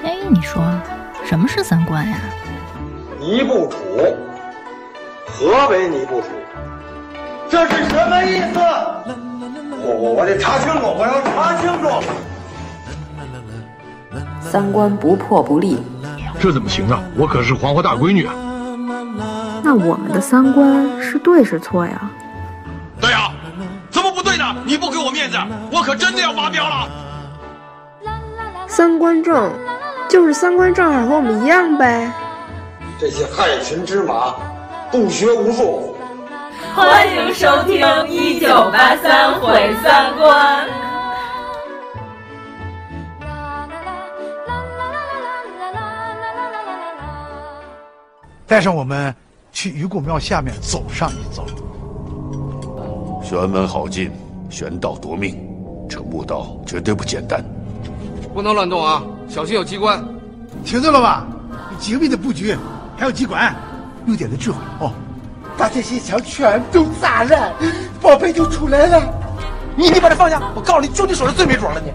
哎，你说什么是三观呀？ 尼不楚，何为尼不楚？这是什么意思？我得查清楚，我要查清楚。 三观不破不立， 这怎么行啊？我可是黄花大闺女啊！ 那我们的三观是对是错呀？ 对呀，怎么不对呢？你不给我面子，我可真的要发飙了。 三观正，就是三观正好和我们一样呗。 这些害群之马，不学无术。 欢迎收听1983毁三观。 带上我们去鱼骨庙下面走上一走。 玄门好进，玄道夺命，这墓道绝对不简单， 不能乱动啊，小心有机关。 听到了吧？精密的布局，还有机关，用点的智慧哦。 把这些墙全都砸烂，宝贝就出来了。 你把它放下，我告诉你，就你手是最没准了你。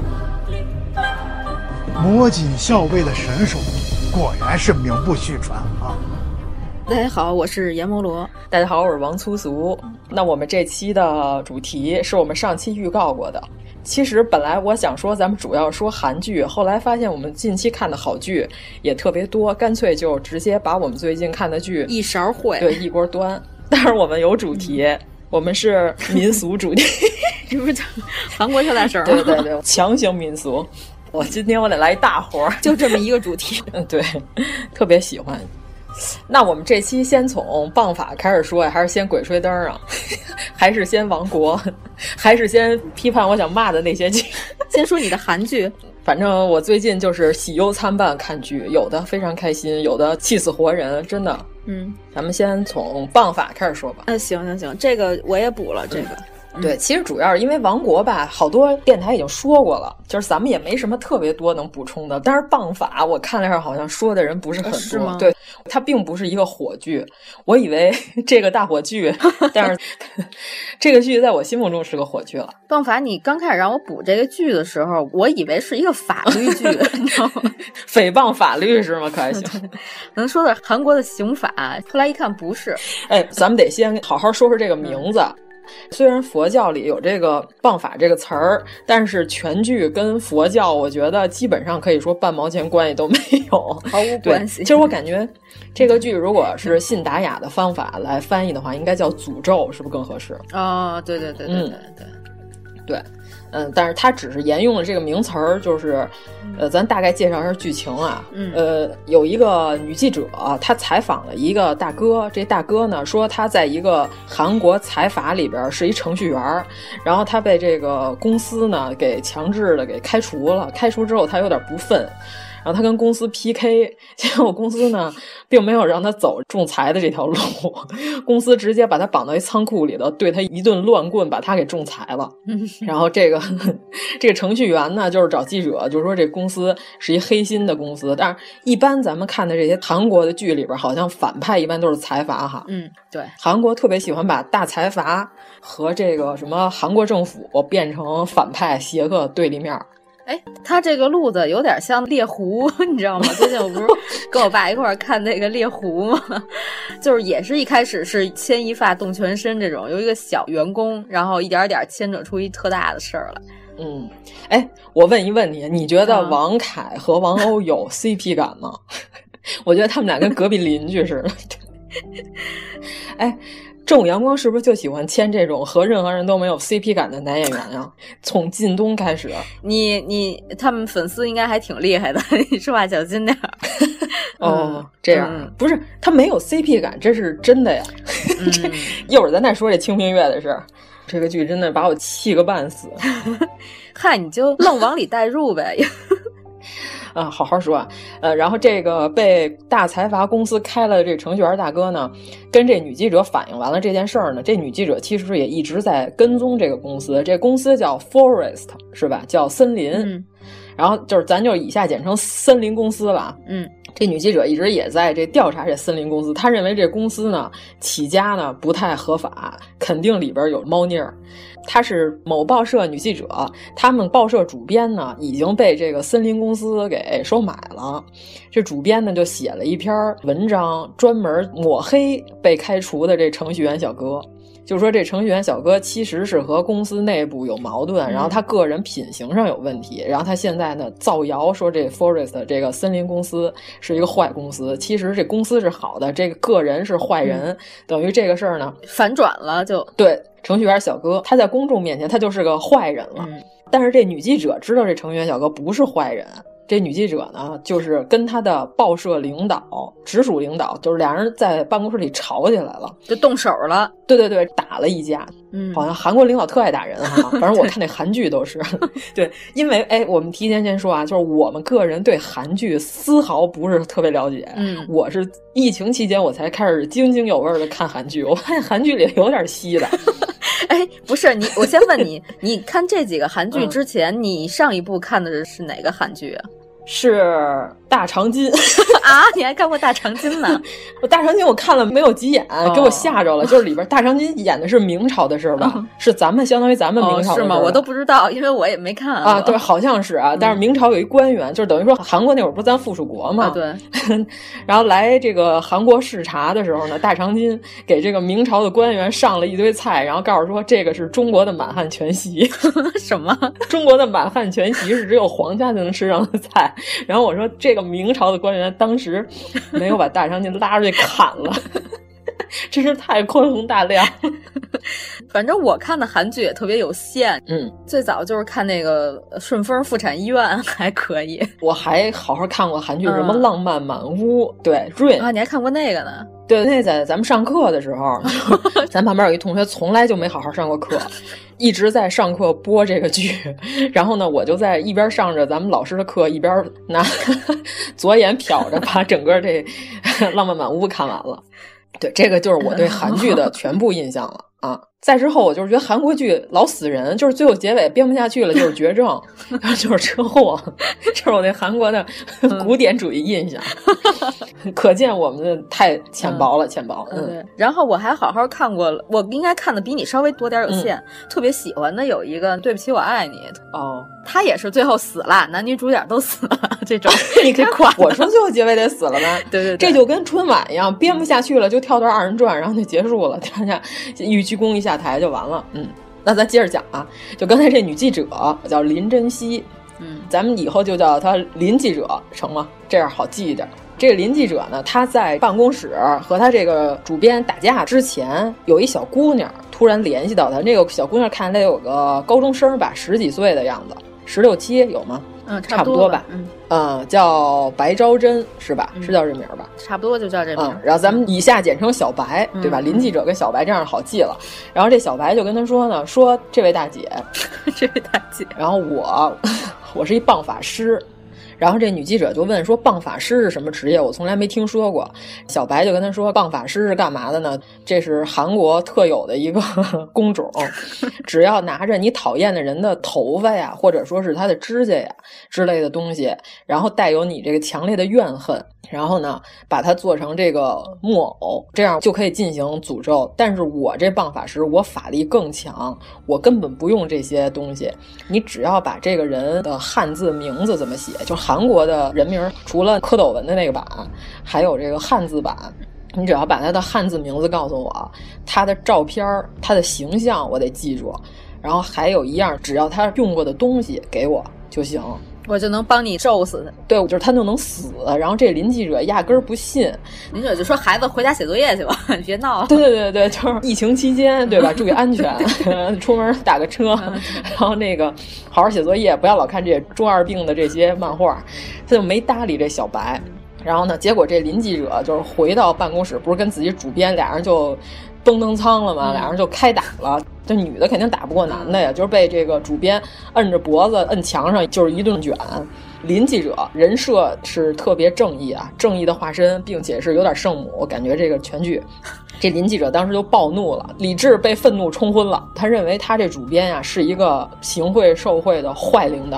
魔锦校尉的神手，果然是名不虚传啊！ 大家好，我是阎摩罗。 大家好，我是王粗俗。那我们这期的主题是我们上期预告过的。其实本来我想说咱们主要说韩剧，后来发现我们近期看的好剧也特别多，干脆就直接把我们最近看的剧一勺烩， 对，一锅端。但是我们有主题，我们是民俗主题， 这不是韩国跳大绳吗？ 对对对，强行民俗。今天我得来一大活， 就这么一个主题。 对，特别喜欢。那我们这期先从棒法开始说呀，还是先鬼吹灯啊？还是先亡国？还是先批判我想骂的那些剧？ 先说你的韩剧。 反正我最近就是喜忧参半看剧，有的非常开心，有的气死活人，真的。咱们先从棒法开始说吧。 行，这个我也补了这个。 对，其实主要是因为亡国吧，好多电台已经说过了，就是咱们也没什么特别多能补充的。但是棒法我看了一下，好像说的人不是很多。 是吗？ 对，它并不是一个火剧，我以为这个大火剧，但是这个剧在我心目中是个火剧了。 棒法，你刚开始让我补这个剧的时候，我以为是一个法律剧，你知道吗？ 诽谤法律是吗？可还行？ 能说点韩国的刑法，后来一看不是。 哎，咱们得先好好说说这个名字。虽然佛教里有这个棒法这个词儿，但是全剧跟佛教我觉得基本上可以说半毛钱关系都没有， 毫无关系。 其实我感觉这个剧如果是信达雅的方法来翻译的话，应该叫诅咒，是不是更合适？ 哦，对。 但是它只是沿用了这个名词儿，就是咱大概介绍一下剧情啊。有一个女记者，她采访了一个大哥，这大哥呢说他在一个韩国财阀里边是一程序员，然后他被这个公司呢给强制的给开除了，开除之后他有点不忿。然后他跟公司 PK， 结果公司呢并没有让他走仲裁的这条路，公司直接把他绑到一仓库里头，对他一顿乱棍，把他给仲裁了。然后这个程序员呢，就是找记者，就是说这公司是一黑心的公司。但是一般咱们看的这些韩国的剧里边，好像反派一般都是财阀哈。 对， 韩国特别喜欢把大财阀和这个什么韩国政府变成反派邪恶对立面。 哎，他这个路子有点像猎狐，你知道吗？最近我不是跟我爸一块儿看那个猎狐吗？就是也是一开始是牵一发动全身这种，有一个小员工，然后一点点牵扯出一特大的事儿来。 哎，我问一问你觉得王凯和王鸥有 CP 感吗？我觉得他们俩跟隔壁邻居似的。哎，正午阳光是不是就喜欢签这种和任何人都没有 CP 感的男演员呀？从靳东开始， 他们粉丝应该还挺厉害的，你说话小心点儿。 这样不是他没有 CP 感，这是真的呀。一会儿咱再说这清平乐的事儿。这个剧真的把我气个半死。 嗨，你就愣往里带入呗。 好好说啊。然后这个被大财阀公司开了这程序员大哥呢，跟这女记者反映完了这件事儿呢，这女记者其实也一直在跟踪这个公司，这公司叫 Forest 是吧？叫森林。然后就是咱就以下简称森林公司了。 这女记者一直也在这调查这森林公司，她认为这公司呢起家呢不太合法，肯定里边有猫腻儿。她是某报社女记者，他们报社主编呢已经被这个森林公司给收买了。这主编呢就写了一篇文章，专门抹黑被开除的这程序员小哥。就是说这程序员小哥其实是和公司内部有矛盾，然后他个人品行上有问题，然后他现在呢造谣说这 Forest 这个森林公司是一个坏公司，其实这公司是好的，这个个人是坏人，等于这个事儿呢反转了，就对程序员小哥他在公众面前他就是个坏人了，但是这女记者知道这程序员小哥不是坏人。这女记者呢，就是跟她的报社领导、直属领导，就是俩人在办公室里吵起来了， 就动手了。 对对对，打了一架。好像韩国领导特爱打人哈，反正我看那韩剧都是。对，因为我们提前先说啊，就是我们个人对韩剧丝毫不是特别了解。我是疫情期间我才开始津津有味的看韩剧，我发现韩剧里有点稀的。 不是你，我先问你，你看这几个韩剧之前，你上一部看的是哪个韩剧啊？ 是大长今啊！你还看过大长今呢？ 我大长今我看了没有几眼，给我吓着了。就是里边大长今演的是明朝的事吧？是咱们相当于咱们明朝的事是吗？我都不知道，因为我也没看啊。对，好像是啊。但是明朝有一官员，就是等于说韩国那会儿不是咱附属国嘛？ 对。 然后来这个韩国视察的时候呢，大长今给这个明朝的官员上了一堆菜，然后告诉说这个是中国的满汉全席。 什么？ 中国的满汉全席是只有皇家才能吃上的菜。然后我说这个明朝的官员当时没有把大长今拉出去砍了，真是太宽宏大量。 反正我看的韩剧也特别有限，最早就是看那个顺丰妇产医院还可以。 我还好好看过韩剧，什么浪漫满屋，对Rain 啊，你还看过那个呢？ 对，那在咱们上课的时候，咱旁边有一同学从来就没好好上过课，一直在上课播这个剧，然后呢，我就在一边上着咱们老师的课，一边拿左眼瞟着把整个这浪漫满屋看完了。对，这个就是我对韩剧的全部印象了啊。再之后，我就是觉得韩国剧老死人，就是最后结尾编不下去了，就是绝症，然后就是车祸，这是我对韩国的古典主义印象。可见我们的太浅薄了，浅薄。 对。然后我还好好看过，我应该看的比你稍微多点有限。特别喜欢的有一个《对不起我爱你》 哦， 他也是最后死了，男女主角都死了，这种你这夸我说最后结尾得死了吗？ 对对对， 这就跟春晚一样，编不下去了就跳段二人转，然后就结束了，大家一鞠躬一下台就完了。那咱接着讲啊，就刚才这女记者叫林珍熙，咱们以后就叫她林记者成吗？这样好记一点。这个林记者呢，她在办公室和她这个主编打架之前，有一小姑娘突然联系到她。那个小姑娘看来有个高中生吧，10几岁的样子，16、17有吗？差不多吧。叫白昭珍是吧？是叫这名吧？ 差不多就叫这名。 然后咱们以下简称小白，对吧？林记者跟小白这样好记了。然后这小白就跟他说呢，说这位大姐， 这位大姐， 然后我是一棒法师。然后这女记者就问说，棒法师是什么职业？我从来没听说过。小白就跟她说，棒法师是干嘛的呢？这是韩国特有的一个工种，只要拿着你讨厌的人的头发呀，或者说是他的指甲呀之类的东西，然后带有你这个强烈的怨恨，然后呢把它做成这个木偶，这样就可以进行诅咒。但是我这棒法师，我法力更强，我根本不用这些东西，你只要把这个人的汉字名字怎么写，就韩国的人名除了蝌蚪文的那个版，还有这个汉字版，你只要把他的汉字名字告诉我，他的照片，他的形象我得记住，然后还有一样，只要他用过的东西给我就行， 我就能帮你咒死他。 对，就是他就能死。然后这林记者压根儿不信， 林记者就说：“孩子回家写作业去吧，你别闹了。” 对对对对，就是疫情期间，对吧？注意安全，出门打个车，然后那个好好写作业，不要老看这中二病的这些漫画。他就没搭理这小白。然后呢，结果这林记者就是回到办公室，不是跟自己主编俩人就蹦蹬仓了吗？俩人就开打了。这女的肯定打不过男的呀，就是被这个主编摁着脖子摁墙上，就是一顿卷。林记者人设是特别正义啊，正义的化身，并且是有点圣母，我感觉这个全剧。这林记者当时就暴怒了，理智被愤怒冲昏了。他认为他这主编呀是一个行贿受贿的坏领导。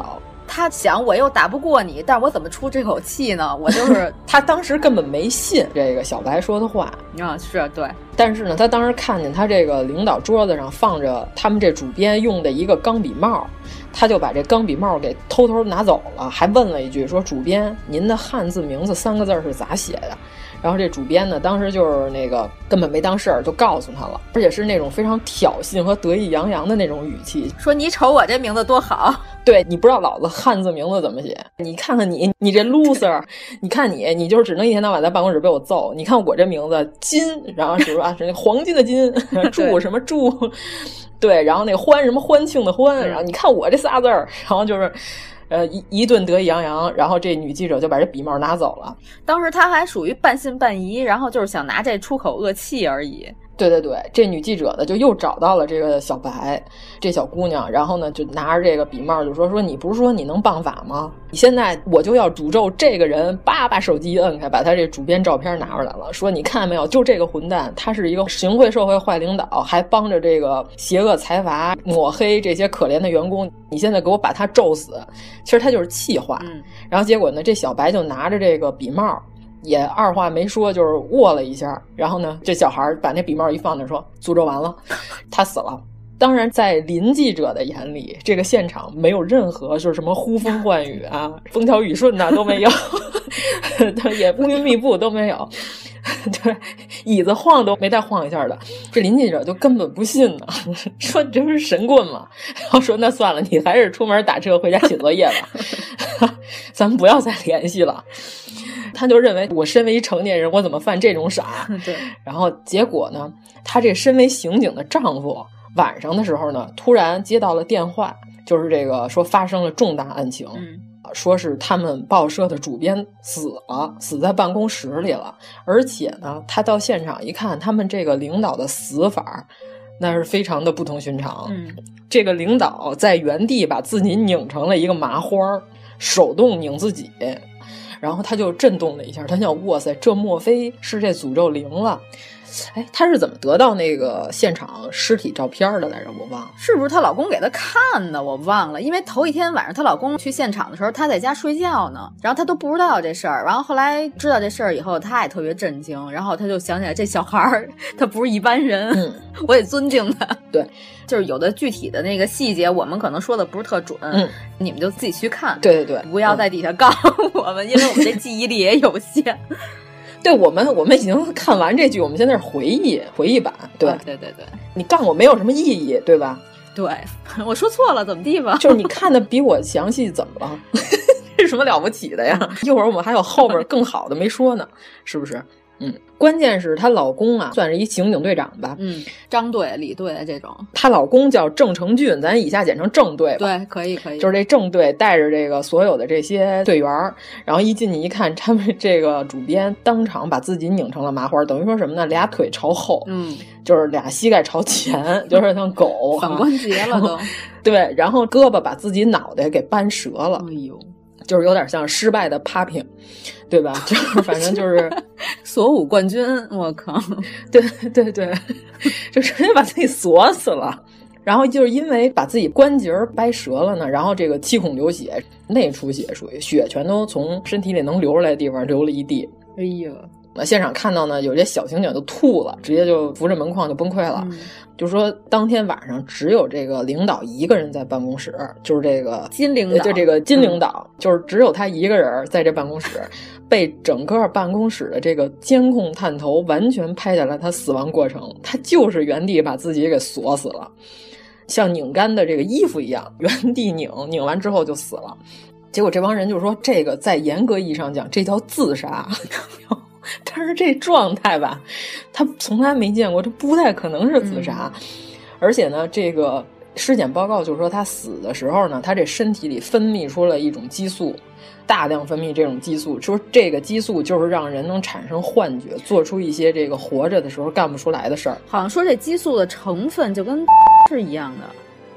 他想我又打不过你，但是我怎么出这口气呢？我就是他当时根本没信这个小白说的话啊，是对。 但是呢，他当时看见他这个领导桌子上放着他们这主编用的一个钢笔帽，他就把这钢笔帽给偷偷拿走了，还问了一句说：“主编，您的汉字名字3个字是咋写的？”然后这主编呢，当时就是那个根本没当事儿，就告诉他了，而且是那种非常挑衅和得意洋洋的那种语气， 说：“你瞅我这名字多好。” 对，你不知道老子汉字名字怎么写？你看看你这 loser， 你看你就是只能一天到晚在办公室被我揍。你看我这名字金，然后是吧？是那黄金的金，祝什么祝？对，然后那欢什么欢庆的欢，然后你看我这仨字儿，然后就是。一顿得意洋洋，然后这女记者就把这笔帽拿走了。 当时她还属于半信半疑，然后就是想拿这出口恶气而已。 对对对，这女记者呢就又找到了这个小白，这小姑娘，然后呢就拿着这个笔帽就说你不是说你能办法吗？你现在我就要诅咒这个人，把手机摁开，把他这主编照片拿出来了，说你看没有，就这个混蛋，他是一个行贿受贿坏领导，还帮着这个邪恶财阀抹黑这些可怜的员工，你现在给我把他咒死。其实他就是气话。然后结果呢，这小白就拿着这个笔帽，也二话没说，就是握了一下，然后呢，这小孩把那笔帽一放那说诅咒完了，他死了。当然在林记者的眼里，这个现场没有任何就是什么呼风唤雨啊风调雨顺都没有也乌云密布都没有对，椅子晃都没带晃一下的，这林记者就根本不信呢，说你这不是神棍吗？然后说那算了，你还是出门打车回家写作业吧咱们不要再联系了。他就认为我身为一成年人，我怎么犯这种傻？ 对。 然后结果呢，他这身为刑警的丈夫晚上的时候呢，突然接到了电话，就是这个说发生了重大案情，说是他们报社的主编死了，死在办公室里了。而且呢，他到现场一看，他们这个领导的死法那是非常的不同寻常。这个领导在原地把自己拧成了一个麻花，手动拧自己。然后他就震动了一下，他想哇塞，这莫非是这诅咒灵了？哎，她是怎么得到那个现场尸体照片的来着？我忘了， 是不是她老公给她看的？我忘了，因为头一天晚上她老公去现场的时候，她在家睡觉呢，然后她都不知道这事儿。然后后来知道这事儿以后，她也特别震惊，然后她就想起来这小孩儿他不是一般人，我得尊敬他。 对， 就是有的具体的那个细节，我们可能说的不是特准，你们就自己去看。 对对对， 不要在底下告诉我们，因为我们这记忆力也有限。 对，我们已经看完这剧，我们现在是回忆版。对、 对对对， 你杠我没有什么意义，对吧？ 对，我说错了，怎么地吧？ 就是你看的比我详细，怎么了？这什么了不起的呀？一会儿我们还有后边更好的没说呢，是不是？关键是她老公啊，算是一刑警队长吧， 张队、李队这种。 她老公叫郑成俊，咱以下简称郑队吧。 对，可以。 就是这郑队带着这个所有的这些队员，然后一进去一看，他们这个主编当场把自己拧成了麻花，等于说什么呢？俩腿朝后，就是俩膝盖朝前，就是像狗反关节了都。 对，然后胳膊把自己脑袋给掰折了。 哎呦。 就是有点像失败的 popping， 对吧？就是反正就是锁舞冠军，我靠！ 对对对，就直接把自己锁死了。然后就是因为把自己关节掰折了呢，然后这个七孔流血，内出血属于血全都从身体里能流出来的地方流了一地。 哎呦！ 现场看到呢，有些小刑警就吐了，直接就扶着门框就崩溃了。就说当天晚上只有这个领导一个人在办公室，就是这个金领导， 就这个金领导，就是只有他一个人在这办公室，被整个办公室的这个监控探头完全拍下来他死亡过程，他就是原地把自己给锁死了，像拧干的这个衣服一样，原地拧完之后就死了。结果这帮人就说，这个在严格意义上讲，这叫自杀。但是这状态吧，他从来没见过，这不太可能是自杀。而且呢，这个尸检报告就是说，他死的时候呢，他这身体里分泌出了一种激素，大量分泌这种激素，说这个激素就是让人能产生幻觉，做出一些这个活着的时候干不出来的事儿。 好像说这激素的成分就跟是一样的。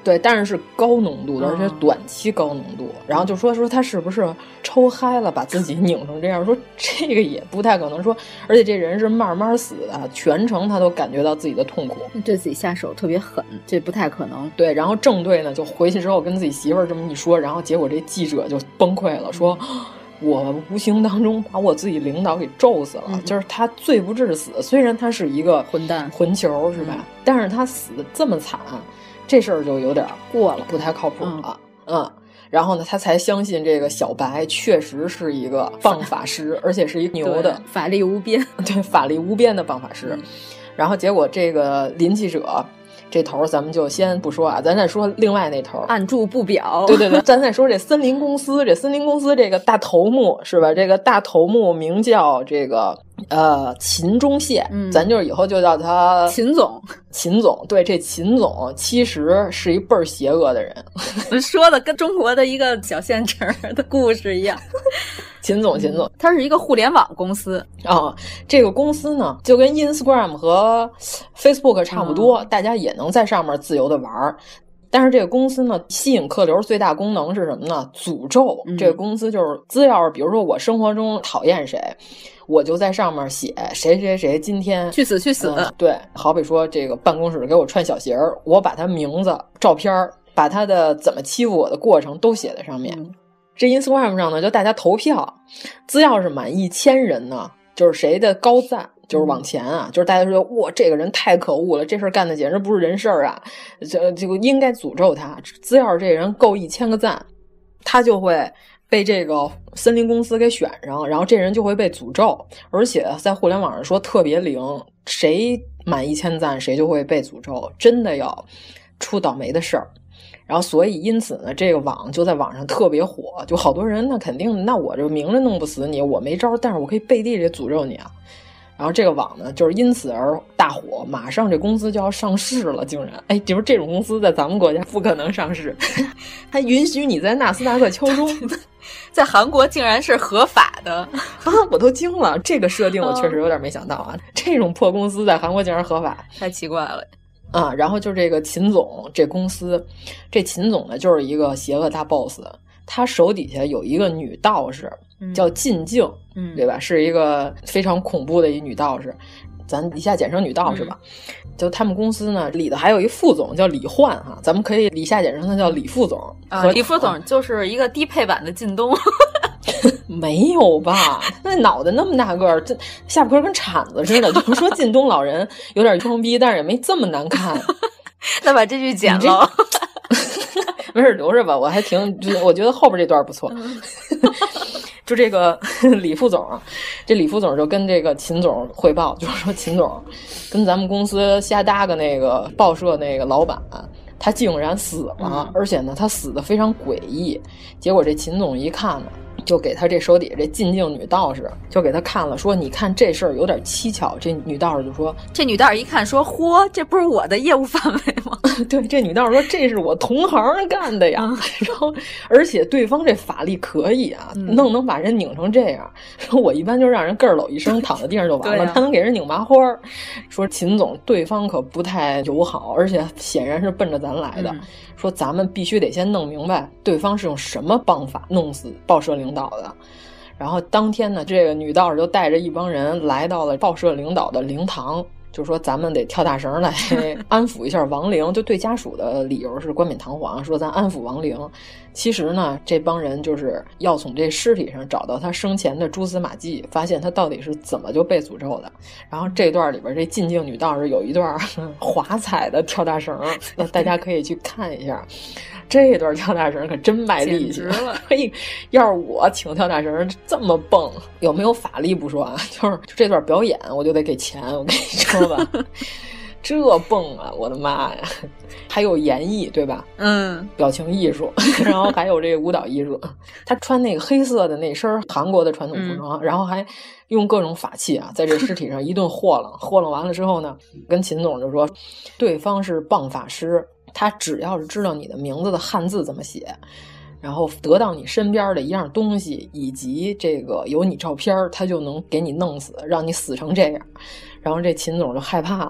对，但是是高浓度的，而且短期高浓度。然后就说他是不是抽嗨了，把自己拧成这样？说这个也不太可能。说，而且这人是慢慢死的，全程他都感觉到自己的痛苦， 对自己下手特别狠，这不太可能。 对，然后郑队呢就回去之后跟自己媳妇儿这么一说，然后结果这记者就崩溃了，说我无形当中把我自己领导给咒死了，就是他罪不至死，虽然他是一个混蛋混球是吧？但是他死的这么惨，这事儿就有点过了， 不太靠谱了。然后呢，他才相信这个小白确实是一个棒法师，而且是一牛的法力无边， 对，法力无边的棒法师。然后结果这个林记者这头咱们就先不说啊，咱再说另外那头， 按住不表。 对，咱再说这森林公司，这个大头目是吧？这个大头目名叫这个秦忠宪，咱就是以后就叫他秦总。 对，这秦总其实是一倍儿邪恶的人， 说的跟中国的一个小县城的故事一样。 秦总， 它是一个互联网公司这个公司呢，就跟 Instagram 和 Facebook 差不多，大家也能在上面自由的玩。但是这个公司呢，吸引客流最大功能是什么呢？诅咒。这个公司就是只要是比如说我生活中讨厌谁，我就在上面写谁谁谁今天去死。 对，好比说这个办公室给我穿小鞋，我把他名字、照片，把他的怎么欺负我的过程都写在上面。这 Instagram 上呢，就大家投票，只要是满1000人呢，就是谁的高赞。就是往前啊，就是大家说哇，这个人太可恶了，这事儿干的简直不是人事儿啊，就应该诅咒他。只要是这人够1000个赞，他就会被这个森林公司给选上，然后这人就会被诅咒。而且在互联网上说特别灵，谁满1000赞，谁就会被诅咒，真的要出倒霉的事儿。然后所以因此呢，这个网就在网上特别火，就好多人那肯定，那我这明着弄不死你，我没招，但是我可以背地里诅咒你啊。然后这个网呢，就是因此而大火，马上这公司就要上市了，竟然，就是这种公司在咱们国家不可能上市，还允许你在纳斯达克敲钟， 在韩国竟然是合法的我都惊了，这个设定我确实有点没想到啊，这种破公司在韩国竟然合法， 太奇怪了。 然后就这个秦总这公司，这秦总呢就是一个邪恶大 boss， 他手底下有一个女道士叫靳静，对吧？是一个非常恐怖的一女道士，咱以下简称女道士吧。就他们公司呢里头还有一副总叫李焕哈，咱们可以以下简称他叫李副总李副总就是一个低配版的靳东。 没有吧？那脑袋那么大个儿，这下巴颏跟铲子似的。就是说靳东老人有点装逼，但是也没这么难看。 那把这句剪了。 没事，留着吧。我还我觉得后边这段不错。就这个李副总，这李副总就跟这个秦总汇报，就是说秦总跟咱们公司瞎搭个那个报社那个老板，他竟然死了，而且呢他死的非常诡异。结果这秦总一看呢，就给他这手底下这靳静女道士就给他看了，说你看这事儿有点蹊跷。这女道士就说， 这女道士一看说，嚯，这不是我的业务范围吗？ 对，这女道士说这是我同行干的呀。然后而且对方这法力可以啊，能把人拧成这样。说我一般就让人咯搂一声躺在地上就完了，他能给人拧麻花。说秦总对方可不太友好，而且显然是奔着咱来的。说咱们必须得先弄明白对方是用什么办法弄死报社领导的。然后当天呢，这个女道士就带着一帮人来到了报社领导的灵堂，就说咱们得跳大绳来安抚一下亡灵，就对家属的理由是冠冕堂皇，说咱安抚亡灵。其实呢，这帮人就是要从这尸体上找到他生前的蛛丝马迹，发现他到底是怎么就被诅咒的。然后这段里边这靳静女道士有一段华彩的跳大绳，那大家可以去看一下。这段跳大绳可真卖力气了！要是我请跳大绳这么蹦，有没有法力不说啊？就这段表演，我就得给钱。我跟你说吧，这蹦啊，我的妈呀！还有演绎，对吧？表情艺术，然后还有这个舞蹈艺术。他穿那个黑色的那身韩国的传统服装，然后还用各种法器啊，在这尸体上一顿和弄完了之后呢，跟秦总就说，对方是棒法师。他只要是知道你的名字的汉字怎么写，然后得到你身边的一样东西，以及这个有你照片，他就能给你弄死，让你死成这样。然后这秦总就害怕了，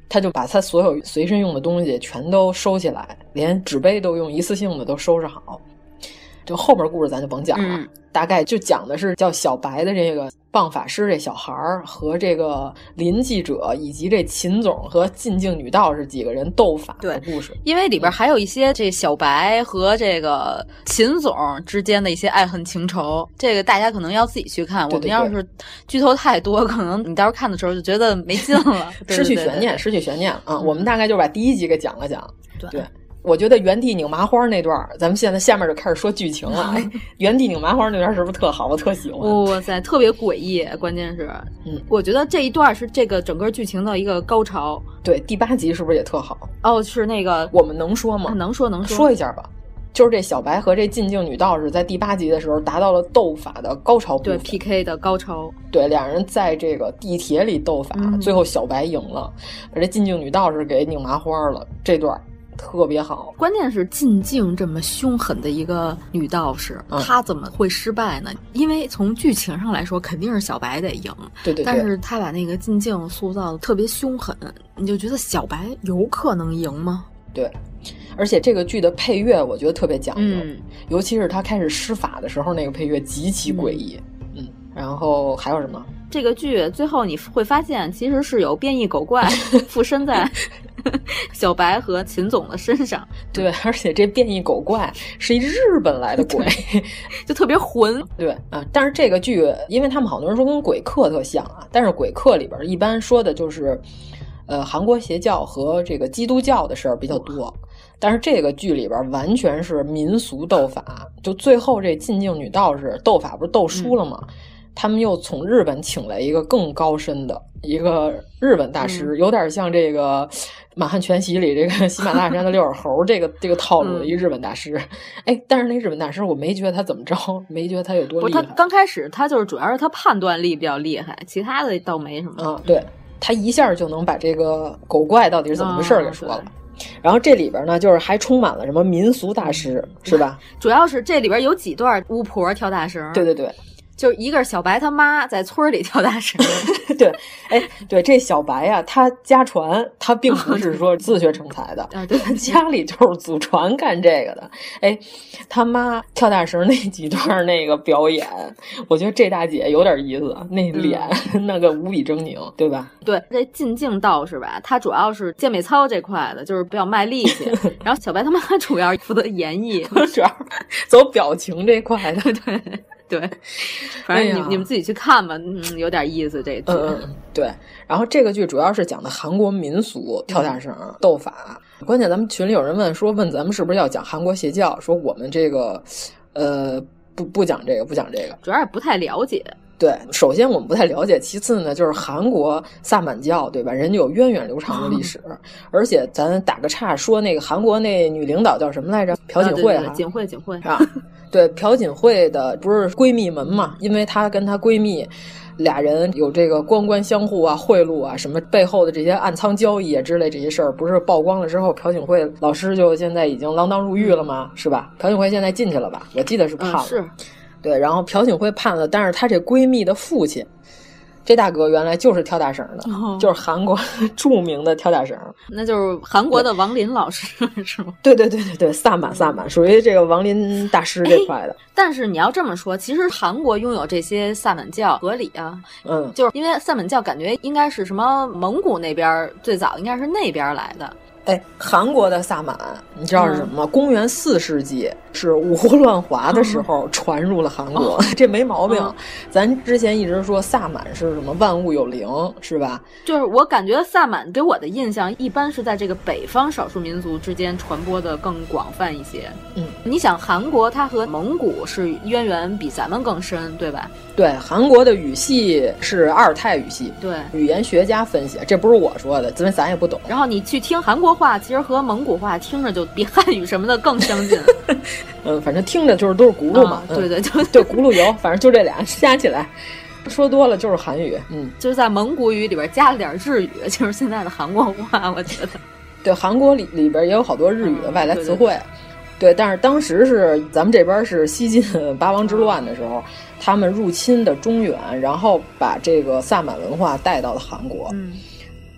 他就把他所有随身用的东西全都收起来，连纸杯都用一次性的都收拾好。就后边故事咱就甭讲了，大概就讲的是叫小白的这个棒法师这小孩和这个林记者以及这秦总和进境女道士几个人斗法的故事。 因为里边还有一些这小白和这个秦总之间的一些爱恨情仇，这个大家可能要自己去看。我们要是剧透太多，可能你到时候看的时候就觉得没劲了， 失去悬念，失去悬念啊！我们大概就把第一集给讲了讲，对。我觉得原地拧麻花那段，咱们现在下面就开始说剧情了。原地拧麻花那段是不是特好？我特喜欢。 哇塞，特别诡异，关键是，我觉得这一段是这个整个剧情的一个高潮。 对，第8集是不是也特好？ 哦，是那个， 我们能说吗？ 能说。 说一下吧。就是这小白和这进境女道士在第8集的时候达到了斗法的高潮部分， 对 PK 的高潮。 对，两人在这个地铁里斗法，最后小白赢了，把这进境女道士给拧麻花了。这段特别好， 关键是进境这么凶狠的一个女道士，她怎么会失败呢？因为从剧情上来说，肯定是小白得赢。 对， 但是她把那个进境塑造的特别凶狠，你就觉得小白有可能赢吗？ 对，而且这个剧的配乐我觉得特别讲究，尤其是他开始施法的时候，那个配乐极其诡异。然后还有什么？ 这个剧最后你会发现，其实是有变异狗怪附身在小白和秦总的身上。 对，而且这变异狗怪是一日本来的鬼， 就特别混。 对啊，但是这个剧，因为他们好多人说跟鬼客特像啊，但是鬼客里边一般说的就是韩国邪教和这个基督教的事儿比较多。但是这个剧里边完全是民俗斗法，就最后这进境女道士斗法不是斗输了吗？他们又从日本请来一个更高深的一个日本大师，有点像这个《满汉全席》里这个喜马拉雅山的六耳猴这个套路的一个日本大师。但是那日本大师我没觉得他怎么着，没觉得他有多厉害。 他刚开始他就是主要是他判断力比较厉害，其他的倒没什么。 对，他一下就能把这个狗怪到底是怎么回事给说了。然后这里边呢，就是还充满了什么民俗大师，是吧？ 主要是这里边有几段巫婆跳大绳。 对， 就是一个小白他妈在村里跳大绳。 对，对，这小白啊，他家传，他并不是说自学成才的， 对， 他家里就是祖传干这个的。他妈跳大绳那几段那个表演，我觉得这大姐有点意思，那脸那个无比狰狞，对吧？ 对，这进境道士吧，他主要是健美操这块的，就是比较卖力气。然后小白他妈主要负责演绎， 主要走表情这块的， 对，反正你们自己去看吧，有点意思这剧。 对。然后这个剧主要是讲的韩国民俗跳大绳斗法。关键咱们群里有人问咱们是不是要讲韩国邪教，说我们这个不讲这个， 主要是不太了解。 对，首先我们不太了解，其次呢，就是韩国萨满教，对吧？人家有源远流长的历史，而且咱打个岔说，那个韩国那女领导叫什么来着？朴槿惠哈， 槿惠啊，对，朴槿惠的不是闺蜜门嘛？因为她跟她闺蜜俩人有这个官官相护啊、贿赂啊，什么背后的这些暗仓交易啊之类这些事儿，不是曝光了之后，朴槿惠老师就现在已经锒铛入狱了吗？是吧？朴槿惠现在进去了吧？我记得是判了。 是。 对，然后朴槿惠判了，但是他这闺蜜的父亲，这大哥原来就是跳大绳的，就是韩国著名的跳大绳， 那就是韩国的王林老师是吗？ 对，萨满属于这个王林大师这块的。 但是你要这么说，其实韩国拥有这些萨满教合理啊，就是因为萨满教感觉应该是什么蒙古那边最早应该是那边来的。 韩国的萨满你知道是什么吗？公元4世纪是五胡乱华的时候传入了韩国，这没毛病。咱之前一直说萨满是什么万物有灵，是吧？ 就是我感觉萨满给我的印象一般是在这个北方少数民族之间传播的更广泛一些。你想韩国它和蒙古是渊源比咱们更深，对吧？ 对，韩国的语系是阿尔泰语系， 对， 语言学家分析，这不是我说的，因为咱也不懂。 然后你去听韩国话，其实和蒙古话听着就比汉语什么的更相近。 反正听着就是都是轱辘嘛。 对， 对，轱辘油，反正就这俩加起来，说多了就是韩语。 就是在蒙古语里边加了点日语，就是现在的韩国话，我觉得。 对，韩国里边也有好多日语的外来词汇。对，但是当时是咱们这边是西晋八王之乱的时候，他们入侵的中原，然后把这个萨满文化带到了韩国。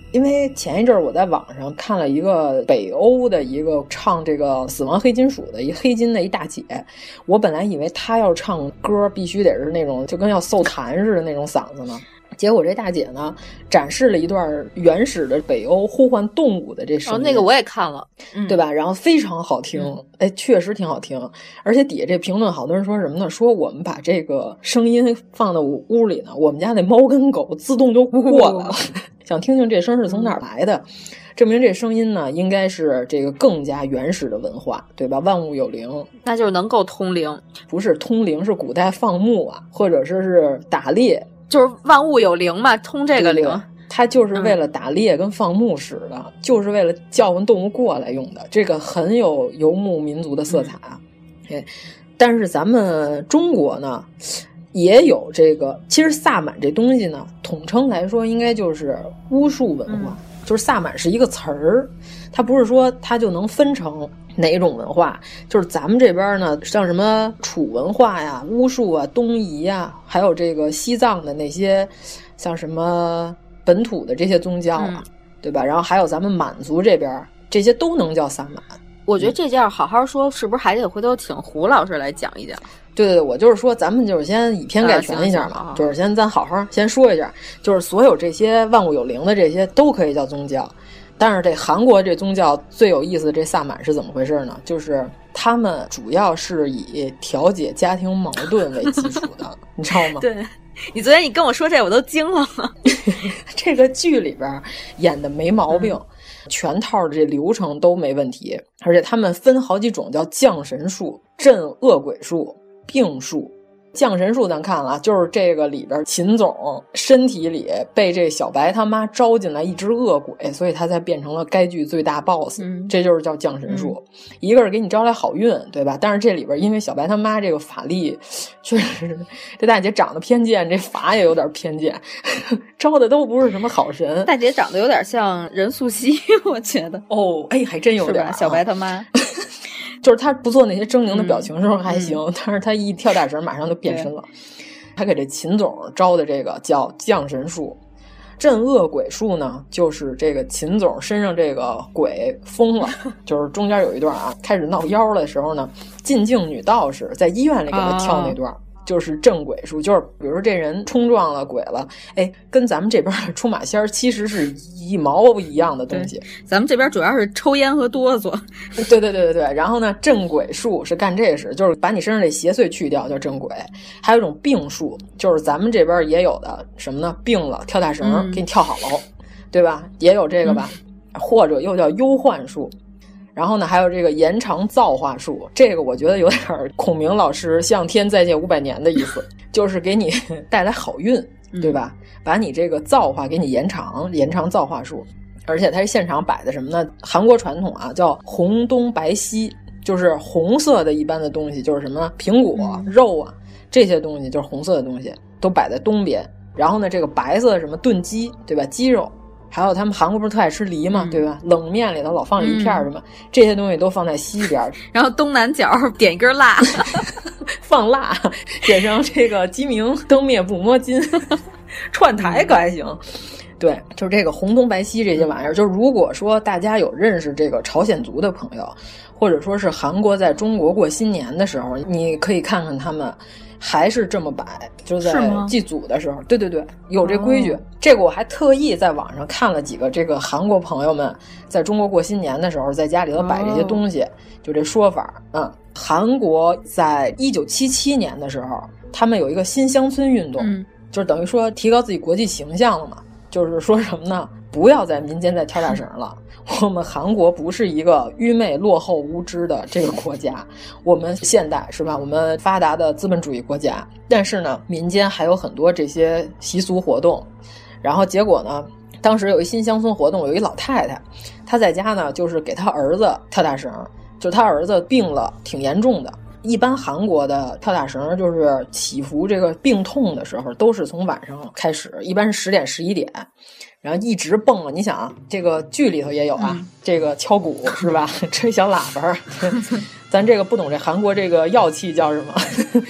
因为前一阵我在网上看了一个北欧的一个唱这个死亡黑金属的一黑金的一大姐，我本来以为她要唱歌必须得是那种就跟要奏弹似的那种嗓子呢，结果这大姐呢展示了一段原始的北欧呼唤动物的这声音， 那个我也看了， 对吧？然后非常好听，确实挺好听。而且底下这评论好多人说什么呢？说我们把这个声音放到屋里呢，我们家那猫跟狗自动就过来了，想听听这声是从哪儿来的。证明这声音呢，应该是这个更加原始的文化，对吧？万物有灵， 那就是能够通灵， 不是通灵，是古代放牧啊，或者是打猎。 就是万物有灵嘛，通这个灵， 它就是为了打猎跟放牧使的，就是为了叫唤动物过来用的。这个很有游牧民族的色彩啊。但是咱们中国呢，也有这个。其实萨满这东西呢，统称来说，应该就是巫术文化。就是萨满是一个词儿，它不是说它就能分成哪种文化。就是咱们这边呢，像什么楚文化呀、巫术啊、东夷呀，还有这个西藏的那些，像什么本土的这些宗教啊，对吧？然后还有咱们满族这边，这些都能叫萨满。 我觉得这要好好说，是不是还得回头请胡老师来讲一讲？ 对，我就是说，咱们就是先以偏概全一下嘛，就是咱好好先说一下，就是所有这些万物有灵的这些都可以叫宗教，但是这韩国这宗教最有意思的这萨满是怎么回事呢？就是他们主要是以调解家庭矛盾为基础的，你知道吗？ 对，你昨天你跟我说这我都惊了。 这个剧里边演的没毛病。全套的这流程都没问题，而且他们分好几种，叫降神术、镇恶鬼术、病术。降神术咱看了，就是这个里边秦总身体里被这小白他妈招进来一只恶鬼，所以他才变成了该剧最大 boss，这就是叫降神术。一个是给你招来好运，对吧？但是这里边因为小白他妈这个法力确实，这大姐长得偏见，这法也有点偏见，招的都不是什么好神。 大姐长得有点像任素汐，我觉得。 还真有点小白他妈。 就是他不做那些狰狞的表情的时候还行，但是他一跳大绳马上就变身了。他给这秦总招的这个叫降神术。镇恶鬼术呢，就是这个秦总身上这个鬼疯了，就是中间有一段啊，开始闹妖的时候呢，进境女道士在医院里给他跳那段。就是镇鬼术，就是比如说这人冲撞了鬼了，跟咱们这边出马仙儿其实是一毛一样的东西。 咱们这边主要是抽烟和哆嗦。 对。然后呢，镇鬼术是干这事，就是把你身上这邪祟去掉，叫镇鬼。还有一种病术，就是咱们这边也有的什么呢？病了跳大绳，给你跳好了，对吧？也有这个吧，或者又叫忧患术。然后呢，还有这个延长造化术，这个我觉得有点孔明老师向天再借500年的意思，就是给你带来好运，对吧？把你这个造化给你延长造化术。而且它是现场摆的什么呢？韩国传统啊，叫红东白西，就是红色的一般的东西，就是什么呢？苹果、肉啊这些东西，就是红色的东西都摆在东边。然后呢，这个白色的什么炖鸡，对吧？鸡肉。还有他们韩国不是特爱吃梨嘛，对吧？冷面里头老放梨片什么，这些东西都放在西边。 然后东南角点一根蜡， 放蜡，点上这个鸡鸣灯灭不摸金，串台可还行。对，就是这个红东白西这些玩意儿。就是如果说大家有认识这个朝鲜族的朋友，或者说是韩国在中国过新年的时候，你可以看看他们。还是这么摆，就在祭祖的时候，对，有这规矩。这个我还特意在网上看了几个这个韩国朋友们在中国过新年的时候，在家里头摆这些东西，就这说法。韩国在1977年的时候，他们有一个新乡村运动，就是等于说提高自己国际形象了嘛。就是说什么呢？不要在民间再跳大绳了。我们韩国不是一个愚昧、落后、无知的这个国家，我们现代是吧？我们发达的资本主义国家，但是呢，民间还有很多这些习俗活动。然后结果呢，当时有一新乡村活动，有一老太太，她在家呢，就是给她儿子跳大绳，就她儿子病了，挺严重的。一般韩国的跳大绳就是起伏这个病痛的时候，都是从晚上开始，一般是10点、11点。然后一直蹦了，你想啊，这个剧里头也有啊，这个敲鼓是吧？吹小喇叭，咱这个不懂这韩国这个药气叫什么？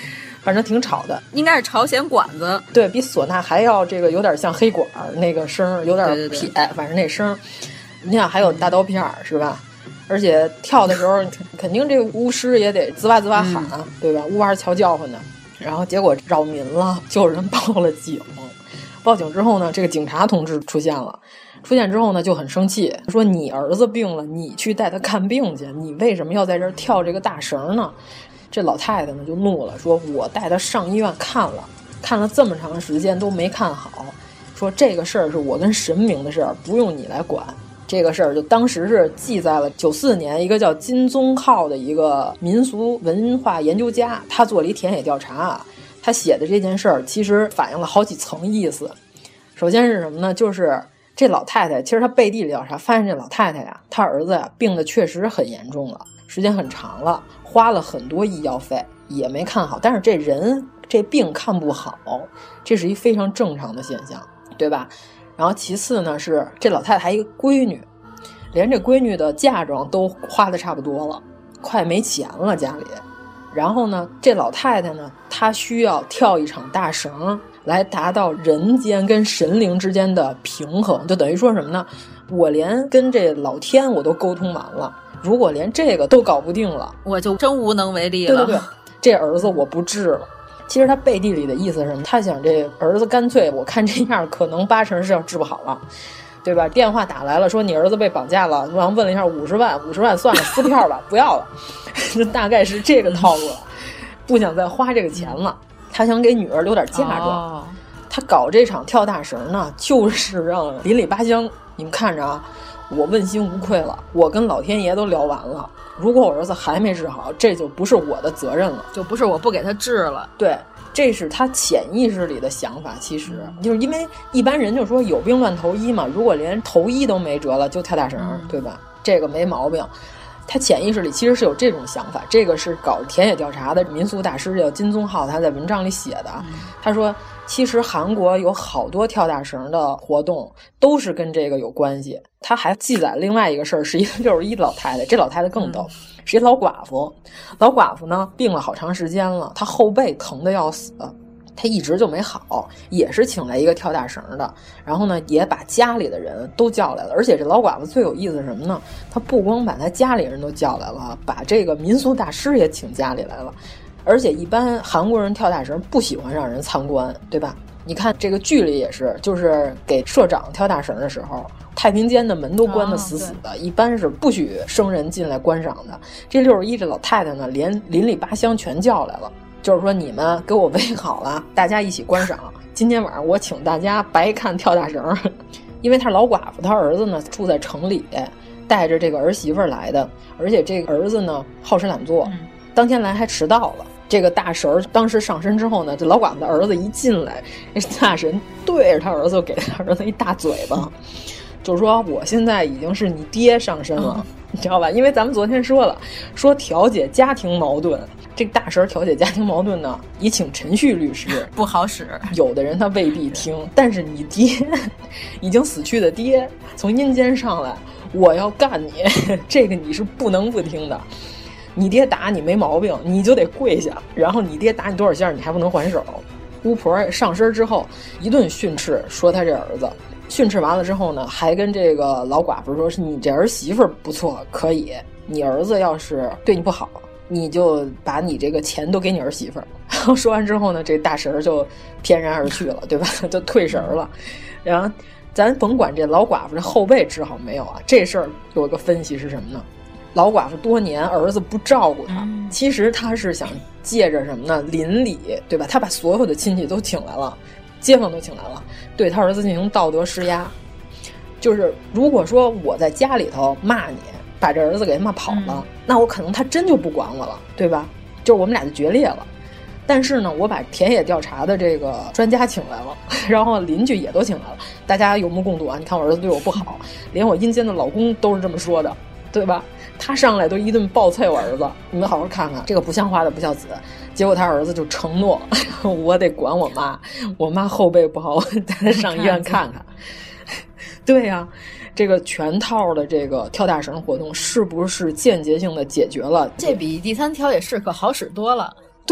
反正挺吵的， 应该是朝鲜管子， 对比唢呐还要这个有点像黑管那个声，有点撇，反正那声。你想还有大刀片是吧？而且跳的时候肯定这个巫师也得滋哇滋哇喊，对吧？呜哇悄叫唤的。然后结果扰民了，就有人报了警。报警之后呢，这个警察同志出现了。出现之后呢，就很生气，说你儿子病了，你去带他看病去，你为什么要在这儿跳这个大绳呢？这老太太呢就怒了，说我带他上医院看了这么长时间都没看好，说这个事儿是我跟神明的事儿，不用你来管。这个事儿就当时是记在了94年一个叫金宗浩的一个民俗文化研究家，他做了一田野调查，他写的这件事儿其实反映了好几层意思。首先是什么呢？就是这老太太，其实她背地里调查发现这老太太呀，她儿子呀病得确实很严重了，时间很长了，花了很多医药费也没看好，但是这病看不好，这是一非常正常的现象，对吧？然后其次呢是这老太太还一个闺女，连这闺女的嫁妆都花的差不多了，快没钱了家里。然后呢这老太太呢她需要跳一场大绳来达到人间跟神灵之间的平衡，就等于说什么呢？我连跟这老天我都沟通完了，如果连这个都搞不定了， 我就真无能为力了。 对，这儿子我不治了。其实他背地里的意思是什么？他想这儿子干脆我看这样可能80%是要治不好了，对吧？电话打来了，说你儿子被绑架了，然后问了一下50万算了，撕票吧，不要了，就大概是这个套路了，不想再花这个钱了。他想给女儿留点嫁妆，他搞这场跳大绳呢，就是让邻里八乡，你们看着啊，我问心无愧了，我跟老天爷都聊完了。如果我儿子还没治好，这就不是我的责任了， 就不是我不给他治了。 对，这是他潜意识里的想法。其实就是因为一般人就说有病乱投医嘛，如果连投医都没辙了，就跳大绳，对吧？这个没毛病。他潜意识里其实是有这种想法，这个是搞田野调查的民俗大师叫金宗浩，他在文章里写的。他说其实韩国有好多跳大绳的活动都是跟这个有关系。他还记载另外一个事儿，是一个61老太太，这老太太更逗，是一老寡妇。老寡妇呢病了好长时间了，她后背疼得要死，她一直就没好，也是请来一个跳大绳的，然后呢也把家里的人都叫来了。而且这老寡妇最有意思是什么呢？她不光把她家里人都叫来了，把这个民俗大师也请家里来了。而且一般韩国人跳大绳不喜欢让人参观，对吧？你看这个剧里也是，就是给社长跳大绳的时候，太平间的门都关得死死的，一般是不许生人进来观赏的。这61这老太太呢，连邻里八乡全叫来了，就是说你们给我围好了，大家一起观赏。今天晚上我请大家白看跳大绳，因为他是老寡妇，他儿子呢住在城里，带着这个儿媳妇来的，而且这个儿子呢好吃懒做，当天来还迟到了。这个大神当时上身之后呢，这老寡妇的儿子一进来，这大神对着他儿子就给他儿子一大嘴巴，就是说我现在已经是你爹上身了，你知道吧？因为咱们昨天说了，说调解家庭矛盾，这个大神调解家庭矛盾呢，也请陈旭律师， 不好使。 有的人他未必听，但是你爹已经死去的爹从阴间上来，我要干你，这个你是不能不听的。你爹打你没毛病，你就得跪下，然后你爹打你多少下你还不能还手。巫婆上身之后一顿训斥，说他这儿子训斥完了之后呢，还跟这个老寡妇说，是你这儿媳妇不错，可以，你儿子要是对你不好，你就把你这个钱都给你儿媳妇。然后说完之后呢，这大神就翩然而去了，对吧？就退神了。然后咱甭管这老寡妇这后背治好没有啊，这事儿有一个分析是什么呢？老寡妇多年儿子不照顾他，其实他是想借着什么呢？邻里，对吧？他把所有的亲戚都请来了，街坊都请来了，对他儿子进行道德施压。就是如果说我在家里头骂你，把这儿子给骂跑了，那我可能他真就不管我了，对吧？就是我们俩就决裂了。但是呢，我把田野调查的这个专家请来了，然后邻居也都请来了，大家有目共睹啊！你看我儿子对我不好，连我阴间的老公都是这么说的，对吧？他上来都一顿暴啐我儿子，你们好好看看，这个不像话的不孝子。结果他儿子就承诺，我得管我妈，我妈后背不好，我带她上医院看看。对呀，这个全套的这个跳大绳活动，是不是间接性的解决了？ 这比第三调解室可好使多了。 对，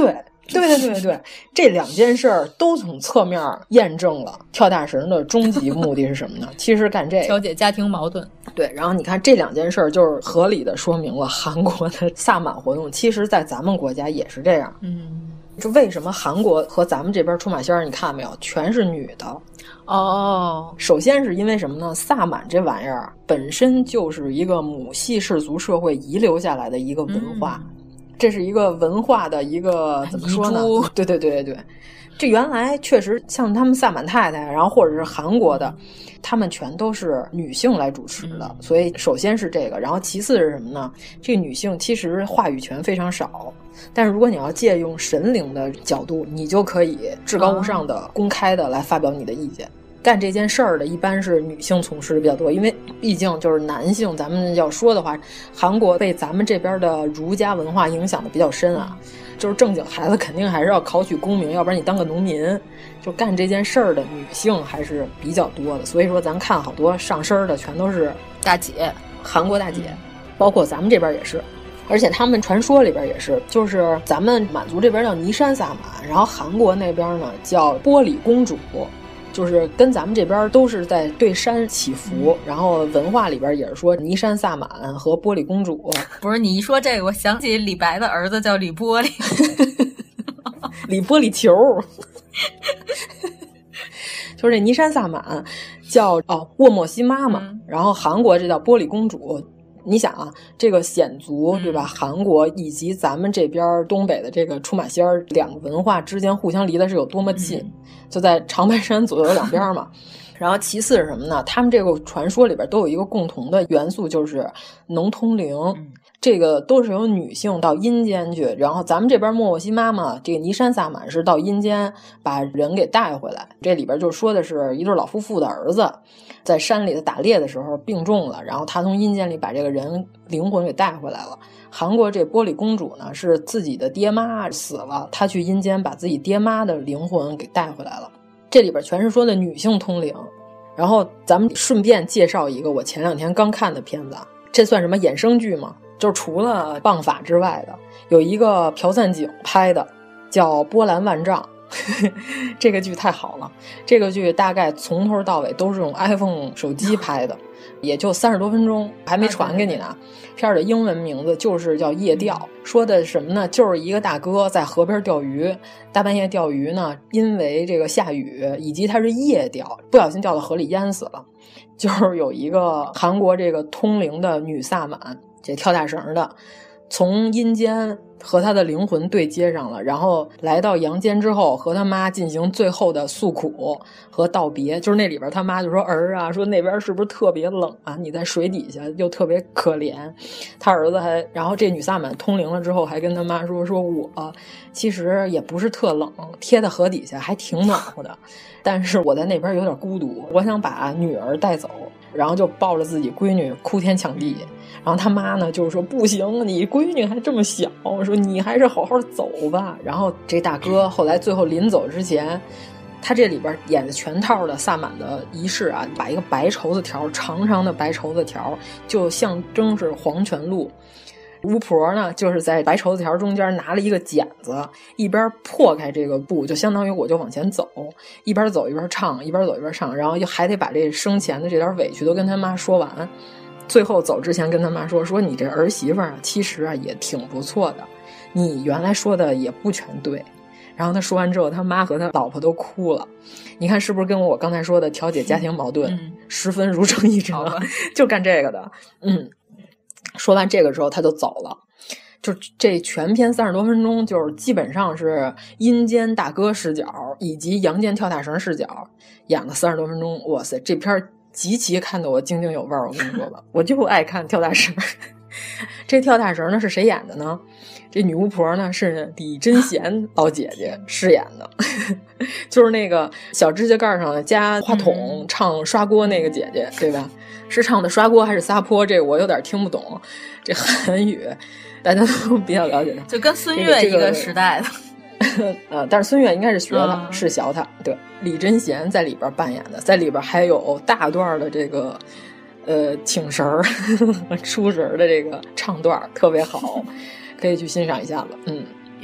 对，这两件事儿都从侧面验证了跳大绳的终极目的是什么呢？其实干这个调解家庭矛盾。 对，然后你看这两件事儿，就是合理的说明了韩国的萨满活动，其实在咱们国家也是这样。就为什么韩国和咱们这边出马仙儿，你看没有，全是女的。首先是因为什么呢？萨满这玩意儿本身就是一个母系氏族社会遗留下来的一个文化。这是一个文化的一个怎么说呢？对，这原来确实像他们萨满太太，然后或者是韩国的，他们全都是女性来主持的，所以首先是这个，然后其次是什么呢？这个女性其实话语权非常少，但是如果你要借用神灵的角度，你就可以至高无上的、公开的来发表你的意见。干这件事儿的一般是女性从事的比较多，因为毕竟就是男性，咱们要说的话，韩国被咱们这边的儒家文化影响的比较深啊，就是正经孩子肯定还是要考取功名，要不然你当个农民。就干这件事儿的女性还是比较多的，所以说咱看好多上身的全都是大姐， 韩国大姐，包括咱们这边也是。而且他们传说里边也是，就是咱们满族这边叫尼山萨满，然后韩国那边呢叫玻璃公主，就是跟咱们这边都是在对山祈福，然后文化里边也是说尼山萨满和玻璃公主。 不是你一说这个，我想起李白的儿子叫李玻璃， 李玻璃球。就是这尼山萨满叫沃莫西妈妈，然后韩国这叫玻璃公主。你想啊，这个鲜族对吧？韩国以及咱们这边东北的这个出马仙儿，两个文化之间互相离的是有多么近，就在长白山左右两边嘛。然后其次是什么呢？他们这个传说里边都有一个共同的元素，就是能通灵。这个都是由女性到阴间去，然后咱们这边莫莫西妈妈这个尼山萨满是到阴间把人给带回来。这里边就说的是一对老夫妇的儿子在山里头打猎的时候病重了，然后他从阴间里把这个人灵魂给带回来了。韩国这玻璃公主呢是自己的爹妈死了，她去阴间把自己爹妈的灵魂给带回来了。这里边全是说的女性通灵。然后咱们顺便介绍一个我前两天刚看的片子，这算什么衍生剧吗？就是除了棒法之外的，有一个朴赞景拍的叫《波澜万丈》。这个剧太好了，这个剧大概从头到尾都是用 iPhone 手机拍的，也就30多分钟，还没传给你呢。片的英文名字就是叫《夜钓》，说的什么呢？就是一个大哥在河边钓鱼，大半夜钓鱼呢，因为这个下雨以及他是夜钓，不小心掉到河里淹死了。就是有一个韩国这个通灵的女萨满，这跳大绳的，从阴间和他的灵魂对接上了，然后来到阳间之后和他妈进行最后的诉苦和道别。就是那里边他妈就说儿啊，说那边是不是特别冷啊，你在水底下又特别可怜。他儿子还，然后这女萨满通灵了之后还跟他妈说我其实也不是特冷，贴在河底下还挺暖和的，但是我在那边有点孤独，我想把女儿带走。然后就抱着自己闺女哭天抢地，然后他妈呢就是说不行，你闺女还这么小，说你还是好好走吧。然后这大哥后来最后临走之前，他这里边演的全套的萨满的仪式啊，把一个白绸子条，长长的白绸子条，就象征是黄泉路。巫婆呢就是在白绸子条中间拿了一个剪子，一边破开这个布，就相当于我就往前走，一边走一边唱，一边走一边唱，然后又还得把这生前的这点委屈都跟他妈说完。最后走之前跟他妈说你这儿媳妇啊其实啊也挺不错的，你原来说的也不全对。然后他说完之后，他妈和他老婆都哭了。你看是不是跟我刚才说的调解家庭矛盾十分如出一辙？就干这个的。说完这个之后他就走了。就这全篇30多分钟，就是基本上是阴间大哥视角以及阳间跳大绳视角演了30多分钟。哇塞，这片极其看得我津津有味儿。我跟你说吧，我就爱看跳大绳。这跳大绳呢是谁演的呢？这女巫婆呢是李贞贤老姐姐饰演的，就是那个小指甲盖上加话筒唱刷锅那个姐姐，对吧？是唱的刷锅还是撒泼？这个我有点听不懂，这韩语大家都比较了解的， 就跟孙悦一个时代的。但是孙悦应该是学的，是学他。对，李贞贤在里边扮演的，在里边还有大段的这个请神儿出神的这个唱段特别好，可以去欣赏一下了。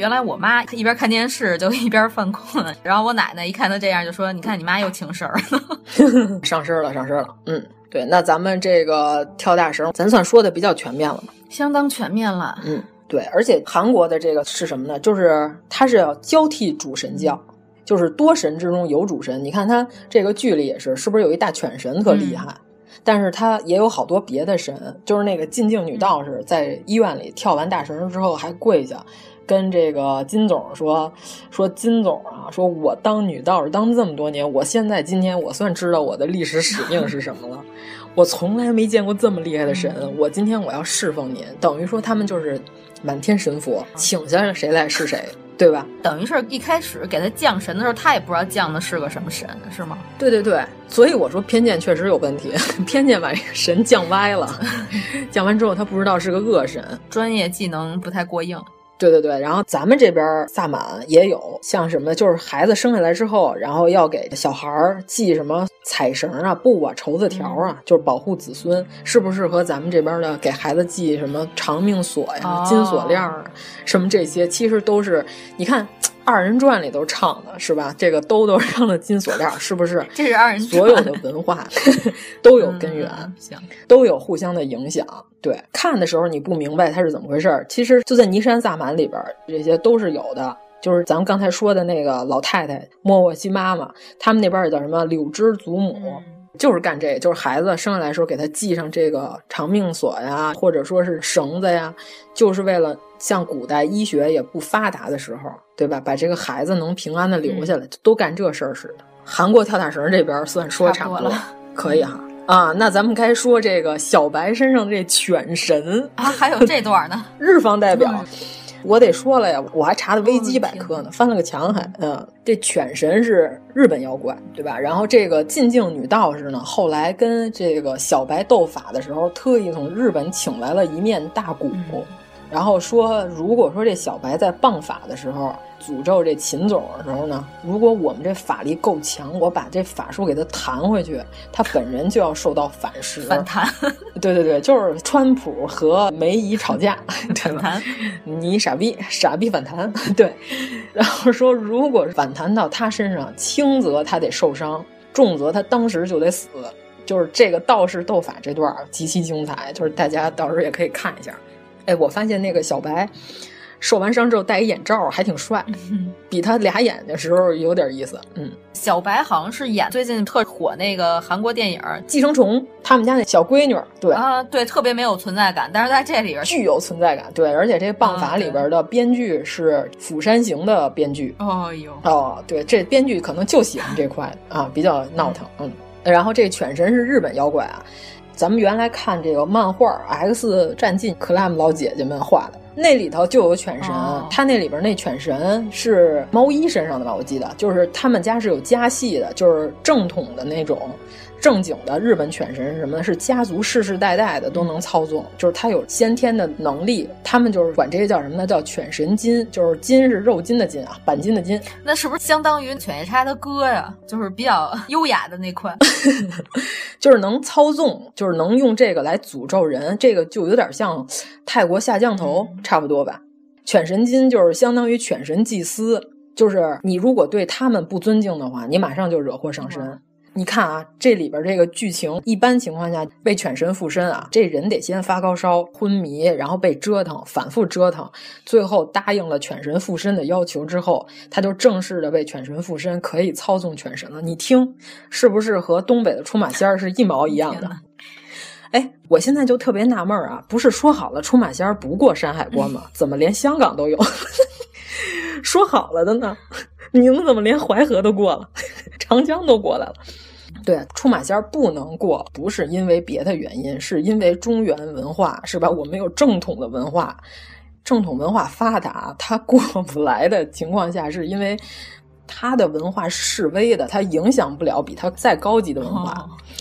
原来我妈一边看电视就一边犯困，然后我奶奶一看她这样就说：“你看你妈又情事儿了。” 上身了。对，那咱们这个跳大绳，咱算说的比较全面了吗？ 相当全面了。 对，而且韩国的这个是什么呢？就是它是要交替主神教，就是多神之中有主神。你看它这个剧里也是不是有一大犬神特厉害？但是他也有好多别的神，就是那个进境女道士在医院里跳完大绳之后还跪下跟这个金总说金总啊，说我当女道士当这么多年，我现在今天我算知道我的历史使命是什么了。我从来没见过这么厉害的神，我今天我要侍奉您。等于说他们就是满天神佛，请下谁来是谁，对吧？ 等于是一开始给他降神的时候，他也不知道降的是个什么神，是吗？ 对，所以我说偏见确实有问题，偏见把这个神降歪了，降完之后他不知道是个恶神， 专业技能不太过硬。 对，然后咱们这边萨满也有，像什么就是孩子生下来之后，然后要给小孩系什么彩绳啊、布啊、绸子条啊，就是保护子孙，是不是和咱们这边的给孩子系什么长命锁呀、金锁链啊，什么这些，其实都是你看二人转里都唱的是吧？这个兜上的金锁链，是不是？ 这是二人转， 所有的文化都有根源，都有互相的影响。对，看的时候你不明白它是怎么回事，其实就在尼山萨满里边，这些都是有的。就是咱们刚才说的那个老太太莫沃西妈妈，他们那边也叫什么柳枝祖母。就是干这个，就是孩子生下来的时候给他系上这个长命锁呀，或者说是绳子呀，就是为了像古代医学也不发达的时候，对吧？把这个孩子能平安的留下来，都干这事儿似的。韩国跳大绳这边算说差不多了，可以哈。那咱们该说这个小白身上的这犬神啊，还有这段呢。 日方代表，我得说了呀，我还查的维基百科呢，翻了个墙还。这犬神是日本妖怪，对吧？然后这个进境女道士呢，后来跟这个小白斗法的时候，特意从日本请来了一面大鼓。然后说，如果说这小白在棒法的时候诅咒这秦总的时候呢，如果我们这法力够强，我把这法术给他弹回去，他本人就要受到反噬。 反弹。 对，就是川普和梅姨吵架，对吧？你傻逼反弹。对，然后说如果反弹到他身上，轻则他得受伤，重则他当时就得死。就是这个道士斗法这段极其精彩，就是大家到时候也可以看一下。我发现那个小白受完伤之后戴一眼罩还挺帅，比他俩眼的时候有点意思。 小白好像是演最近特火那个韩国电影《 寄生虫》，他们家那小闺女，对啊，对，特别没有存在感，但是在这里边具有存在感。对，而且这棒法里边的编剧是釜山行的编剧。对，这编剧可能就喜欢这块啊，比较闹腾。然后这犬神是日本妖怪啊。咱们原来看这个漫画《X 战警》，Clam 老姐姐们画的，那里头就有犬神。他那里边那犬神是毛衣身上的吧？我记得，就是他们家是有家系的，就是正统的那种正经的日本犬神是什么呢？是家族世世代代的都能操纵，就是他有先天的能力。他们就是管这些叫什么呢？叫犬神金，就是金是肉金的金啊，钣金的金。 那是不是相当于犬夜叉的哥呀？就是比较优雅的那块。 就是能操纵，就是能用这个来诅咒人，这个就有点像泰国下降头，差不多吧。犬神金就是相当于犬神祭司，就是你如果对他们不尊敬的话，你马上就惹祸上身。你看啊，这里边这个剧情，一般情况下被犬神附身啊，这人得先发高烧、昏迷，然后被折腾，反复折腾，最后答应了犬神附身的要求之后，他就正式的被犬神附身，可以操纵犬神了。你听，是不是和东北的出马仙是一毛一样的？我现在就特别纳闷啊，不是说好了出马仙不过山海关吗？怎么连香港都有？说好了的呢？你们怎么连淮河都过了，长江都过来了？对，出马仙不能过，不是因为别的原因，是因为中原文化，是吧？我们有正统的文化，正统文化发达，它过不来的情况下，是因为它的文化是示威的，它影响不了比它再高级的文化。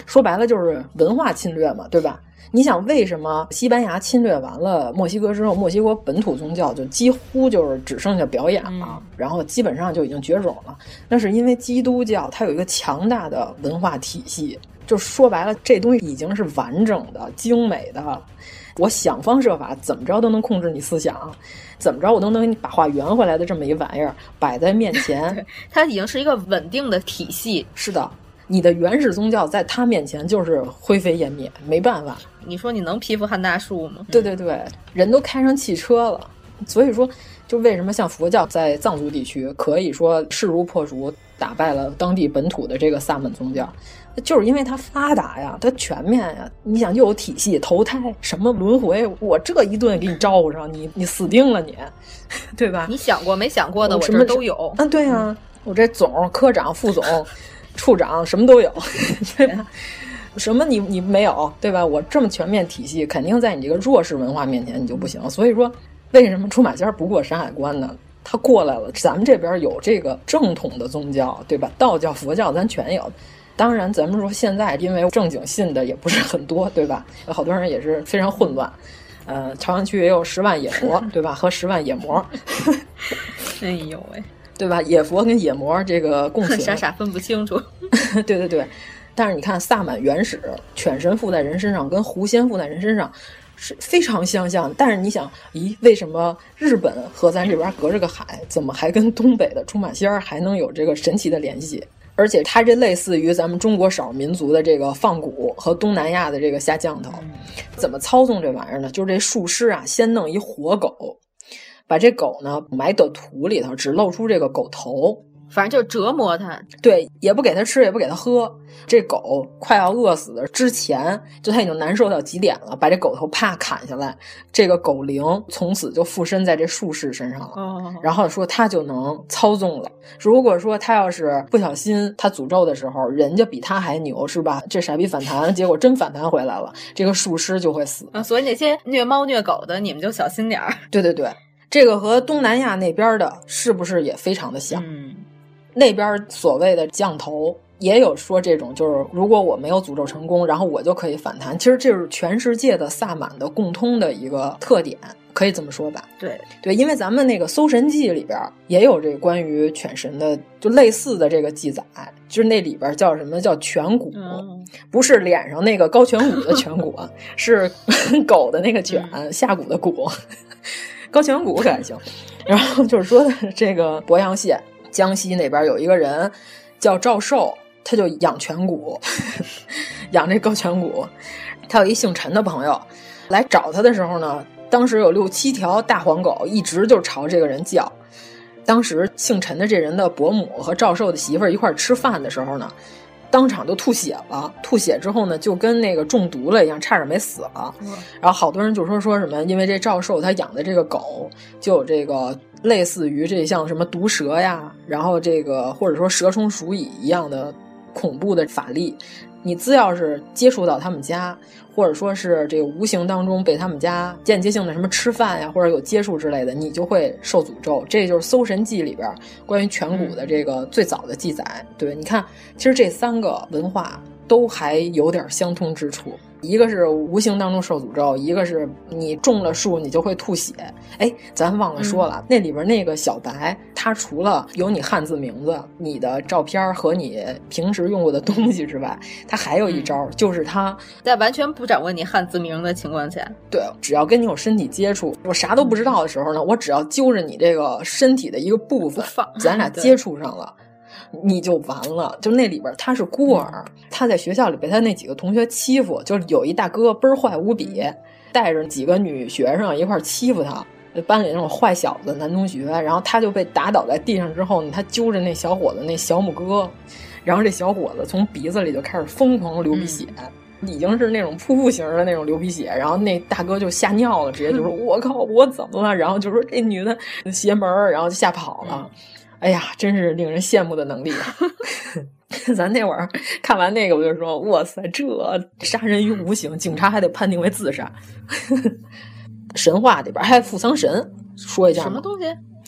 说白了就是文化侵略嘛，对吧？你想为什么西班牙侵略完了墨西哥之后，墨西哥本土宗教就几乎就是只剩下表演了，然后基本上就已经绝种了？那是因为基督教它有一个强大的文化体系，就说白了这东西已经是完整的精美的，我想方设法怎么着都能控制你思想，怎么着我都能把话圆回来的这么一玩意儿摆在面前。 它已经是一个稳定的体系。 是的，你的原始宗教在他面前就是灰飞烟灭，没办法。 你说你能匹夫撼大树吗？ 对对对，人都开上汽车了。所以说就为什么像佛教在藏族地区可以说势如破竹打败了当地本土的这个萨满宗教，就是因为它发达呀，它全面呀。你想又有体系，投胎什么轮回，我这一顿给你招呼上，你死定了你，对吧？ 你想过没想过的我这都有。 对啊，我这总科长副总处长什么都有，对吧？什么你没有，对吧？我这么全面体系，肯定在你这个弱势文化面前你就不行。所以说为什么出马仙不过山海关呢？他过来了，咱们这边有这个正统的宗教，对吧？道教佛教咱全有。当然咱们说现在因为正经信的也不是很多，对吧？有好多人也是非常混乱。朝阳区也有10万野佛，对吧？和10万野魔。 哎呦喂， 对吧？野佛跟野魔这个共情， 傻分不清楚。 对对对，但是你看萨满原始犬神附在人身上跟狐仙附在人身上是非常相像，但是你想，咦，为什么日本和咱这边隔着个海，怎么还跟东北的出马仙还能有这个神奇的联系？而且它这类似于咱们中国少数民族的这个放蛊和东南亚的这个下降头，怎么操纵这玩意儿呢？就是这术师啊，先弄一活狗，把这狗呢埋到土里头，只露出这个狗头， 反正就折磨它。 对，也不给它吃，也不给它喝。这狗快要饿死的之前，就它已经难受到极点了，把这狗头啪砍下来，这个狗灵从此就附身在这术士身上了。然后说他就能操纵了。如果说他要是不小心他诅咒的时候，人家比他还牛，是吧？这傻逼反弹，结果真反弹回来了，这个术师就会死。 所以那些虐猫虐狗的，你们就小心点儿。 对对对，这个和东南亚那边的是不是也非常的像？那边所谓的降头也有说这种，就是如果我没有诅咒成功，然后我就可以反弹。其实这是全世界的萨满的共通的一个特点，可以这么说吧？ 对对，因为咱们那个《搜神记》里边也有这个关于犬神的就类似的这个记载，就是那里边叫什么叫颧骨，不是脸上那个高颧骨的颧骨，是狗的那个犬，下骨的骨，高颧骨可还行。然后就是说的这个鄱阳县。江西那边有一个人叫赵寿，他就养颧骨，养这高颧骨。他有一姓陈的朋友来找他的时候呢，当时有6、7条大黄狗一直就朝这个人叫。当时姓陈的这人的伯母和赵寿的媳妇儿一块吃饭的时候呢，当场就吐血了。吐血之后呢，就跟那个中毒了一样，差点没死了。然后好多人就说什么，因为这赵寿他养的这个狗就有这个类似于这像什么毒蛇呀，然后这个或者说蛇虫鼠蚁一样的恐怖的法力，你只要是接触到他们家，或者说是这个无形当中被他们家间接性的什么吃饭呀，或者有接触之类的，你就会受诅咒。这就是《搜神记》里边关于颧骨的这个最早的记载。对，你看，其实这3个文化都还有点相通之处。一个是无形当中受诅咒，一个是你中了术你就会吐血。哎，咱忘了说了，那里边那个小白，他除了有你汉字名字、你的照片和你平时用过的东西之外，他还有一招，就是他在完全不掌握你汉字名的情况下， 对，只要跟你有身体接触，我啥都不知道的时候呢，我只要揪着你这个身体的一个部分，咱俩接触上了。你就完了。就那里边他是孤儿，他在学校里被他那几个同学欺负，就是有一大哥倍儿坏无比，带着几个女学生一块欺负他，班里那种坏小子男同学，然后他就被打倒在地上之后呢，他揪着那小伙子那小拇哥，然后这小伙子从鼻子里就开始疯狂流鼻血，已经是那种瀑布型的那种流鼻血，然后那大哥就吓尿了，直接就说我靠我怎么了，然后就说这女的邪门，然后就吓跑了。哎呀，真是令人羡慕的能力啊！咱那会儿看完那个，我就说：“哇塞，这杀人于无形，警察还得判定为自杀。”神话里边还有扶桑神，说一下什么东西？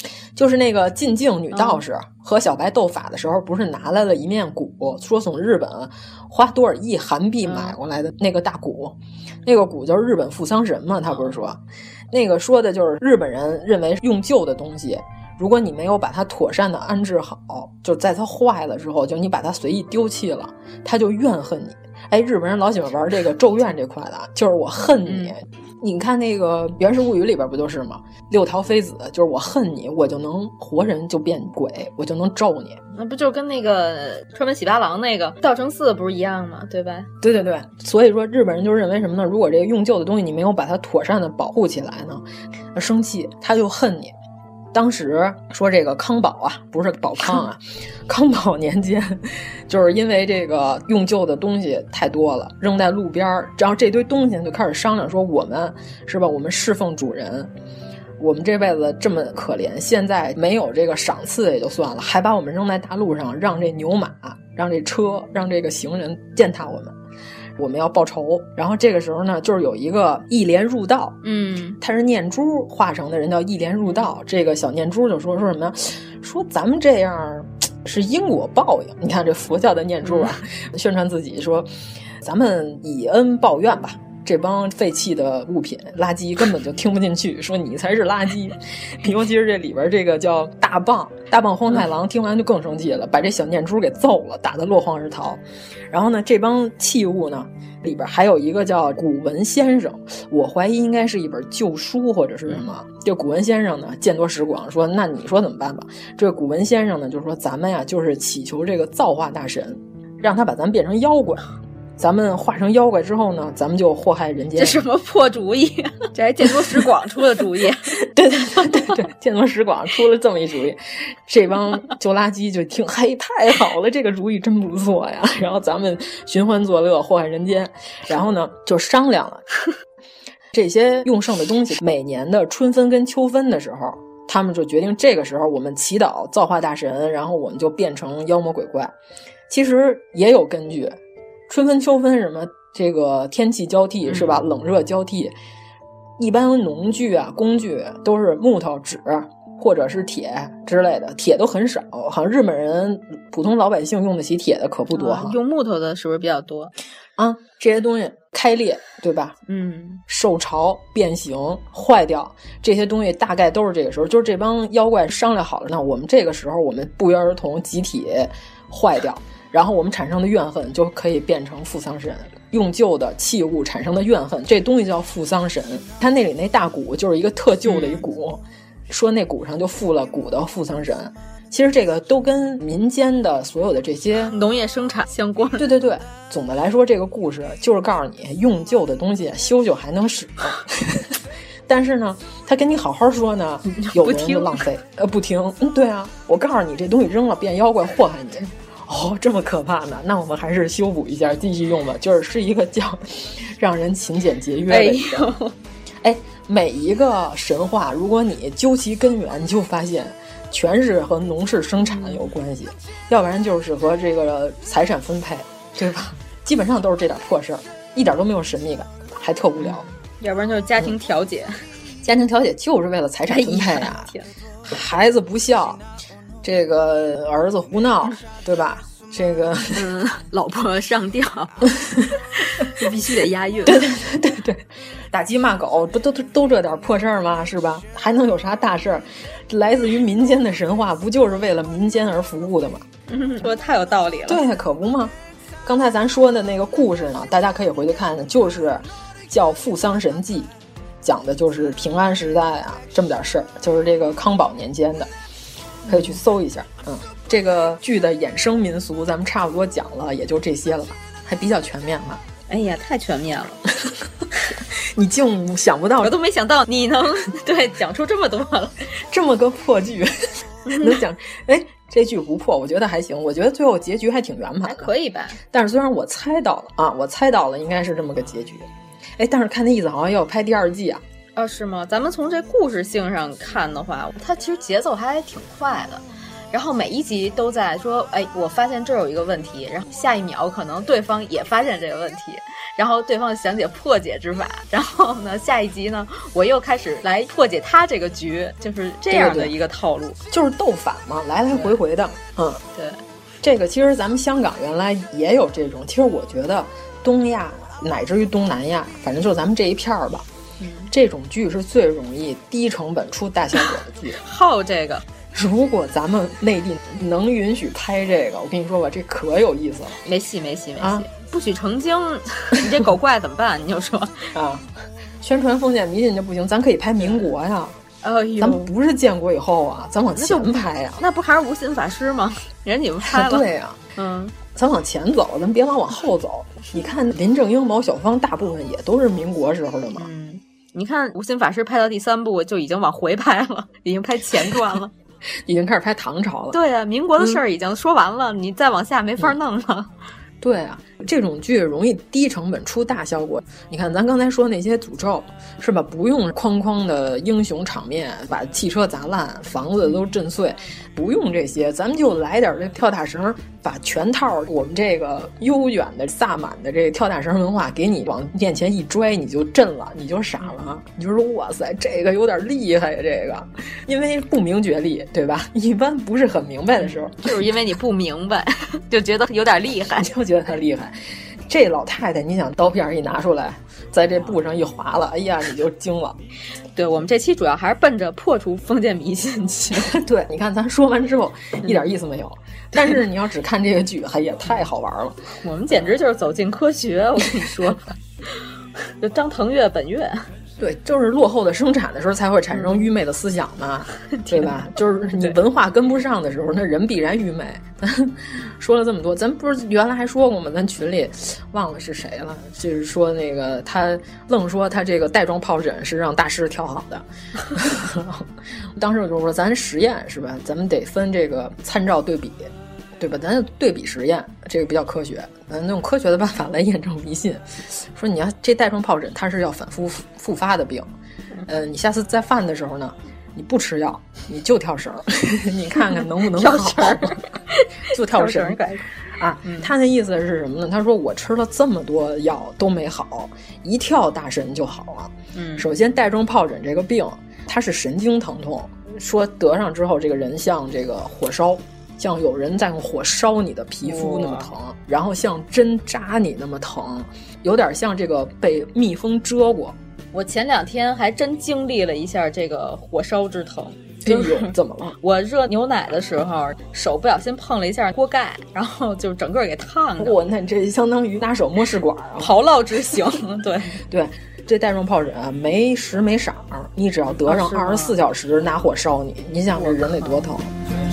就是那个晋靖女道士和小白斗法的时候，不是拿来了一面鼓，说从日本花多少亿韩币买过来的那个大鼓，那个鼓就是日本付丧神嘛，他不是说，那个说的就是日本人认为用旧的东西，如果你没有把它妥善的安置好，就在它坏了之后，就你把它随意丢弃了，他就怨恨你。哎，日本人老喜欢玩这个咒怨这块的，就是我恨你。你看那个《源氏物语》里边不就是吗？六条妃子就是我恨你，我就能活人就变鬼，我就能咒你。 那不就跟那个川本喜八郎那个道成寺不是一样吗？对吧？ 对对对，所以说日本人就认为什么呢？如果这个用旧的东西你没有把它妥善的保护起来呢，生气他就恨你。当时说这个康保啊，不是保康啊，康保年间，就是因为这个用旧的东西太多了，扔在路边，然后这堆东西就开始商量说，我们是吧？我们侍奉主人，我们这辈子这么可怜，现在没有这个赏赐也就算了，还把我们扔在大路上，让这牛马、让这车、让这个行人践踏我们。我们要报仇。然后这个时候呢，就是有一个一连入道，他是念珠化成的人，叫一连入道。这个小念珠就说什么呀？说咱们这样是因果报应。你看这佛教的念珠啊，宣传自己说咱们以恩报怨吧。这帮废弃的物品垃圾根本就听不进去，说你才是垃圾。尤其是这里边这个叫大棒荒太郎听完就更生气了，把这小念珠给揍了，打得落荒而逃。然后呢，这帮器物呢里边还有一个叫古文先生，我怀疑应该是一本旧书或者是什么。这古文先生呢见多识广，说那你说怎么办吧？这个古文先生呢就说咱们呀就是祈求这个造化大神，让他把咱们变成妖怪。咱们化成妖怪之后呢，咱们就祸害人间。 这什么破主意？这还见多识广出的主意。 对，见多识广出了这么一主意。这帮旧垃圾就听，嘿，太好了，这个主意真不错呀。然后咱们寻欢作乐，祸害人间。然后呢，就商量了这些用剩的东西。每年的春分跟秋分的时候，他们就决定这个时候我们祈祷造化大神，然后我们就变成妖魔鬼怪。其实也有根据。春分秋分什么这个天气交替是吧，冷热交替，一般农具啊工具都是木头纸或者是铁之类的，铁都很少，好像日本人普通老百姓用得起铁的可不多用木头的是不是比较多啊？这些东西开裂对吧，受潮变形坏掉，这些东西大概都是这个时候，就是这帮妖怪商量好了，那我们这个时候我们不约而同集体坏掉，然后我们产生的怨恨就可以变成付丧神。用旧的器物产生的怨恨，这东西叫付丧神。他那里那大鼓就是一个特旧的一鼓，说那鼓上就附了鼓的付丧神。其实这个都跟民间的所有的这些农业生产相关。 对，总的来说这个故事就是告诉你，用旧的东西修修还能使但是呢他跟你好好说呢，有人就浪费不听。对啊，我告诉你这东西扔了变妖怪祸害你。哦，这么可怕呢？那我们还是修补一下，继续用吧。是一个叫让人勤俭节约的一个。每一个神话，如果你究其根源，你就发现全是和农事生产有关系，要不然就是和这个财产分配，对吧？基本上都是这点破事儿，一点都没有神秘感，还特无聊。 要不然就是家庭调解， 家庭调解就是为了财产分配啊。孩子不孝。这个儿子胡闹，对吧？这个老婆上吊，必须得押韵。 对，打鸡骂狗不都这点破事儿吗？是吧？还能有啥大事儿？来自于民间的神话，不就是为了民间而服务的吗？ 说太有道理了。 对，可不吗？刚才咱说的那个故事呢，大家可以回去看看，就是叫《付丧神记》，讲的就是平安时代啊这么点事儿，就是这个康保年间的。可以去搜一下。这个剧的衍生民俗咱们差不多讲了，也就这些了吧，还比较全面嘛。 哎呀，太全面了。 你竟想不到， 我都没想到你能讲出这么多了， 这么个破剧能讲。这剧不破，我觉得还行，我觉得最后结局还挺圆满的， 还可以吧。 但是虽然我猜到了应该是这么个结局，但是看那意思好像要拍第2季啊。 是吗？咱们从这故事性上看的话，它其实节奏还挺快的， 然后每一集都在说，哎，我发现这儿有一个问题，然后下一秒可能对方也发现这个问题，然后对方想解破解之法，然后呢，下一集呢，我又开始来破解他这个局，就是这样的一个套路， 对，就是斗法嘛，来来回回的， 对。 这个其实咱们香港原来也有这种，其实我觉得东亚乃至于东南亚，反正就咱们这一片儿吧，这种剧是最容易低成本出大效果的剧。 好这个， 如果咱们内地能允许拍这个，我跟你说吧，这可有意思了。 没戏，不许成精，你这狗怪怎么办？你就说啊，宣传封建迷信就不行，咱可以拍民国呀。咱们不是建国以后啊，咱往前拍呀。 那不还是无心法师吗？人你们拍了。 对呀，咱往前走，咱别老往后走。你看林正英、毛晓芳，大部分也都是民国时候的嘛。 你看无心法师拍到第3部就已经往回拍了，已经拍前传了， 已经开始拍唐朝了。 对啊，民国的事儿已经说完了，你再往下没法弄了。 对啊，这种剧容易低成本出大效果。你看咱刚才说那些诅咒是吧，不用哐哐的英雄场面，把汽车砸烂，房子都震碎，不用这些，咱们就来点这跳大绳，把全套我们这个悠远的萨满的这个跳大绳文化给你往面前一拽，你就震了，你就傻了，你就说哇塞，这个有点厉害呀，这个因为不明觉厉，对吧？一般不是很明白的时候， 就是因为你不明白就觉得有点厉害， 就觉得他厉害。这老太太，你想刀片一拿出来，在这布上一划了，哎呀，你就惊了。 对，我们这期主要还是奔着破除封建迷信去。 对，你看咱说完之后一点意思没有，但是你要只看这个剧，还也太好玩了。 我们简直就是走进科学，我跟你说，就张腾岳本岳。 对，就是落后的生产的时候才会产生愚昧的思想嘛，对吧？就是你文化跟不上的时候，那人必然愚昧。说了这么多，咱不是原来还说过吗？咱群里忘了是谁了，就是说那个他愣说他这个带状疱疹是让大师调好的。当时我就说咱实验是吧？咱们得分这个参照对比。对吧？咱对比实验，这个比较科学，咱用科学的办法来验证迷信。说你要这带状疱疹，它是要反复复发的病，你下次再犯的时候呢，你不吃药，你就跳绳，你看看能不能好，就跳绳啊。他那意思是什么呢？他说我吃了这么多药都没好，一跳大神就好了。首先带状疱疹这个病，它是神经疼痛，说得上之后，这个人像这个火烧。像有人在用火烧你的皮肤那么疼，然后像针扎你那么疼，有点像这个被蜜蜂蛰过。 我前2天还真经历了一下这个火烧之疼。 就是怎么了？ 我热牛奶的时候，手不小心碰了一下锅盖，然后就整个给烫着。 那这相当于拿手摸试管啊， 刨烙之刑。 对，这带状疱疹没时没色，你只要得上24小时拿火烧你，你想这人得多疼。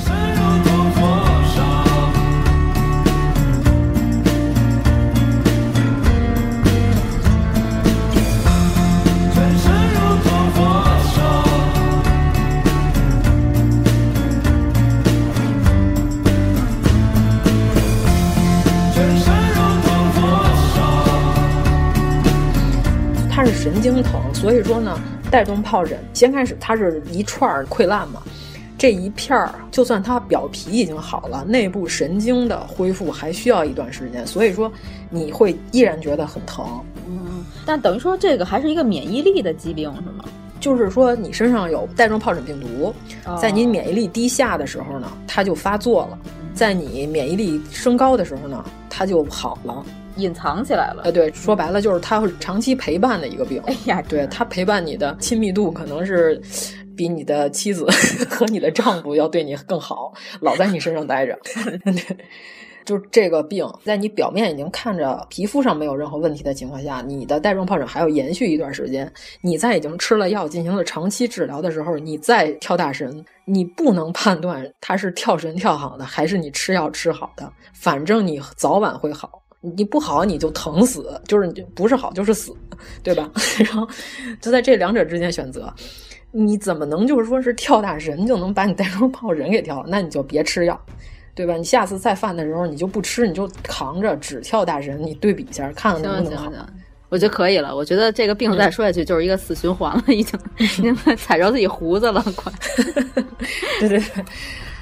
它是神经疼，所以说呢，带状疱疹先开始它是一串溃烂嘛，这一片儿就算它表皮已经好了，内部神经的恢复还需要一段时间，所以说你会依然觉得很疼。 但等于说这个还是一个免疫力的疾病是吗？ 就是说你身上有带状疱疹病毒，在你免疫力低下的时候呢，它就发作了；在你免疫力升高的时候呢，它就好了。 隐藏起来了。 对，说白了就是它会长期陪伴的一个病。 哎呀， 对，它陪伴你的亲密度可能是比你的妻子和你的丈夫要对你更好，老在你身上待着。就是这个病在你表面已经看着皮肤上没有任何问题的情况下，你的带状疱疹还要延续一段时间，你在已经吃了药进行了长期治疗的时候，你再跳大神，你不能判断它是跳神跳好的还是你吃药吃好的，反正你早晚会好，你不好你就疼死，就是你不是好就是死，对吧？然后就在这两者之间选择，你怎么能就是说是跳大神就能把你带状疱疹给跳了？那你就别吃药，对吧？你下次再犯的时候你就不吃，你就扛着只跳大神，你对比一下看看能不能好。 行，我觉得可以了。我觉得这个病再说下去就是一个死循环了，已经踩着自己胡子了，快。 对，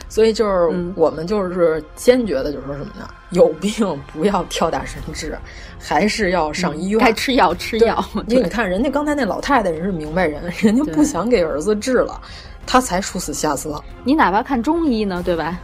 所以就是我们就是坚决的，就是说什么呢？有病不要跳大神治，还是要上医院。 该吃药吃药。 因为你看人家刚才那老太太人是明白人，人家不想给儿子治了，他才殊死下策。 你哪怕看中医呢，对吧？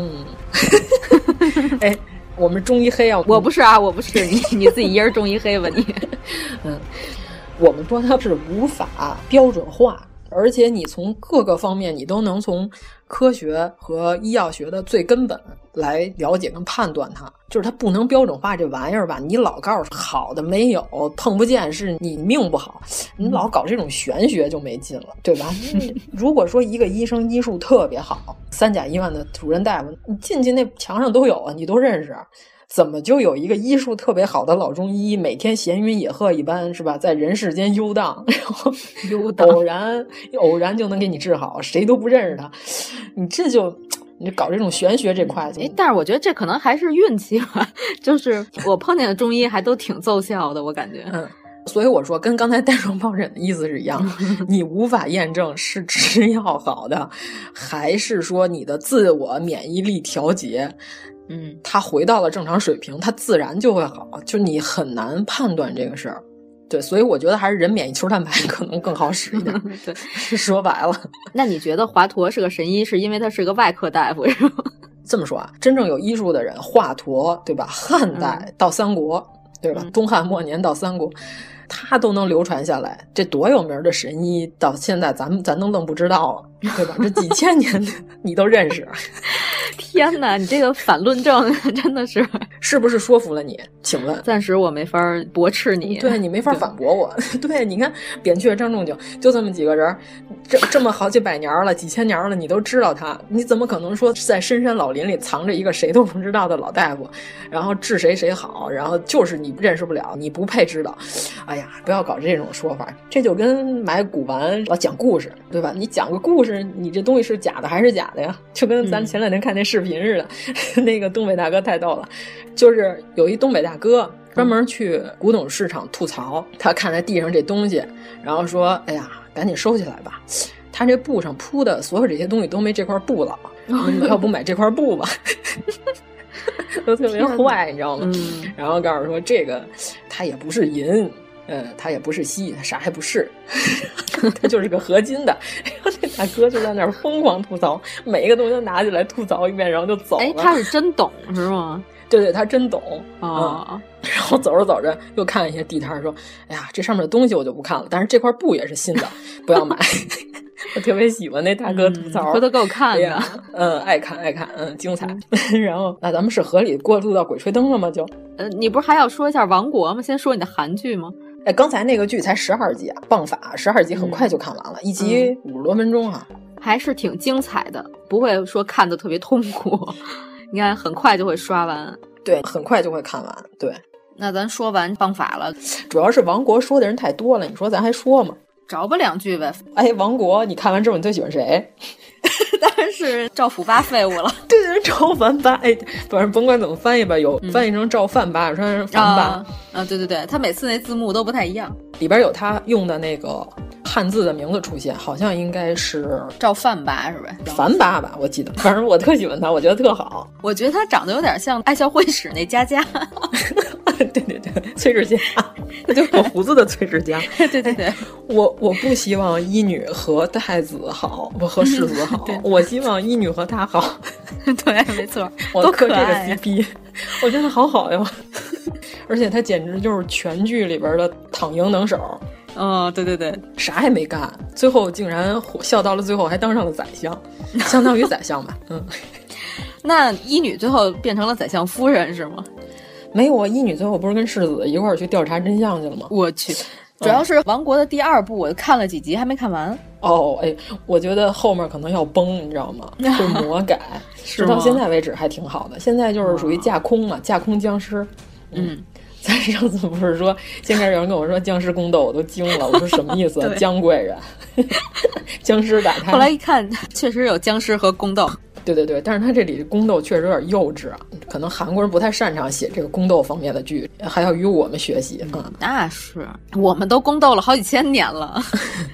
哎，我们中医黑啊！ 我不是啊，我不是你自己一人中医黑吧你。 我们说它是无法标准化，而且你从各个方面你都能从科学和医药学的最根本来了解跟判断它，就是它不能标准化这玩意儿吧，你老告诉好的没有，碰不见是你命不好，你老搞这种玄学就没劲了，对吧？如果说一个医生医术特别好，3甲医院的主任大夫，你进去那墙上都有啊，你都认识，怎么就有一个医术特别好的老中医，每天闲云野鹤一般，是吧，在人世间游荡，然后偶然就能给你治好，谁都不认识他，你搞这种玄学这块， 但是我觉得这可能还是运气吧，就是我碰见的中医还都挺奏效的，我感觉。 所以我说跟刚才带状疱疹的意思是一样，你无法验证是吃药好的，还是说你的自我免疫力调节。它回到了正常水平，它自然就会好，就你很难判断这个事儿。对，所以我觉得还是人免疫球蛋白可能更好使一点。 对， 说白了。 那你觉得华佗是个神医，是因为他是个外科大夫是吗？ 这么说啊，真正有医术的人，华佗对吧？汉代到三国，对吧？东汉末年到三国，他都能流传下来，这多有名的神医，到现在咱都愣不知道，对吧？这几千年的你都认识。 天哪，你这个反论证真的是不是说服了你？请问， 暂时我没法驳斥你， 对你没法反驳我。对，你看扁鹊、张仲景就这么几个人，这么好几百年了，几千年了，你都知道他，你怎么可能说在深山老林里藏着一个谁都不知道的老大夫，然后治谁好，然后就是你认识不了，你不配知道。哎呀，不要搞这种说法，这就跟买古玩老讲故事，对吧？你讲个故事，你这东西是假的还是假的呀？就跟咱前两天看那视频似的，那个东北大哥太逗了，就是有一东北大哥专门去古董市场吐槽，他看在地上这东西，然后说：“哎呀，赶紧收起来吧，他这布上铺的所有这些东西都没这块布牢，你要不买这块布吧？”都特别坏，你知道吗？然后告诉说这个它也不是银，它也不是锡，它啥也不是，它就是个合金的。然后那大哥就在那儿疯狂吐槽，每一个东西都拿起来吐槽一遍，然后就走了。 哎，他是真懂是吗？ 对，他真懂啊。然后走着走着又看一些地摊，说：“哎呀，这上面的东西我就不看了，但是这块布也是新的，不要买。”我特别喜欢那大哥吐槽， 回头给我看看。 爱看，精彩。然后那咱们是合理过渡到鬼吹灯了吗？就你不是还要说一下亡国吗？先说你的韩剧吗？ 哎，刚才那个剧才12集啊，棒法12集很快就看完了，一集50多分钟啊， 还是挺精彩的，不会说看得特别痛苦。你看，很快就会刷完。 对，很快就会看完。对， 那咱说完方法了， 主要是亡国说的人太多了，你说咱还说吗？ 找吧2句呗。 哎，亡国，你看完之后你最喜欢谁？ 当然是赵府八废物了。 对，赵范八。哎，反正甭管怎么翻译吧，有翻译成赵范八，有翻译成范八。 对，他每次那字幕都不太一样， 里边有他用的那个汉字的名字出现，好像应该是赵范八是吧？ 樊八吧，我记得。反正我特喜欢他，我觉得特好。 我觉得他长得有点像《爱笑会使》那佳佳。 对，崔志佳，就有胡子的崔志佳。 对， 我不希望医女和太子好，不和世子好，我希望医女和他好。 对，没错， 我磕这个 CP， 我觉得好好呀。而且他简直就是全剧里边的躺赢能手。 对， 啥也没干，最后竟然笑到了最后，还当上了宰相，相当于宰相吧。 那医女最后变成了宰相夫人是吗？ 没有啊，医女最后不是跟世子一块儿去调查真相去了吗？ 我去，主要是亡国的第2部，我看了几集还没看完。 哎，我觉得后面可能要崩，你知道吗？会魔改，直到现在为止还挺好的。现在就是属于架空嘛，架空僵尸。咱上次不是说先开始有人跟我说僵尸宫斗，我都惊了，我说什么意思？姜贵人，僵尸打他。 后来一看，确实有僵尸和宫斗。 对，但是他这里宫斗确实有点幼稚啊，可能韩国人不太擅长写这个宫斗方面的剧，还要与我们学习。 那是，我们都宫斗了好几千年了。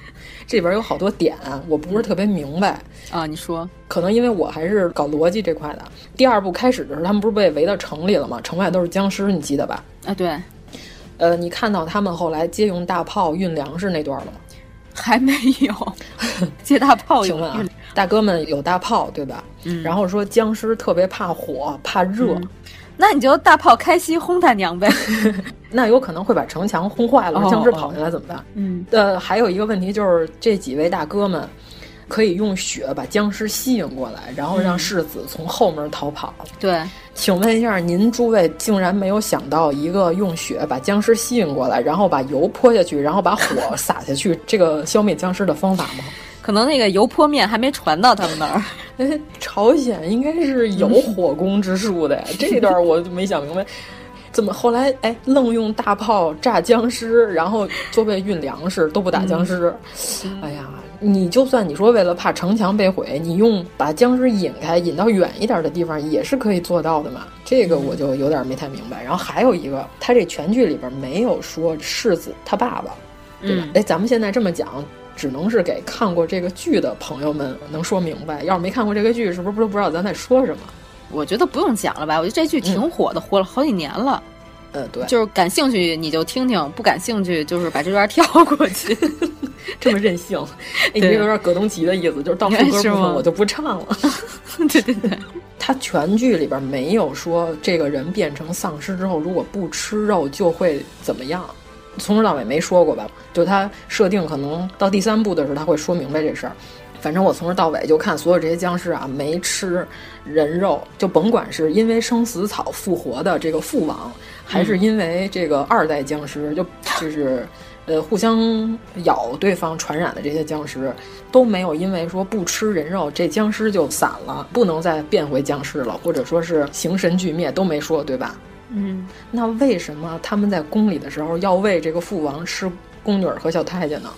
这里边有好多点我不是特别明白啊。你说， 可能因为我还是搞逻辑这块的。第二部开始的时候，他们不是被围到城里了吗？城外都是僵尸，你记得吧？ 啊，对。 你看到他们后来借用大炮运粮食那段了吗？ 还没有。借大炮请问啊，大哥们有大炮对吧？然后说僵尸特别怕火怕热， 那你就大炮开西轰他娘呗。 那有可能会把城墙轰坏了，僵尸跑进来怎么办？还有一个问题就是这几位大哥们可以用血把僵尸吸引过来，然后让世子从后门逃跑。 对， 请问一下，您诸位竟然没有想到一个用血把僵尸吸引过来，然后把油泼下去，然后把火撒下去，这个消灭僵尸的方法吗？ 可能那个油泼面还没传到他们那儿。 朝鲜应该是有火攻之术的呀，这段我就没想明白。怎么后来愣用大炮炸僵尸，然后就被运粮食都不打僵尸？哎呀，你就算你说为了怕城墙被毁，你用把僵尸引开，引到远一点的地方也是可以做到的嘛。这个我就有点没太明白。然后还有一个，他这全剧里边没有说世子他爸爸，对吧？咱们现在这么讲，只能是给看过这个剧的朋友们能说明白。要是没看过这个剧，是不是不知道咱在说什么？ 我觉得不用讲了吧，我觉得这剧挺火的，火了好几年了。 对， 就是感兴趣你就听听，不感兴趣就是把这段跳过去。 这么任性，你这有点葛东奇的意思，就是到副歌部分我就不唱了。 对对对， 他全剧里边没有说这个人变成丧尸之后，如果不吃肉就会怎么样，从头到尾没说过吧？就他设定可能到第3部的时候他会说明白这事儿。反正我从头到尾就看所有这些僵尸啊，没吃人肉，就甭管是因为生死草复活的这个父王，还是因为这个2代僵尸，就是互相咬对方传染的这些僵尸，都没有因为说不吃人肉，这僵尸就散了，不能再变回僵尸了，或者说是形神俱灭，都没说，对吧？那为什么他们在宫里的时候要喂这个父王吃宫女和小太监呢？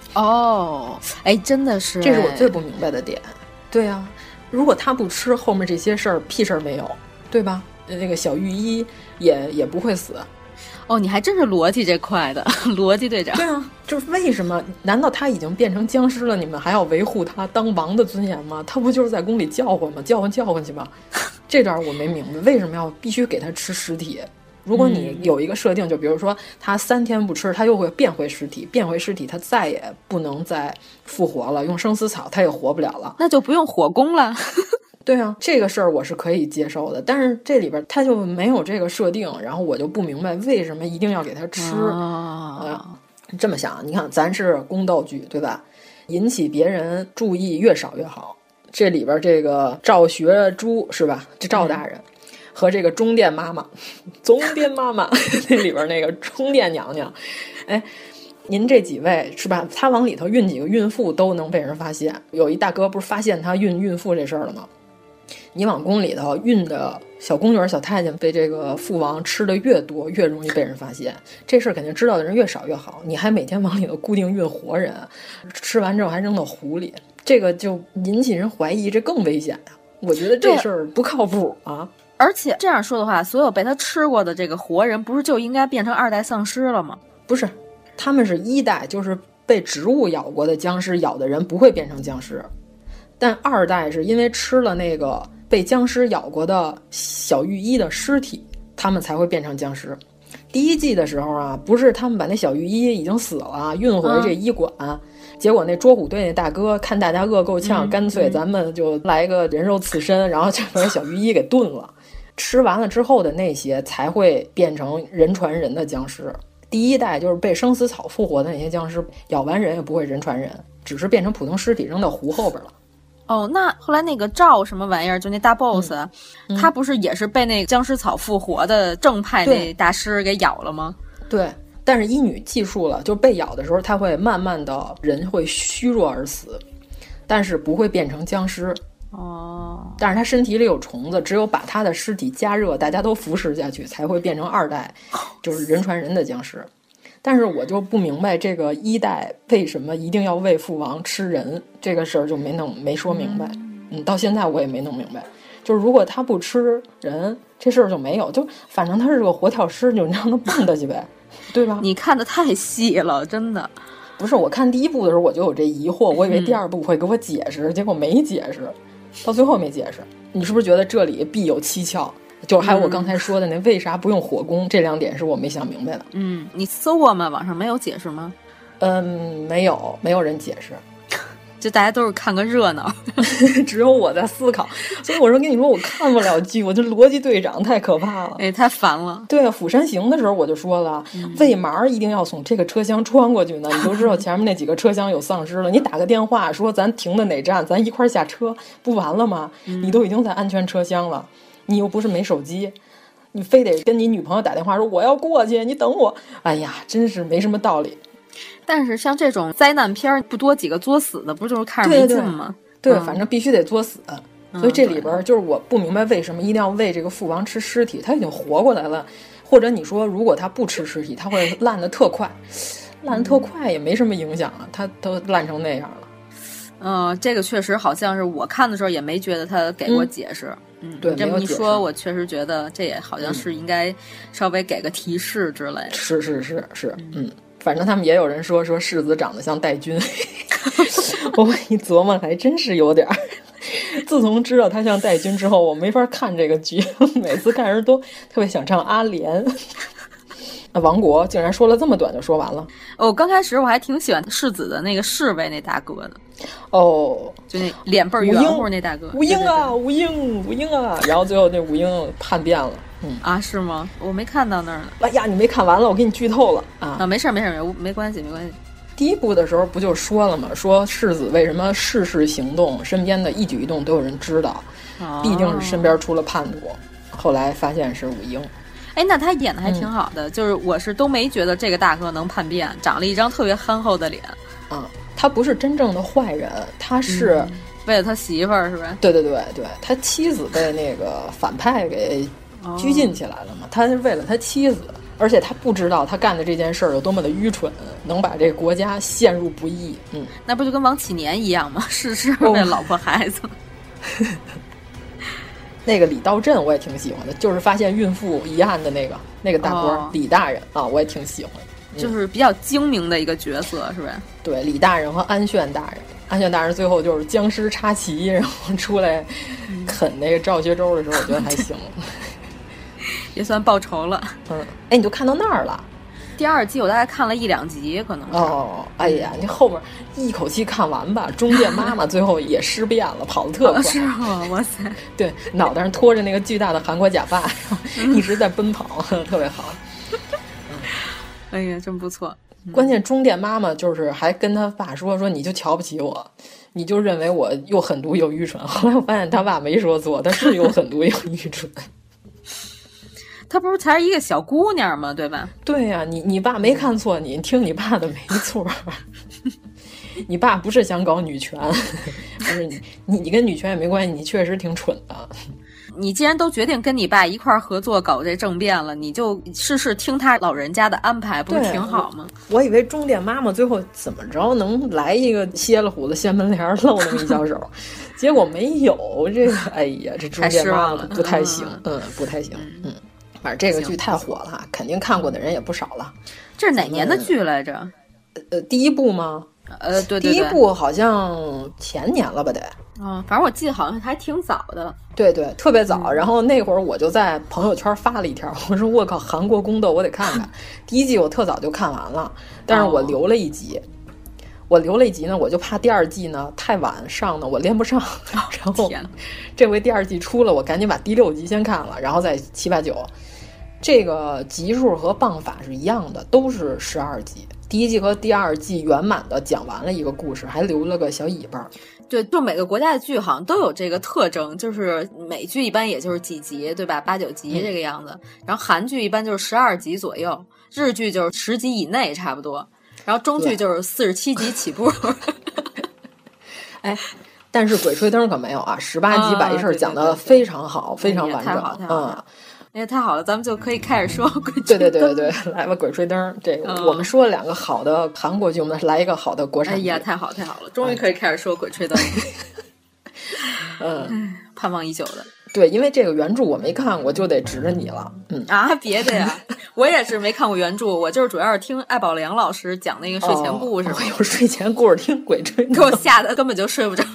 真的是， 这是我最不明白的点。对啊，如果他不吃，后面这些事儿屁事儿没有，对吧？那个小御医也不会死。 你还真是逻辑这块的，逻辑队长。 对啊，就是为什么？难道他已经变成僵尸了，你们还要维护他当王的尊严吗？他不就是在宫里叫唤吗？叫唤去吧。这段我没明白，为什么要必须给他吃尸体？如果你有一个设定，就比如说他3天不吃，他又会变回尸体，他再也不能再复活了，用生死草他也活不了了， 那就不用火攻了。 对啊，这个事儿我是可以接受的，但是这里边他就没有这个设定，然后我就不明白为什么一定要给他吃。这么想，你看咱是宫斗剧对吧？引起别人注意越少越好。这里边这个赵学珠是吧？这赵大人。和这个中殿妈妈那里边那个中殿娘娘，您这几位是吧？他往里头运几个孕妇都能被人发现。有一大哥不是发现他运孕妇这事儿了吗？你往宫里头运的小宫女小太监被这个父王吃的越多，越容易被人发现。这事儿肯定知道的人越少越好。你还每天往里头固定运活人，吃完之后还扔到湖里，这个就引起人怀疑，这更危险呀！我觉得这事儿不靠谱啊。 而且这样说的话，所有被他吃过的这个活人，不是就应该变成2代丧尸了吗？ 不是，他们是1代，就是被植物咬过的僵尸咬的人不会变成僵尸，但2代是因为吃了那个被僵尸咬过的小御医的尸体，他们才会变成僵尸。第1季的时候啊，不是他们把那小御医已经死了，运回这医馆，结果那捉虎队那大哥看大家饿够呛，干脆咱们就来个人肉刺身，然后就把小御医给炖了。吃完了之后的那些才会变成人传人的僵尸。第1代就是被生死草复活的那些僵尸，咬完人也不会人传人，只是变成普通尸体扔到湖后边了。 那后来那个赵什么玩意儿，就那大 boss，他不是也是被那僵尸草复活的正派那大师给咬了吗？ 对，但是医女记述了，就被咬的时候他会慢慢的人会虚弱而死，但是不会变成僵尸。但是他身体里有虫子，只有把他的尸体加热，大家都服食下去，才会变成2代，就是人传人的僵尸。但是我就不明白这个1代为什么一定要喂父王吃人，这个事儿就没说明白。到现在我也没弄明白。就是如果他不吃人，这事儿就没有，就反正他是个活跳尸，就让他蹦跶去呗，对吧？ 你看的太细了，真的。 不是，我看第一部的时候我就有这疑惑，我以为第二部会给我解释，结果没解释，到最后没解释。你是不是觉得这里必有蹊跷？就还有我刚才说的那为啥不用火攻，这2点是我没想明白的。 你搜过吗？网上没有解释吗？ 没有人解释。 就大家都是看个热闹， 只有我在思考。所以我说跟你说，我看不了剧，我这逻辑队长太可怕了， 太烦了。 对啊，釜山行的时候我就说了，为嘛一定要从这个车厢穿过去呢？你都知道前面那几个车厢有丧尸了，你打个电话说咱停的哪站，咱一块下车，不完了吗？你都已经在安全车厢了，你又不是没手机，你非得跟你女朋友打电话说我要过去，你等我。哎呀，真是没什么道理。 但是像这种灾难片不多几个作死的，不就是看着没劲吗？ 对，反正必须得作死。所以这里边就是我不明白为什么一定要喂这个父王吃尸体，他已经活过来了。或者你说如果他不吃尸体，他会烂得特快，烂得特快也没什么影响啊，他都烂成那样了。这个确实好像是我看的时候也没觉得他给过解释。 对， 这么一说，我确实觉得这也好像是应该稍微给个提示之类的。 是，反正他们也有人说世子长得像戴军，我一琢磨还真是有点儿。自从知道他像戴军之后，我没法看这个剧，每次看人都特别想唱阿莲。王国竟然说了这么短就说完了。 刚开始我还挺喜欢世子的那个侍卫那大哥的。就那脸倍儿圆乎那大哥。 吴英啊，吴英啊，然后最后那吴英叛变了。 是吗？我没看到那儿呢。 哎呀，你没看完了，我给你剧透了啊！ 没事，没关系。 第一部的时候不就说了吗？说世子为什么事事行动，身边的一举一动都有人知道，必定是身边出了叛徒。后来发现是武英。 那他演的还挺好的，就是我是都没觉得这个大哥能叛变，长了一张特别憨厚的脸。 他不是真正的坏人，他是为了他媳妇儿，是吧？ 对，他妻子被那个反派给拘禁起来了嘛，他是为了他妻子，而且他不知道他干的这件事儿有多么的愚蠢，能把这个国家陷入不义。 那不就跟王启年一样吗？事为了老婆孩子。 那个李道镇我也挺喜欢的，就是发现孕妇一案的那个大官、李大人啊，我也挺喜欢的， 就是比较精明的一个角色，是吧？ 对，李大人和安炫大人。安炫大人最后就是僵尸插旗，然后出来啃那个赵学周的时候，我觉得还行。 也算报仇了。 你就看到那儿了。 第2季我大概看了1-2集，可能是。 哎呀，你后面一口气看完吧。中殿妈妈最后也尸变了，跑得特快。 是吗？哇塞！ 对，脑袋上拖着那个巨大的韩国假发，一直在奔跑，特别好。 哎呀，真不错。 关键中殿妈妈就是还跟他爸说你就瞧不起我，你就认为我又狠毒又愚蠢。后来我发现他爸没说错，他是又狠毒又愚蠢。 她不是才是一个小姑娘吗？对吧？ 对呀，你爸没看错你听你爸的没错。你爸不是想搞女权，不是你跟女权也没关系，你确实挺蠢的。 你既然都决定跟你爸一块儿合作搞这政变了，你就事事听他老人家的安排，不是挺好吗？ 我以为中殿妈妈最后怎么着能来一个歇了虎子掀门帘露那么一小手，结果没有。这个哎呀，这中殿妈妈不太行，不太行，反正这个剧太火了，肯定看过的人也不少了。 这是哪年的剧来着？ 第一部吗？ 对， 第一部好像前年了吧得。 反正我记得好像还挺早的。 对，特别早。然后那会儿我就在朋友圈发了一条，我说我靠，韩国宫斗我得看看。第一季我特早就看完了，但是我留了一集。我留了一集呢，我就怕第2季呢太晚上呢，我连不上。然后这回第2季出了，我赶紧把第6集先看了，然后再7、8、9。这个集数和棒法是一样的，都是12集。第1季和第2季圆满的讲完了一个故事，还留了个小尾巴。 对，就每个国家的剧好像都有这个特征，就是美剧一般也就是几集，对吧？8、9集这个样子。然后韩剧一般就是12集左右，日剧就是10集以内差不多，然后中剧就是47集起步。 但是《鬼吹灯》可没有啊，18集把一事讲得非常好，非常完整。 太好了，咱们就可以开始说鬼吹灯。对，来吧，《鬼吹灯》这个我们说了2个好的韩国剧，我们来一个好的国产剧。 哎呀，太好了，终于可以开始说《鬼吹灯》。盼望已久的。 对，因为这个原著我没看过，就得指着你了。 别的呀， 我也是没看过原著，我就是主要是听艾宝良老师讲那个睡前故事。 有睡前故事听鬼吹， 给我吓得根本就睡不着。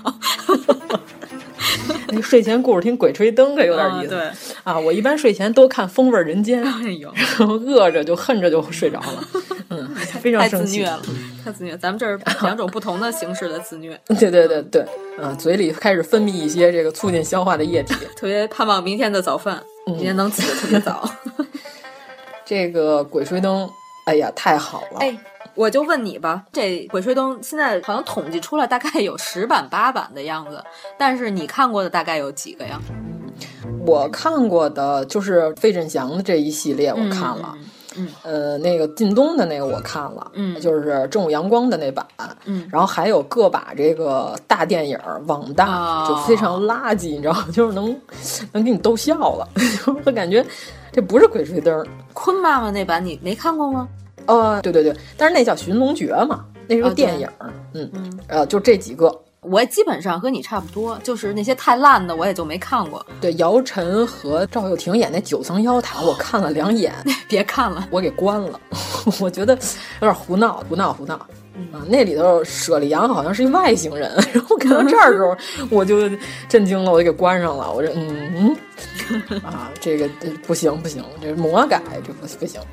那睡前故事听鬼吹灯可有点意思。 对啊，我一般睡前都看《风味人间》， 哎呦， 然后饿着就恨着就睡着了。非常生气， 太自虐了，太自虐。咱们这是两种不同的形式的自虐。 对，嘴里开始分泌一些这个促进消化的液体， 特别盼望明天的早饭，明天能起得特别早。 这个鬼吹灯，哎呀，太好了！ 哎，我就问你吧，这鬼吹灯现在好像统计出来大概有10版8版的样子，但是你看过的大概有几个呀？ 我看过的就是费振祥的这一系列，我看了。那个靳东的那个我看了，就是正午阳光的那版，然后还有个把这个大电影网大，就非常垃圾，你知道吗？就是能给你逗笑了，我感觉这不是鬼吹灯。 坤妈妈那版你没看过吗？ 对，但是那叫《寻龙诀》嘛，那是个电影，就这几个。 我基本上和你差不多，就是那些太烂的我也就没看过。 对，姚晨和赵又廷演那9层妖塔，我看了2眼， 别看了， 我给关了。我觉得有点胡闹。那里头舍利阳好像是一外星人，然后看到这儿的时候我就震惊了，我就给关上了。我说这个不行，这魔改这不行。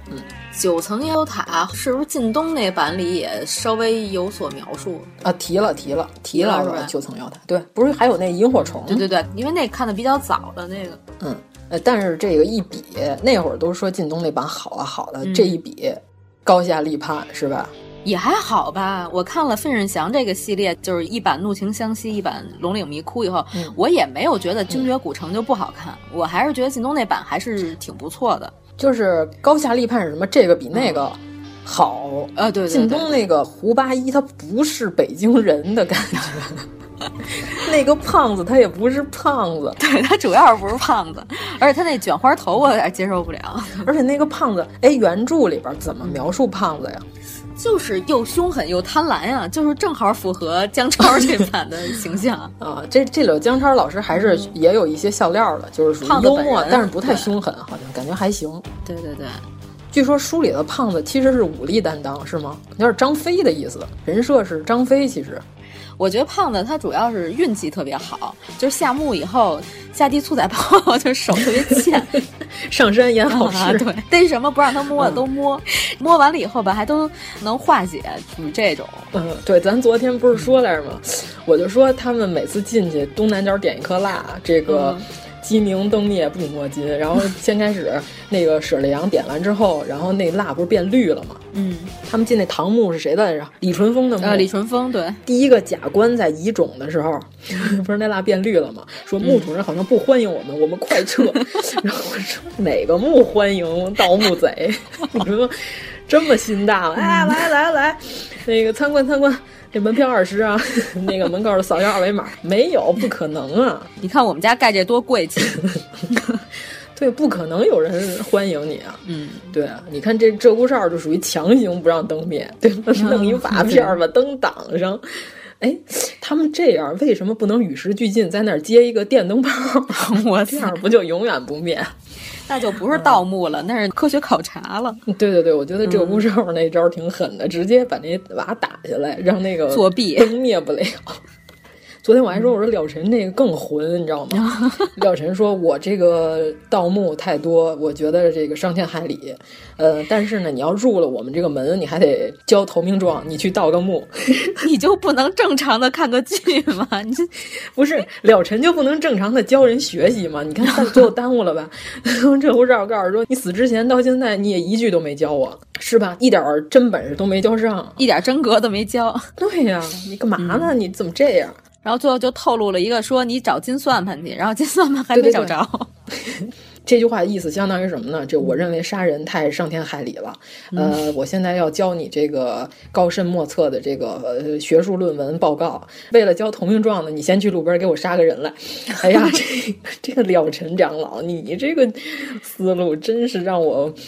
9层妖塔是不是靳东那版里也稍微有所描述啊？提了是吧？9层妖塔，对，不是还有那萤火虫？ 对，因为那看的比较早的那个。 但是这个一比，那会儿都说靳东那版好了，这一比高下立判，是吧？ 也还好吧，我看了费振祥这个系列，就是一版《怒晴湘西》，一版《龙岭迷窟》以后，我也没有觉得《精绝古城》就不好看，我还是觉得靳东那版还是挺不错的。 就是高下立判是什么？这个比那个好对。 靳东那个胡八一，他不是北京人的感觉。那个胖子他也不是胖子， 对，他主要是不是胖子，而且他那卷花头我有点接受不了。 而且那个胖子，原著里边怎么描述胖子呀？ 就是又凶狠又贪婪呀，就是正好符合姜超这版的形象啊。这里姜超老师还是也有一些笑料的，就是属于幽默，但是不太凶狠，好像感觉还行。 对。 据说书里的胖子其实是武力担当，是吗？有点张飞的意思，人设是张飞。其实我觉得胖子他主要是运气特别好，就是下墓以后下地醋仔泡，就手特别欠， 上山演好事， 对，逮什么不让他摸的都摸，摸完了以后吧还都能化解，属于这种。 对，咱昨天不是说来着吗？我就说他们每次进去东南角点一颗蜡，这个鸡鸣灯灭不摸金，然后先开始那个舍利阳点完之后，然后那蜡不是变绿了吗？他们进那唐墓是谁的来着？李淳风的墓。 李淳风，对。 第一个假棺在移种的时候，不是那蜡变绿了吗？说墓主人好像不欢迎我们，我们快撤。然后我说哪个墓欢迎盗墓贼？你说这么心大了？来，那个参观。这门票20啊，那个门口的扫一下2维码，没有，不可能啊！ 你看我们家盖这多贵气， 对，不可能有人欢迎你啊！对啊，你看这鹧鸪哨就属于强行不让灯灭，对吧？弄一瓦片把灯挡上。他们这样为什么不能与时俱进，在那儿接一个电灯泡？这样不就永远不灭？ 那就不是盗墓了，那是科学考察了。 对，我觉得鹧鸪哨那招挺狠的，直接把那瓦打下来，让那个作弊灯灭不了。昨天我还说，我说廖晨那个更混，你知道吗？廖晨说我这个盗墓太多，我觉得这个伤天害理。但是呢，你要入了我们这个门，你还得交投名状，你去盗个墓， 你就不能正常的看个剧吗？你这不是廖晨就不能正常的教人学习吗？你看他最后耽误了吧？这胡少告诉说，你死之前到现在你也一句都没教我，是吧？一点真本事都没教上， 一点真格都没教。 对呀，你干嘛呢？你怎么这样？ 然后最后就透露了一个说你找金算盘去，然后金算盘还没找着。 这句话意思相当于什么呢？这我认为杀人太伤天害理了。我现在要教你这个高深莫测的这个学术论文报告。为了交投名状呢，你先去路边给我杀个人来。哎呀，这个廖晨长老，你这个思路真是让我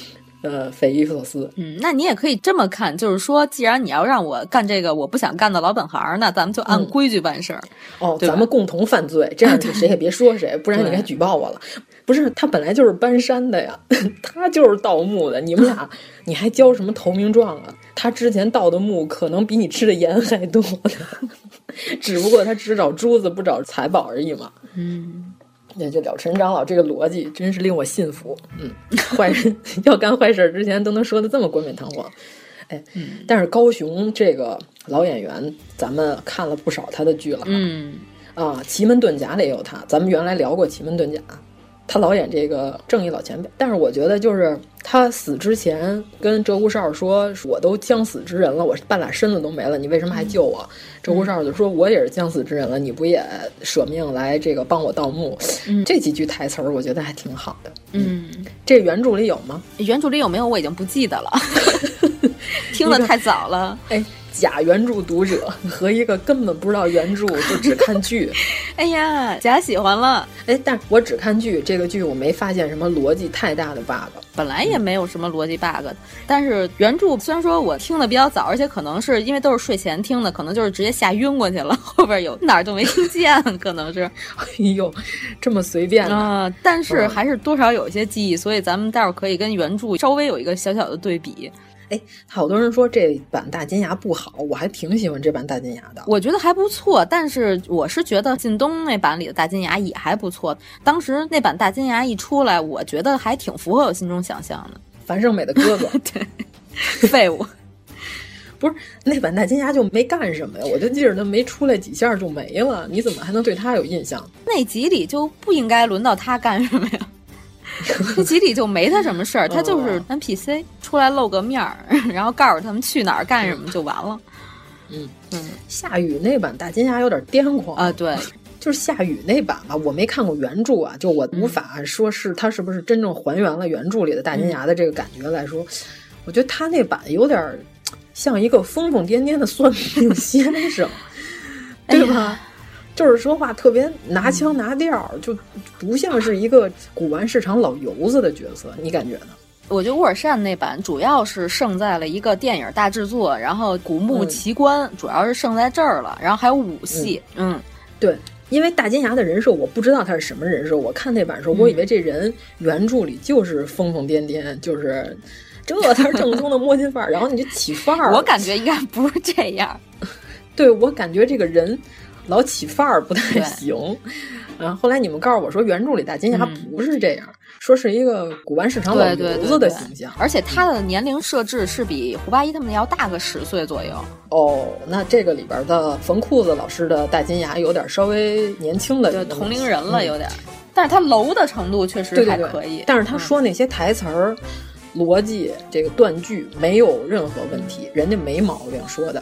匪夷所思。 那你也可以这么看，就是说，既然你要让我干这个我不想干的老本行，那咱们就按规矩办事儿。 咱们共同犯罪，这样就谁也别说谁，不然你该举报我了。不是，他本来就是搬山的呀，他就是盗墓的，你们俩你还交什么投名状啊？他之前盗的墓可能比你吃的盐还多呢，只不过他只找珠子不找财宝而已嘛。那这了尘长老这个逻辑真是令我信服。坏人要干坏事之前都能说得这么冠冕堂皇。但是高雄这个老演员，咱们看了不少他的剧了。奇门遁甲里也有他，咱们原来聊过奇门遁甲。他老演这个正义老前辈，但是我觉得就是他死之前跟鹧鸪哨说，我都将死之人了，我半拉身子都没了，你为什么还救我？鹧鸪哨就说，我也是将死之人了，你不也舍命来这个帮我盗墓？这几句台词儿我觉得还挺好的。这原著里有吗？ 原著里有没有我已经不记得了，听得太早了。 假原著读者和一个根本不知道原著就只看剧， 哎呀，假喜欢了。 但我只看剧，这个剧我没发现什么逻辑太大的 bug， 本来也没有什么逻辑 bug，但是原著虽然说我听的比较早，而且可能是因为都是睡前听的，可能就是直接吓晕过去了，后边有哪儿都没听见，可能是。 哎呦，这么随便啊！但是还是多少有一些记忆，所以咱们待会儿可以跟原著稍微有一个小小的对比。 好多人说这版大金牙不好，我还挺喜欢这版大金牙的。 我觉得还不错，但是我是觉得靳东那版里的大金牙也还不错。当时那版大金牙一出来，我觉得还挺符合我心中想象的。 樊胜美的哥哥， 对，废物。 不是那版大金牙就没干什么呀？我就记着他没出来几下就没了，你怎么还能对他有印象？ 那集里就不应该轮到他干什么呀？这集里就没他什么事儿，他就是 NPC 出来露个面儿，然后告诉他们去哪儿干什么就完了。 夏雨那版大金牙有点癫狂啊，对， 就是夏雨那版吧，我没看过原著啊，就我无法说是他是不是真正还原了原著里的大金牙的这个感觉来说，我觉得他那版有点像一个疯疯癫癫的算命先生，对吧？就是说话特别拿腔拿调，就不像是一个古玩市场老油子的角色，你感觉呢？ 我觉得沃尔善那版主要是胜在了一个电影大制作，然后古墓奇观，主要是胜在这儿了，然后还有武戏。 对，因为大金牙的人设我不知道他是什么人设，我看那版的时候，我以为这人原著里就是疯疯癫癫，就是这才是正宗的摸金范儿，然后你就起范儿。 我感觉应该不是这样。 对，我感觉这个人老起范儿不太行。后来你们告诉我说，原著里大金牙不是这样，说是一个古玩市场老油子的形象， 而且他的年龄设置是比胡八一他们要大个10岁左右。 那这个里边的冯裤子老师的大金牙有点稍微年轻了， 对，同龄人了有点，但是他楼的程度确实还可以。 对，但是他说那些台词儿、逻辑、这个断句没有任何问题，人家没毛病说的。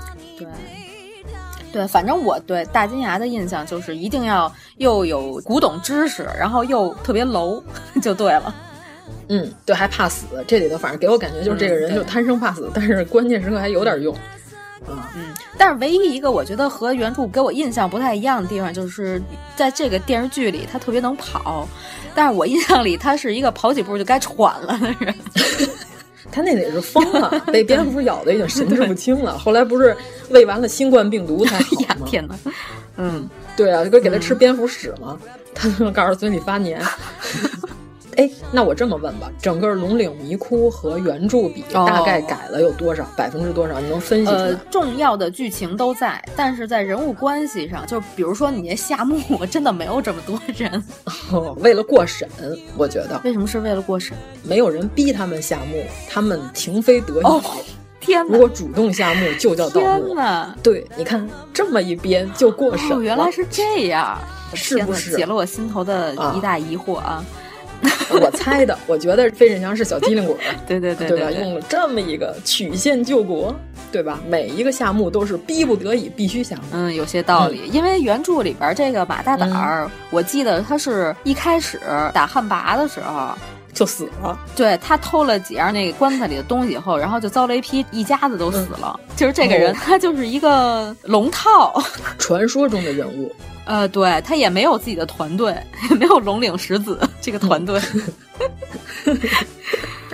对，反正我对大金牙的印象就是一定要又有古董知识，然后又特别楼，就对了。 对，还怕死，这里头反正给我感觉就是这个人就贪生怕死，但是关键时刻还有点用。 但是唯一一个我觉得和原著给我印象不太一样的地方，就是在这个电视剧里他特别能跑，但是我印象里他是一个跑几步就该喘了的人。 他那也是疯了，被蝙蝠咬的已经神志不清了。后来不是喂完了新冠病毒才好吗？ 天哪！ 对啊，就给他吃蝙蝠屎嘛，他就告诉嘴里发黏。那我这么问吧，整个龙岭迷窟和原著比，大概改了有多少%多少？你能分析出来？ 重要的剧情都在，但是在人物关系上，就比如说你那夏目真的没有这么多人。 为了过审，我觉得。 为什么是为了过审？ 没有人逼他们下墓，他们情非得已。 天哪！ 如果主动下墓就叫盗墓。 天哪！ 对，你看这么一编就过审了。 原来是这样， 是不是解了我心头的一大疑惑啊！ 我猜的，我觉得费振祥是小机灵鬼， 对吧？用了这么一个曲线救国，对吧？每一个下墓都是逼不得已必须下墓。 有些道理。因为原著里边这个马大胆儿，我记得他是一开始打汉魃的时候就死了。 对，他偷了几样那个棺材里的东西以后，然后就遭雷劈，一家子都死了。就是这个人，他就是一个龙套， 传说中的人物。 对，他也没有自己的团队，也没有龙岭十子这个团队。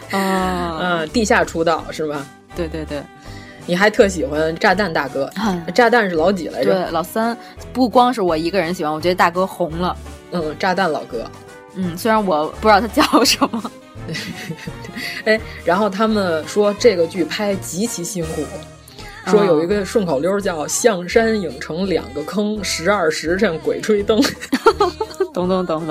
地下出道是吧？ 对对对。 你还特喜欢炸弹大哥，炸弹是老几来着？ 对，老三。不光是我一个人喜欢，我觉得大哥红了。 炸弹老哥。 虽然我不知道他叫什么。 然后他们说这个剧拍极其辛苦，说有一个顺口溜叫象山影城2个坑，12时辰鬼吹灯。 懂。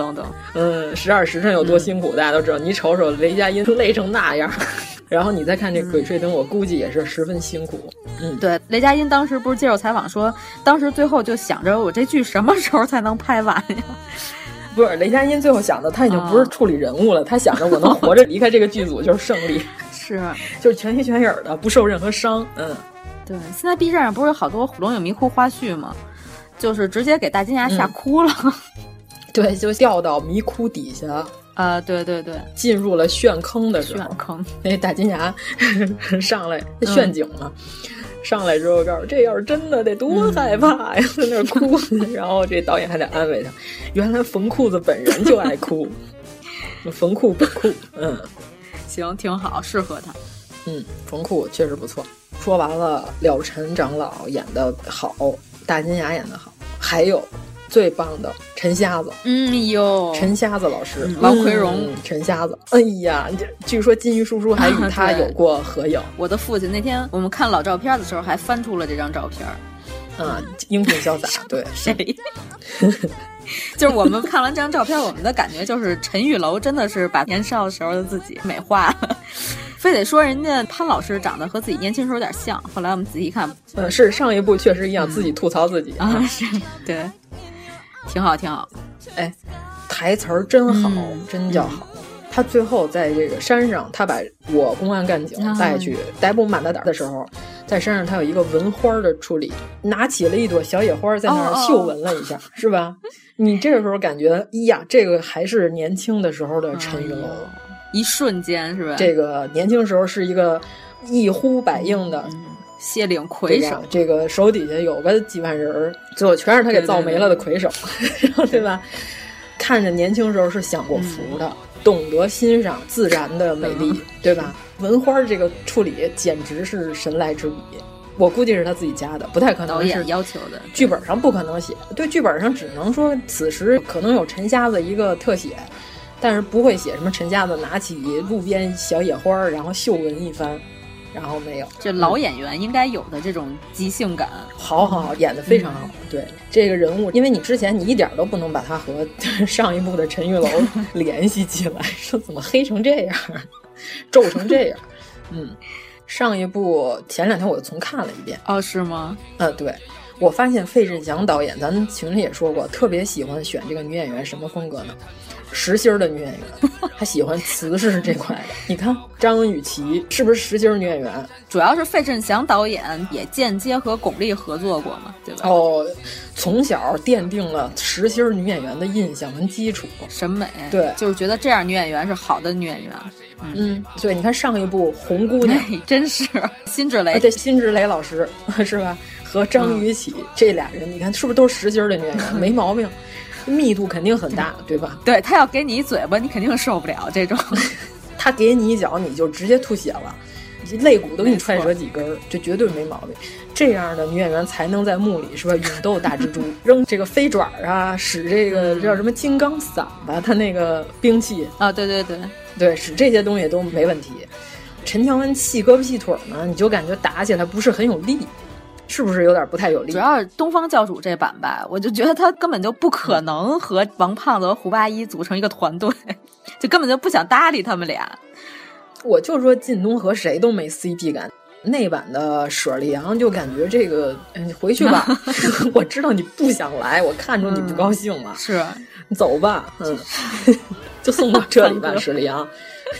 12时辰有多辛苦，大家都知道。你瞅瞅雷佳音累成那样。然后你再看这鬼吹灯，我估计也是十分辛苦。 对，雷佳音当时不是接受采访说，当时最后就想着我这剧什么时候才能拍完呀？ 不是，雷佳音最后想的，他已经不是处理人物了，他想着我能活着离开这个剧组就是胜利， 是， 就是全心全影的，不受任何伤。 对，现在 B 站上不是有好多龙影迷窟花絮吗？就是直接给大金牙吓哭了。 对，就掉到迷窟底下。 对对对， 进入了陷坑的时候，那大金牙上来陷阱嘛，上来之后告诉这要是真的得多害怕呀，在那哭。然后这导演还得安慰他，原来冯裤子本人就爱哭，冯裤本裤。 行，挺好，适合他。 冯裤确实不错。说完了，廖晨长老演的好，大金牙演的好，还有最棒的陈瞎子，陈瞎子老师， 王奎荣， 陈瞎子，哎呀，据说金鱼叔叔还与他有过合影。 我的父亲那天我们看老照片的时候，还翻出了这张照片。 英俊潇洒，对， 谁？就是我们看完这张照片，我们的感觉就是陈玉楼真的是把年少时候的自己美化了。非得说人家潘老师长得和自己年轻时候有点像，后来我们仔细看， 是上一部确实一样，自己吐槽自己是，对，挺好。 台词儿真好，真叫好。他最后在这个山上，他把我公安干警带去逮捕马大胆的时候，在山上他有一个纹花的处理，拿起了一朵小野花在那儿绣纹了一下，是吧？你这个时候感觉，这个还是年轻的时候的陈云楼。 一瞬间是吧？ 这个年轻时候是一个一呼百应的谢岭魁首， 这个手底下有个几万人，最后全是他给造没了的魁首，对吧？看着年轻时候是享过福的，懂得欣赏自然的美丽，对吧？纹花这个处理简直是神来之笔。我估计是他自己加的，不太可能是要求的， 剧本上不可能写。对，剧本上只能说此时可能有陈瞎子一个特写，但是不会写什么陈瞎子拿起路边小野花然后绣纹一番，然后没有。 这老演员应该有的这种即兴感， 好，演得非常好。对这个人物，因为你之前你一点都不能把他和上一部的陈玉楼联系起来，说怎么黑成这样，皱成这样。上一部前2天我又重看了一遍。 是吗？ 对，我发现费振翔导演，咱群里也说过，特别喜欢选这个女演员，什么风格呢？实心的女演员，他喜欢瓷实这块的。你看张雨绮是不是实心女演员？ 主要是费振翔导演也间接和巩俐合作过嘛，对吧？ 从小奠定了实心女演员的印象跟基础审美。 对， 就是觉得这样女演员是好的女演员。 对，你看上一部《红姑娘》， 真是辛芷蕾， 对，辛芷蕾老师是吧？和张雨绮这俩人，你看是不是都是实心的女演员？没毛病。密度肯定很大，对吧？ 对，他要给你一嘴巴，你肯定受不了这种。 他给你一脚，你就直接吐血了，肋骨都给你踹折几根，这绝对没毛病。这样的女演员才能在墓里是吧？勇斗大蜘蛛，扔这个飞爪啊，使这个叫什么金刚伞吧，他那个兵器啊，对， 使这些东西都没问题。陈乔恩细胳膊细腿呢，你就感觉打起来不是很有力。是不是有点不太有力？ 主要是东方教主这版吧，我就觉得他根本就不可能和王胖子和胡八一组成一个团队，就根本就不想搭理他们俩。 我就说靳东和谁都没 CP 感，那版的舍利阳就感觉这个，你回去吧，我知道你不想来，我看出你不高兴了， 是你走吧，就送到这里吧，舍利阳，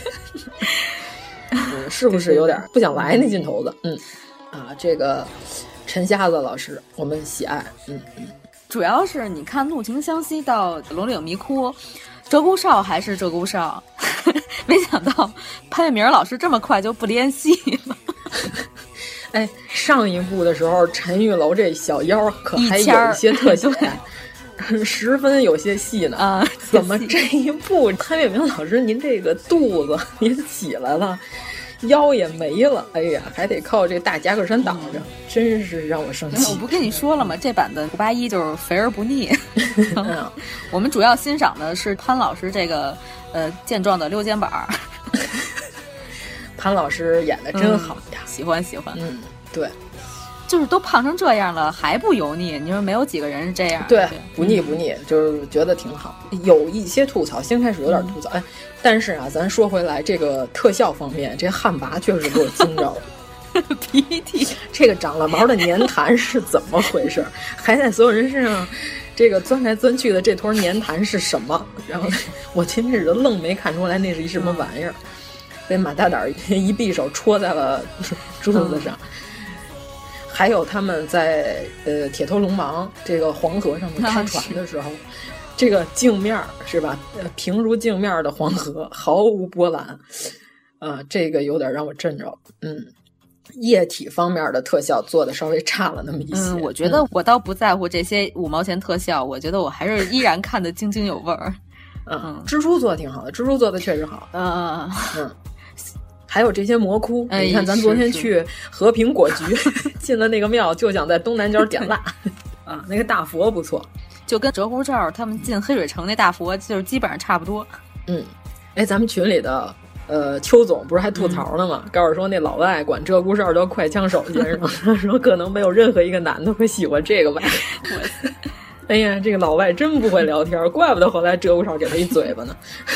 是不是有点不想来那劲头子？这个。陈瞎子老师，我们喜爱。 主要是你看《怒晴湘西》到《龙岭迷窟》，鹧鸪哨还是鹧鸪哨，没想到潘粤明老师这么快就不联系了。 上一部的时候，陈玉楼这小腰可还有一些特写。 十分有些戏呢啊！ 怎么这一部潘粤明老师您这个肚子也起来了，腰也没了，哎呀，还得靠这大夹克衫挡着，真是让我生气。 我不跟你说了吗？这版的581就是肥而不腻。我们主要欣赏的是潘老师这个健壮的溜肩膀。 潘老师演的真好呀， 喜欢。 对。 就是都胖成这样了还不油腻，你说没有几个人是这样。 对，不腻，就是觉得挺好。有一些吐槽，先开始有点吐槽，但是啊，咱说回来，这个特效方面，这旱魃确实给我惊着了。 鼻涕， 这个长了毛的粘痰是怎么回事？还在所有人身上，这个钻来钻去的这坨粘痰是什么？然后我今日愣没看出来那是一什么玩意儿，被马大胆一匕首戳在了柱子上。还有他们在铁头龙王这个黄河上面开船的时候，这个镜面是吧？平如镜面的黄河毫无波澜，这个有点让我震着。液体方面的特效做的稍微差了那么一些。 我觉得我倒不在乎这些5毛钱特效，我觉得我还是依然看得津津有味儿。 蜘蛛做的挺好的，蜘蛛做的确实好。还有这些魔窟，你看咱昨天去和平果局进了那个庙，就想在东南角点蜡啊，那个大佛不错， 就跟折胡罩他们进黑水城那大佛就是基本上差不多。 咱们群里的邱总不是还吐槽呢吗？告诉说那老外管鹧鸪哨叫快枪手先生，他说可能没有任何一个男的会喜欢这个吧。哎呀，这个老外真不会聊天，怪不得后来鹧鸪哨给他一嘴巴呢。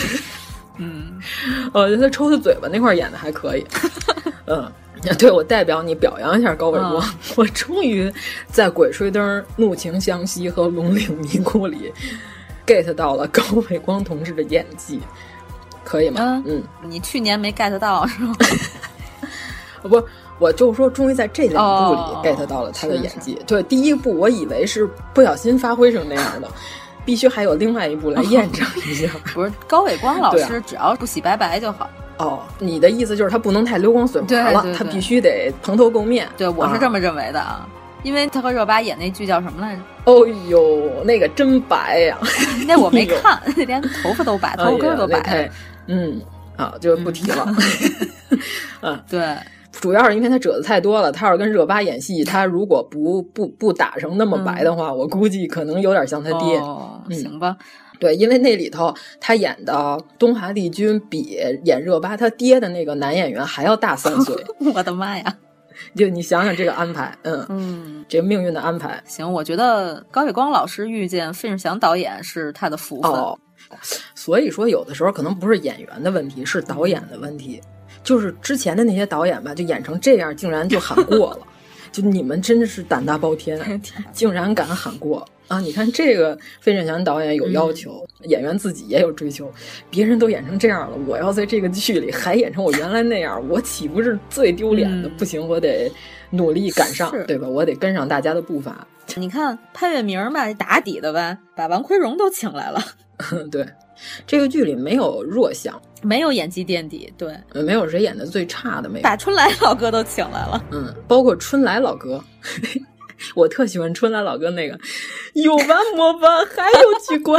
他抽他嘴巴那块演的还可以。对，我代表你表扬一下高伟光，我终于在《鬼吹灯、怒晴湘西》和《龙岭迷窟》里 get 到了高伟光同志的演技，可以吗？ 你去年没 get 到是吗？ 不，我就说终于在这2部里 get 到了他的演技。对，第一部我以为是不小心发挥成那样的。必须还有另外一部来验证一下。 不是高伟光老师，只要不洗白白就好。 你的意思就是他不能太溜光水滑了，他必须得蓬头垢面。 对，我是这么认为的啊。因为他和热巴演那剧叫什么来着？ 哦呦，那个真白呀！ 那我没看，那连头发都白，头根都白。 就不提了。 对。 主要是因为他褶子太多了，他要是跟热巴演戏，他如果不打成那么白的话，我估计可能有点像他爹。 行吧。 对，因为那里头他演的东华帝君比演热巴他爹的那个男演员还要大3岁。 我的妈呀！ 就你想想这个安排，这个命运的安排。 行，我觉得高伟光老师遇见费正祥导演是他的福分。 所以说有的时候可能不是演员的问题，是导演的问题。就是之前的那些导演吧，就演成这样，竟然就喊过了。就你们真的是胆大包天，竟然敢喊过啊！你看这个费正祥导演有要求，演员自己也有追求，别人都演成这样了，我要在这个剧里还演成我原来那样，我岂不是最丢脸的？不行，我得努力赶上，对吧？我得跟上大家的步伐。 你看潘粤明吧，打底的吧，把王奎荣都请来了。 对，这个剧里没有弱项， 没有演技垫底，对， 没有谁演的最差的，没有， 把春来老哥都请来了， 包括春来老哥，我特喜欢春来老哥那个有完没完还有机关，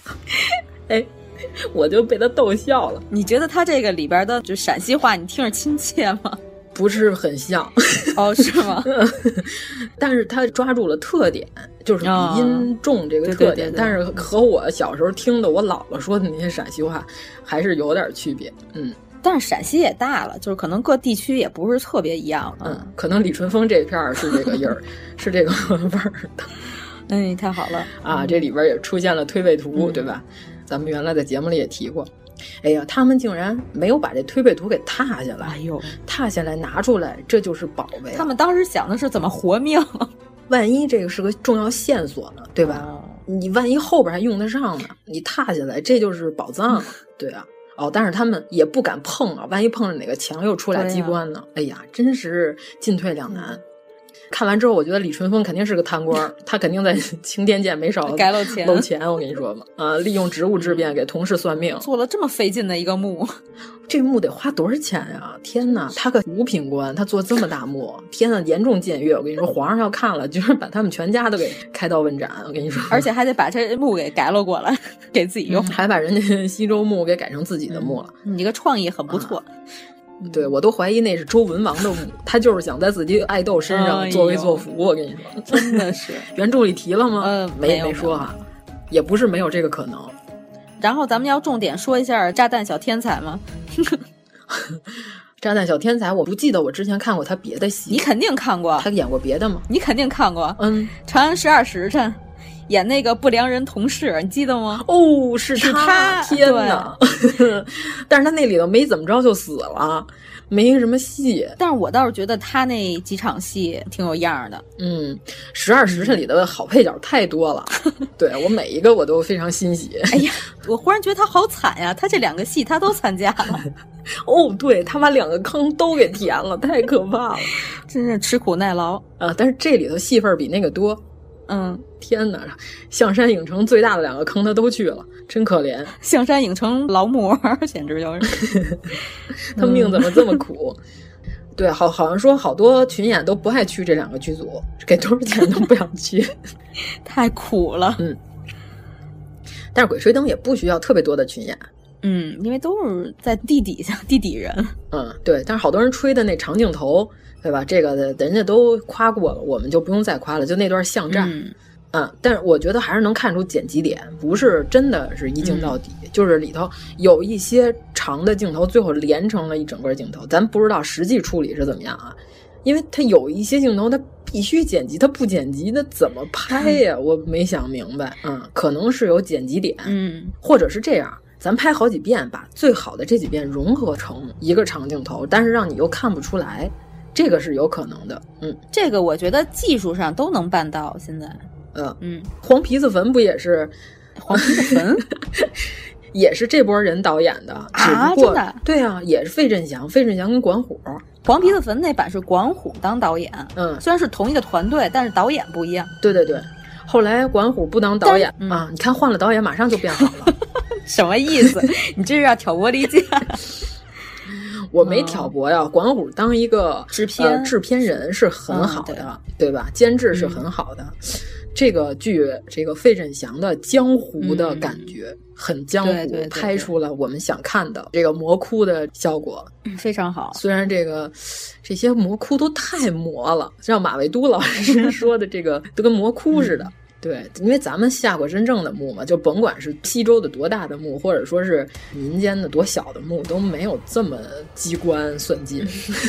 我就被他逗笑了。 你觉得他这个里边的就陕西话，你听着亲切吗？ 不是很像。 是吗？ 但是他抓住了特点，就是鼻音重这个特点，但是和我小时候听的我姥姥说的那些陕西话还是有点区别。 但是陕西也大了，就是可能各地区也不是特别一样。 可能李淳风这片是这个音儿，是这个味儿的。 太好了啊！这里边也出现了推背图，对吧？咱们原来在节目里也提过。哎呀，他们竟然没有把这推背图给踏下来！踏下来拿出来，这就是宝贝。 他们当时想的是怎么活命， 万一这个是个重要线索呢，对吧？你万一后边还用得上呢，你踏下来，这就是宝藏，对啊。但是他们也不敢碰啊，万一碰着哪个墙又出俩机关呢？哎呀，真是进退两难。 看完之后，我觉得李淳风肯定是个贪官，他肯定在青天剑没少该漏钱。 漏钱，我跟你说吧，利用职务之便给同事算命， 做了这么费劲的一个墓， 这墓得花多少钱呀？天哪，他个五品官，他做这么大墓，天哪，严重僭越！我跟你说，皇上要看了，就是把他们全家都给开刀问斩。我跟你说， 而且还得把这墓给改了过来，给自己用， 还把人家西周墓给改成自己的墓了。 你这个创意很不错。 对，我都怀疑那是周文王的墓，他就是想在自己爱豆身上作威作福。我跟你说， 真的是原著里提了吗？没说哈，也不是没有这个可能。 然后咱们要重点说一下炸弹小天才吗？ 炸弹小天才，我不记得我之前看过他别的戏。 你肯定看过， 他演过别的吗？ 你肯定看过。长安12时辰演那个不良人同事，你记得吗？ 哦，是他！天哪！但是他那里头没怎么着就死了，没什么戏。 但是我倒是觉得他那几场戏挺有样的。 12时辰里的好配角太多了，对我每一个我都非常欣喜。 哎呀，我忽然觉得他好惨呀！他这2个戏他都参加了。 哦，对，他把2个坑都给填了，太可怕了， 真是吃苦耐劳啊！但是这里头戏份比那个多。天哪！象山影城最大的2个坑他都去了，真可怜。 象山影城劳模简直就是， 他命怎么这么苦？对，好像说好多群演都不爱去这2个剧组，给多少钱都不想去， 太苦了。 但是《鬼吹灯》也不需要特别多的群演。 因为都是在地底下地底人。 对，但是好多人吹的那长镜头。对吧？这个人家都夸过了，我们就不用再夸了。就那段巷战，但是我觉得还是能看出剪辑点，不是真的是一镜到底，就是里头有一些长的镜头，最后连成了一整个镜头。咱不知道实际处理是怎么样啊，因为它有一些镜头它必须剪辑，它不剪辑那怎么拍呀？我没想明白。可能是有剪辑点，或者是这样。咱拍好几遍，把最好的这几遍融合成一个长镜头，但是让你又看不出来。这个是有可能的， 这个我觉得技术上都能办到。现在， 黄皮子坟不也是黄皮子坟， 也是这波人导演的啊？ 只不过真的？ 对啊，也是费振翔跟管虎。 黄皮子坟那版是管虎当导演，虽然是同一个团队，但是导演不一样。 对，后来管虎不当导演啊，你看换了导演马上就变好了， 什么意思？你这是要挑拨离间？ 我没挑拨呀，管虎当一个制片人是很好的，对吧？监制是很好的。这个剧，这个费振翔的江湖的感觉很江湖， 对， 拍出了我们想看的这个魔窟的效果， 非常好。 虽然这些魔窟都太魔了，像马未都老师说的，这个都跟魔窟似的。对，因为咱们下过真正的墓嘛，就甭管是西周的多大的墓，或者说是民间的多小的墓，都没有这么机关算尽。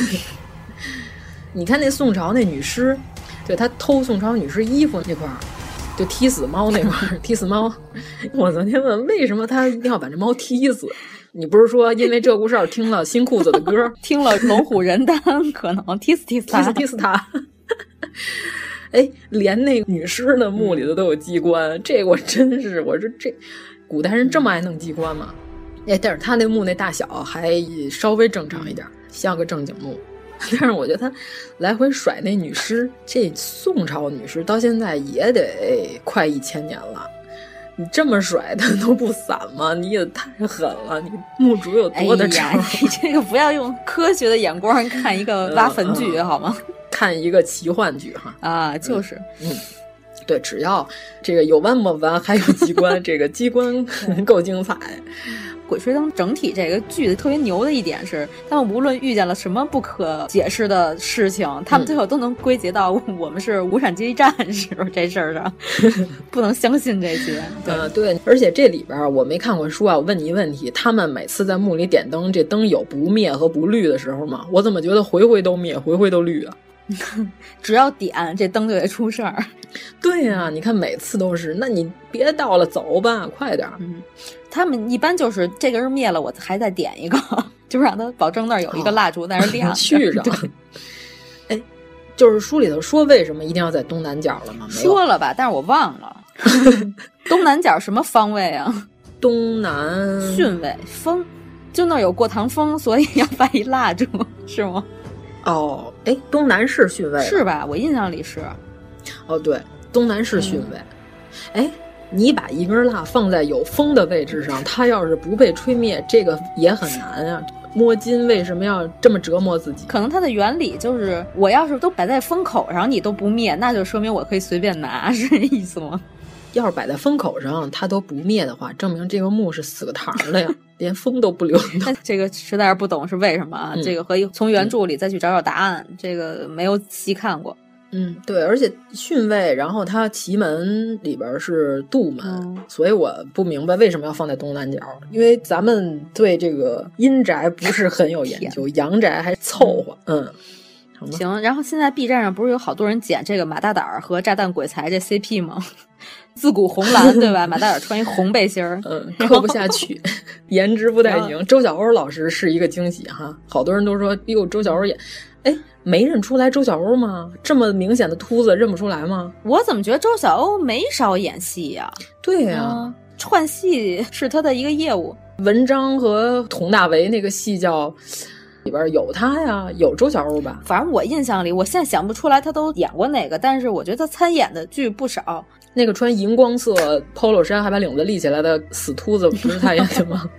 你看那宋朝那女尸，对，他偷宋朝女尸衣服那块儿，就踢死猫那块儿，踢死猫。我昨天问为什么他一定要把这猫踢死？你不是说因为这故事听了新裤子的歌， 听了龙虎人丹，可能踢死他。 哎，连那女尸的墓里头都有机关，这我真是，我说这古代人这么爱弄机关吗？哎，但是他那墓那大小还稍微正常一点，像个正经墓。但是我觉得他来回甩那女尸，这宋朝女尸到现在也得快1000年了，你这么甩它都不散吗？你也太狠了！你墓主有多的仇？ 你这个不要用科学的眼光看一个挖坟剧好吗？ 看一个奇幻剧哈啊，就是对，只要这个有弯莫弯，还有机关，这个机关够精彩。 鬼吹灯整体这个剧特别牛的一点是，他们无论遇见了什么不可解释的事情，他们最后都能归结到我们是无产阶级战士这事儿上，不能相信这些。 对，而且这里边我没看过书啊，我问你一问题，他们每次在墓里点灯，这灯有不灭和不绿的时候吗？我怎么觉得回回都灭，回回都绿啊？ 只要点这灯就得出事儿。 对呀，你看每次都是，那你别到了，走吧，快点。 他们一般就是这个人灭了，我还再点一个，就让他保证那儿有一个蜡烛在那亮续上。哎，就是书里头说为什么一定要在东南角了吗？ 说了吧，但是我忘了。东南角什么方位啊？ 东南巽位风，就那儿有过堂风，所以要摆一蜡烛，是吗？ 哦，哎，东南是逊位是吧？我印象里是。 哦，对，东南是逊位。哎、你把一根蜡放在有风的位置上，它要是不被吹灭，这个也很难啊。摸金为什么要这么折磨自己？ 可能它的原理就是，我要是都摆在风口上，你都不灭，那就说明我可以随便拿，是这意思吗？ 要是摆在风口上，它都不灭的话，证明这个木是死个堂的呀，连风都不流动。 这个实在是不懂是为什么啊？这个可以从原著里再去找找答案，这个没有细看过。 对，而且巽位，然后它奇门里边是杜门，所以我不明白为什么要放在东南角，因为咱们对这个阴宅不是很有研究，阳宅还凑合。 行。然后现在 B 站上不是有好多人剪这个马大胆和炸弹鬼才这 CP 吗？自古红蓝对吧？马大胆穿一红背心儿， 磕不下去，颜值不太行。周晓鸥老师是一个惊喜哈，好多人都说哟，周晓鸥演，哎，没认出来周晓鸥吗？这么明显的秃子认不出来吗？ 我怎么觉得周晓鸥没少演戏呀？ 对呀， 串戏是他的一个业务。 文章和佟大为那个戏叫。里边有他呀，有周晓鸥吧？ 反正我印象里，我现在想不出来他都演过哪个，但是我觉得他参演的剧不少。 那个穿荧光色 polo 衫还把领子立起来的死秃子，不是他演的吗？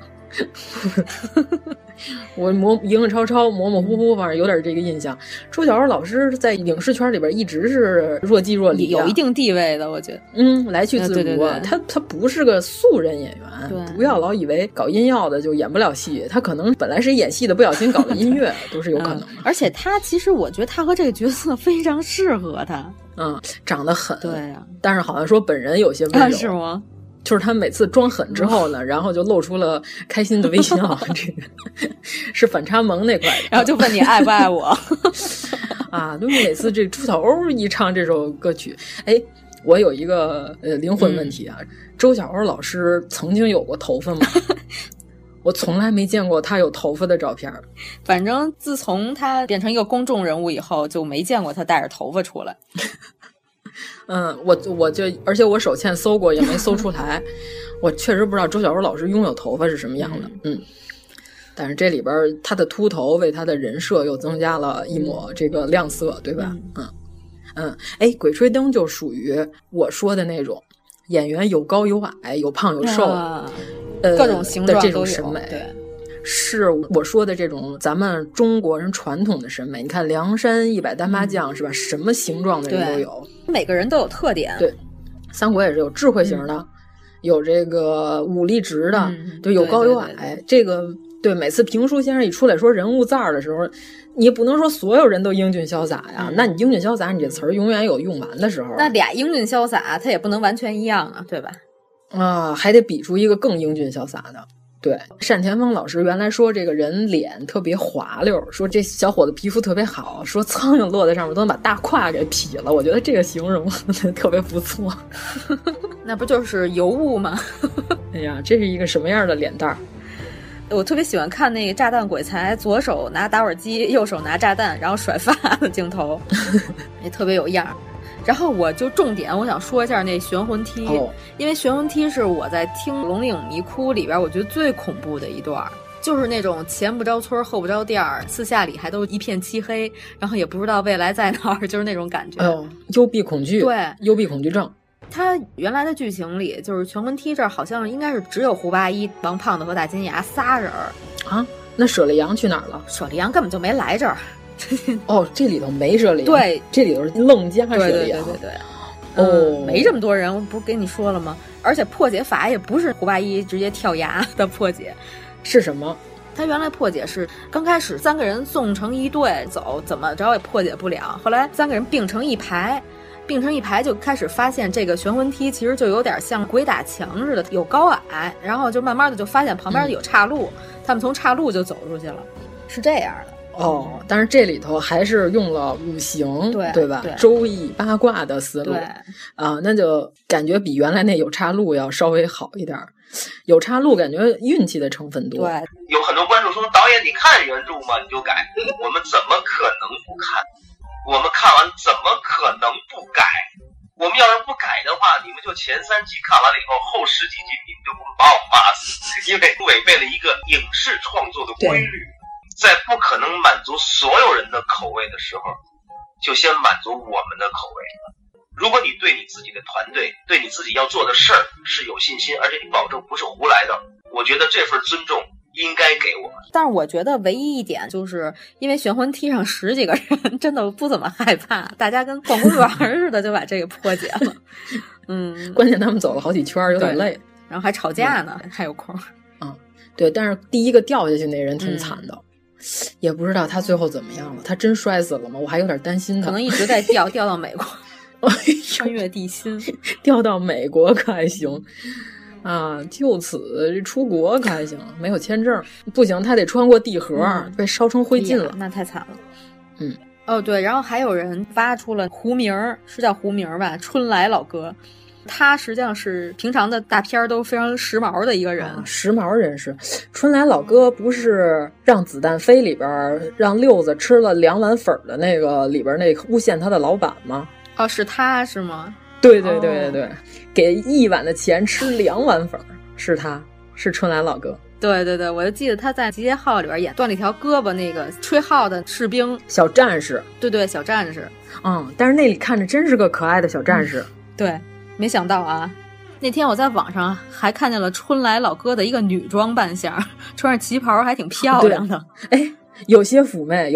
我影影绰绰模模糊糊，反正有点这个印象。周晓鸥老师在影视圈里边一直是若即若离， 有一定地位的，我觉得。 来去自如。对，他不是个素人演员，不要老以为搞音乐的就演不了戏，他可能本来是演戏的，不小心搞了音乐，都是有可能的。 而且他其实我觉得他和这个角色非常适合他。 长得狠。 对呀， 但是好像说本人有些温柔。 是吗？ 就是他每次装狠之后呢，然后就露出了开心的微笑，这个是反差萌那块的。 然后就问你爱不爱我啊？就每次这朱晓鸥一唱这首歌曲，哎，我有一个灵魂问题啊，周晓鸥老师曾经有过头发吗？我从来没见过他有头发的照片。 反正自从他变成一个公众人物以后，就没见过他带着头发出来。 我就，而且我手欠搜过也没搜出来，我确实不知道周晓鸥老师拥有头发是什么样的。但是这里边他的秃头为他的人设又增加了一抹这个亮色，对吧？哎，鬼吹灯就属于我说的那种演员有高有矮，有胖有瘦， 各种形状的这种审美。 对。 是我说的这种咱们中国人传统的审美。你看梁山100单八将是吧？什么形状的人都有， 每个人都有特点。 对，三国也是有智慧型的，有这个武力值的，对，有高有矮。 对， 这个对，每次评书先生一出来说人物赞的时候，你不能说所有人都英俊潇洒呀。那你英俊潇洒，你这词儿永远有用完的时候。 那俩英俊潇洒，他也不能完全一样啊，对吧？ 还得比出一个更英俊潇洒的。对，单田芳老师原来说这个人脸特别滑溜，说这小伙子皮肤特别好，说苍蝇落在上面都能把大胯给劈了。我觉得这个形容特别不错。 那不就是尤物吗？ 哎呀，这是一个什么样的脸蛋儿？ 我特别喜欢看那个炸弹鬼才左手拿打火机，右手拿炸弹，然后甩发的镜头，也特别有样儿。然后我就重点我想说一下那悬魂梯，因为悬魂梯是我在听《龙岭迷窟》里边我觉得最恐怖的一段，就是那种前不着村后不着店，四下里还都一片漆黑，然后也不知道未来在哪儿，就是那种感觉。 幽闭恐惧， 对， 幽闭恐惧症。 他原来的剧情里，就是悬魂梯这儿好像应该是只有胡八一、王胖子和大金牙仨人啊。那舍利阳去哪儿了？ 舍利阳根本就没来这儿。 这里头没舍利阳， 对， 这里头是愣加舍利阳， 对，没这么多人，我不是跟你说了吗？而且破解法也不是胡八一直接跳崖的破解， 是什么？ 他原来破解是刚开始3个人纵成一队走，怎么着也破解不了，后来3个人并成一排就开始发现这个悬魂梯其实就有点像鬼打墙似的，有高矮，然后就慢慢的就发现旁边有岔路，他们从岔路就走出去了，是这样的。 但是这里头还是用了五行，对吧？周易八卦的思路那就感觉比原来那有岔路要稍微好一点。有岔路感觉运气的成分多。 对， 有很多观众说导演你看原著吗？你就改，我们怎么可能不看？我们看完怎么可能不改？我们要是不改的话，你们就前3集看完了以后，后10几集你们就把我骂死，因为违背了一个影视创作的规律。在不可能满足所有人的口味的时候，就先满足我们的口味。如果你对你自己的团队，对你自己要做的事儿是有信心，而且你保证不是胡来的，我觉得这份尊重应该给我们。 但是我觉得唯一一点就是因为玄魂梯上10几个人真的不怎么害怕，大家跟逛公园似的就把这个破解了。 关键他们走了好几圈有点累， 然后还吵架呢，还有空。 对，但是第一个掉下去那人挺惨的，也不知道他最后怎么样了。他真摔死了吗？我还有点担心他， 可能一直在掉到美国。穿越地心， 掉到美国可还行啊？就此出国可还行，没有签证不行，他得穿过地核，被烧成灰烬了， 那太惨了。对，然后还有人发出了胡名，是叫胡名吧？春来老哥，他实际上是平常的大片都非常时髦的一个人， 时髦人士。春来老哥不是让子弹飞里边让六子吃了2碗粉的那个里边那诬陷他的老板吗？ 是他是吗？ 对，给1碗的钱吃2碗粉，是他，是春来老哥。 对，我就记得他在《集结号》里边演断了一条胳膊那个吹号的士兵小战士。 对，小战士。 但是那里看着真是个可爱的小战士。 对，没想到啊，那天我在网上还看见了春来老哥的一个女装扮相，穿着旗袍还挺漂亮的。 有些妩媚。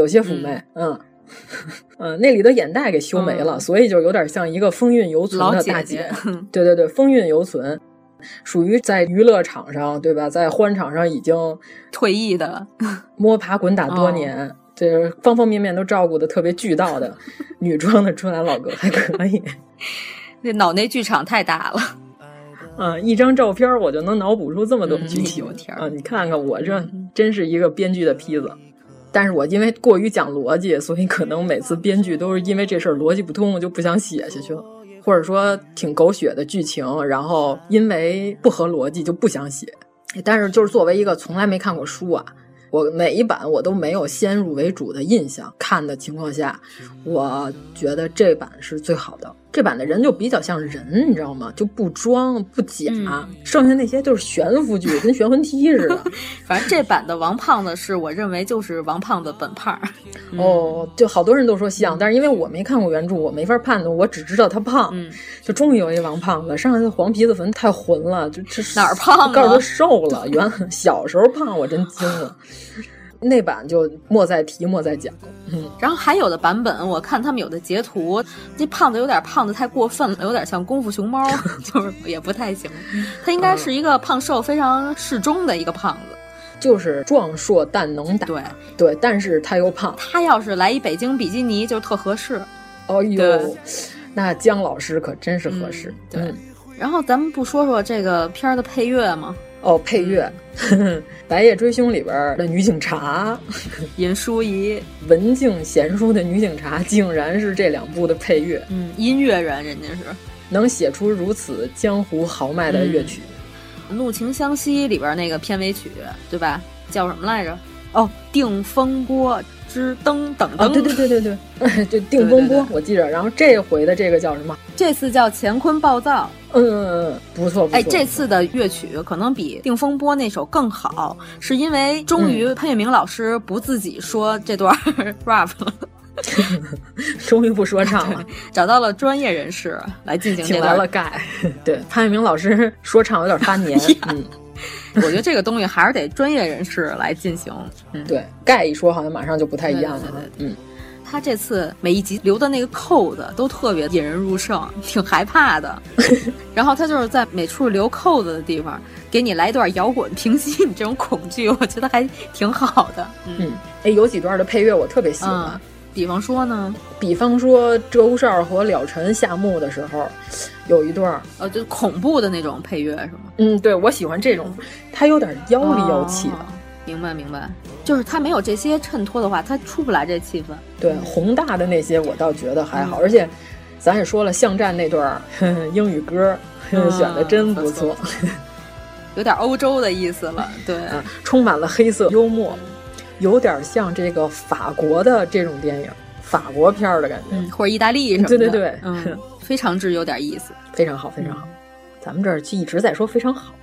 那里的眼袋给修没了，所以就有点像一个风韵犹存的大姐。对，风韵犹存，属于在娱乐场上，对吧？在欢场上已经退役的， 摸爬滚打多年，这方方面面都照顾的特别巨到的女装的春兰老哥还可以。 那脑内剧场太大了。一张照片我就能脑补出这么多剧情你看看我这真是一个编剧的坯子。但是我因为过于讲逻辑，所以可能每次编剧都是因为这事儿逻辑不通，我就不想写下去了，或者说挺狗血的剧情，然后因为不合逻辑就不想写。但是就是作为一个从来没看过书啊，我每一版我都没有先入为主的印象，看的情况下，我觉得这版是最好的。这版的人就比较像人，你知道吗？就不装不假，剩下那些就是悬浮剧，跟悬魂梯似的。 反正这版的王胖子是我认为就是王胖子本胖。 就好多人都说像，但是因为我没看过原著，我没法判断，我只知道他胖。就终于有一王胖子，上来的黄皮子坟太浑了，就这哪儿胖了？ 告诉他瘦了，小时候胖，我真惊了。那版就莫再提莫再讲。 然后还有的版本我看他们有的截图，这胖子有点胖的太过分了，有点像功夫熊猫，就是也不太行。他应该是一个胖瘦非常适中的一个胖子， 就是壮硕但能打。对，但是他又胖。 他要是来一北京比基尼就特合适。 那姜老师可真是合适。 对。然后咱们不说说这个片儿的配乐吗？ 配乐白夜追凶里边的女警察尹淑仪， 文静贤淑的女警察，竟然是这2部的配乐。 音乐人人家是能写出如此江湖豪迈的乐曲。 怒晴湘西里边那个片尾曲对吧，叫什么来着？定风波之灯等灯。 对，就定风波我记着。然后这回的这个叫什么？ 这次叫乾坤暴躁。 不错。 这次的乐曲可能比定风波那首更好，是因为终于潘粤明老师不自己说这段 rap 了。 终于不说唱了， 找到了专业人士来进行这段。 请来了盖。对，潘粤明老师说唱有点发黏。 我觉得这个东西还是得专业人士来进行。 对，盖一说好像马上就不太一样了。 他这次每一集留的那个扣子都特别引人入胜，挺害怕的。然后他就是在每处留扣子的地方给你来一段摇滚，平息你这种恐惧，我觉得还挺好的。 有几段的配乐我特别喜欢。 比方说呢？ 比方说鹧鸪哨和了尘下墓的时候，有一段就恐怖的那种配乐是吗？ 对，我喜欢这种，它有点妖里妖气的。 明白，就是它没有这些衬托的话，它出不来这气氛。 对，宏大的那些我倒觉得还好，而且咱也说了，巷战那段英语歌选的真不错， 有点欧洲的意思了。对， 充满了黑色幽默，有点像这个法国的这种电影，法国片的感觉， 或者意大利什么的。 对， 非常之有点意思， 非常好。咱们这儿一直在说非常好。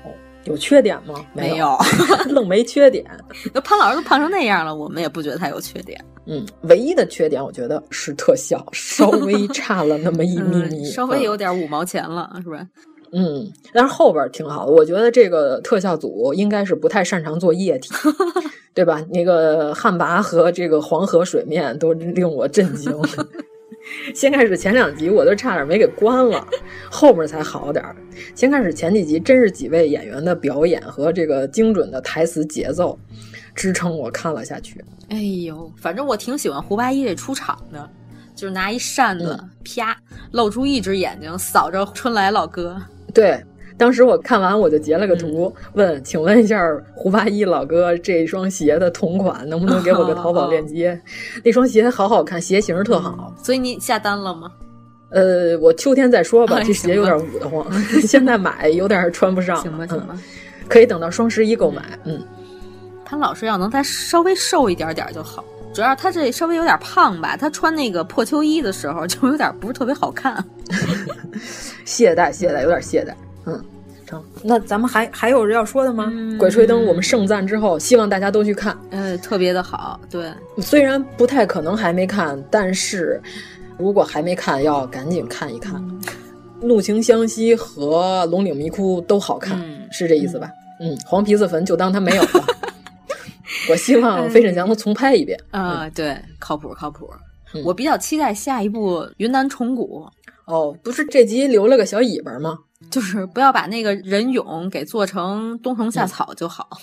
有缺点吗？ 没有， 愣没缺点。 潘老师都胖成那样了，我们也不觉得他有缺点。 唯一的缺点我觉得是特效稍微差了那么一咪咪， 稍微有点5毛钱了，是不是？ 但是后边挺好的。我觉得这个特效组应该是不太擅长做液体，对吧？那个汉魃和这个黄河水面都令我震惊。先开始前2集我都差点没给关了，后面才好点。先开始前几集真是几位演员的表演和这个精准的台词节奏支撑我看了下去。 哎呦，反正我挺喜欢胡八一这出场的，就是拿一扇子，啪露出一只眼睛扫着春来老哥。 对，当时我看完我就截了个图，问请问一下胡八一老哥这双鞋的同款能不能给我个淘宝链接？那双鞋好好看，鞋型特好。 所以你下单了吗？ 我秋天再说吧，这鞋有点捂得慌，现在买有点穿不上。 行吧， 可以等到双11购买。 潘老师要能再稍微瘦一点点就好，主要他这稍微有点胖吧，他穿那个破秋衣的时候就有点不是特别好看。 懈怠，有点懈怠。成，那咱们还有要说的吗？鬼吹灯我们盛赞之后，希望大家都去看。 特别的好。对， 虽然不太可能还没看，但是如果还没看，要赶紧看一看。怒晴湘西和龙岭迷窟都好看，是这意思吧？黄皮子坟就当它没有了。我希望飞沈翔能重拍一遍。 对，靠谱。我比较期待下一部云南虫谷。 不是这集留了个小尾巴吗？ 就是不要把那个人俑给做成冬虫夏草就好。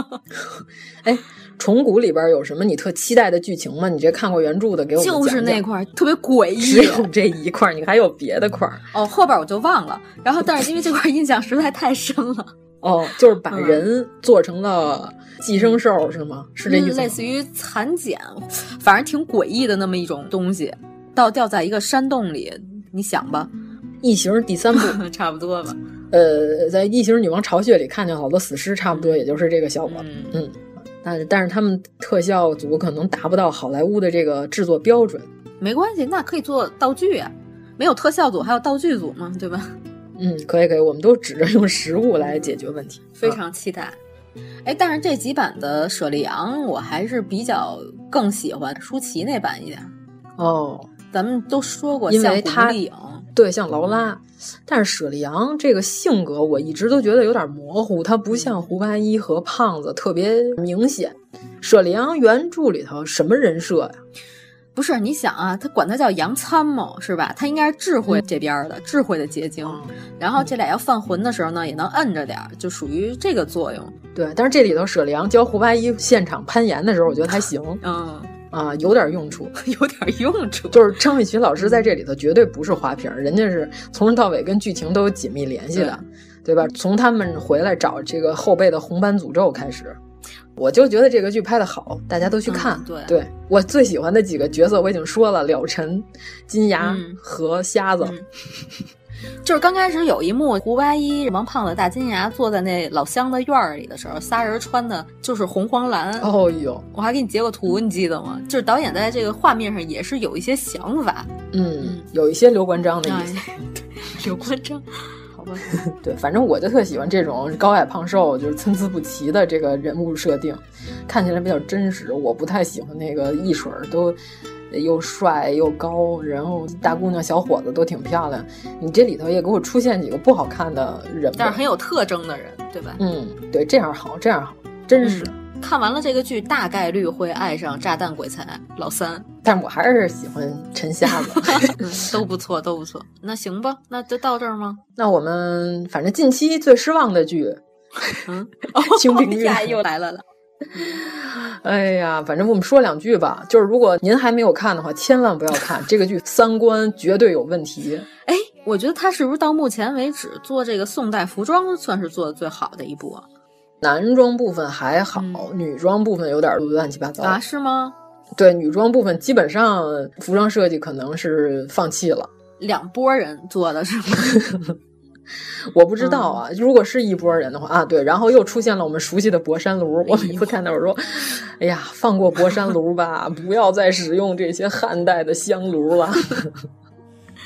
虫谷里边有什么你特期待的剧情吗？你这看过原著的给我们讲讲。 就是那块特别诡异， 只有这一块，你还有别的块？ 后边我就忘了。然后但是因为这块印象实在太深了。 就是把人做成了寄生兽是吗？是这意思吗？ 类似于蚕茧，反正挺诡异的那么一种东西，掉在一个山洞里，你想吧。 异形第3部差不多吧。 在异形女王巢穴里看见好多死尸，差不多也就是这个效果。但是他们特效组可能达不到好莱坞的这个制作标准。 没关系，那可以做道具啊，没有特效组还有道具组嘛，对吧？ 可以，我们都指着用实物来解决问题， 非常期待。但是这几版的舍利昂我还是比较更喜欢舒淇那版一点。咱们都说过， 因为他像对像劳拉，但是舍利昂这个性格我一直都觉得有点模糊，他不像胡八一和胖子特别明显。舍利昂原著里头什么人设呀？ 不是，你想啊，他管他叫杨参谋是吧？他应该是智慧这边的，智慧的结晶。然后这俩要犯浑的时候呢，也能摁着点，就属于这个作用。 对，但是这里头舍利昂教胡八一现场攀岩的时候，我觉得还行。有点用处，就是张伟群老师在这里头绝对不是花瓶，人家是从头到尾跟剧情都有紧密联系的，对吧？从他们回来找这个后辈的红斑诅咒开始。我就觉得这个剧拍得好，大家都去看。对，我最喜欢的几个角色我已经说了，了尘、金牙和瞎子。 就是刚开始有一幕，胡八一、王胖子、大金牙坐在那老乡的院里的时候，仨人穿的就是红黄蓝。我还给你截过图，你记得吗？就是导演在这个画面上也是有一些想法， 有一些刘关张的意思。 刘关张。 对，反正我就特喜欢这种高矮胖瘦就是参差不齐的这个人物设定，看起来比较真实。我不太喜欢那个一水都又帅又高，然后大姑娘小伙子都挺漂亮。你这里头也给我出现几个不好看的人， 但是很有特征的人，对吧？ 对，这样好，真实。 看完了这个剧，大概率会爱上炸弹鬼才老三， 但我还是喜欢陈瞎子。 都不错。那行吧，那就到这儿吗？ 那我们反正近期最失望的剧，清平乐又来了。 哎呀，反正我们说2句吧，就是如果您还没有看的话，千万不要看这个剧，3观绝对有问题。 我觉得他是不是到目前为止做这个宋代服装算是做的最好的一部啊？ 男装部分还好，女装部分有点乱七八糟啊？是吗？ 对，女装部分基本上服装设计可能是放弃了 ，2拨人做的是吗？ 我不知道啊，如果是一拨人的话对，然后又出现了我们熟悉的博山炉。我每次看到我说，哎呀，放过博山炉吧，不要再使用这些汉代的香炉了。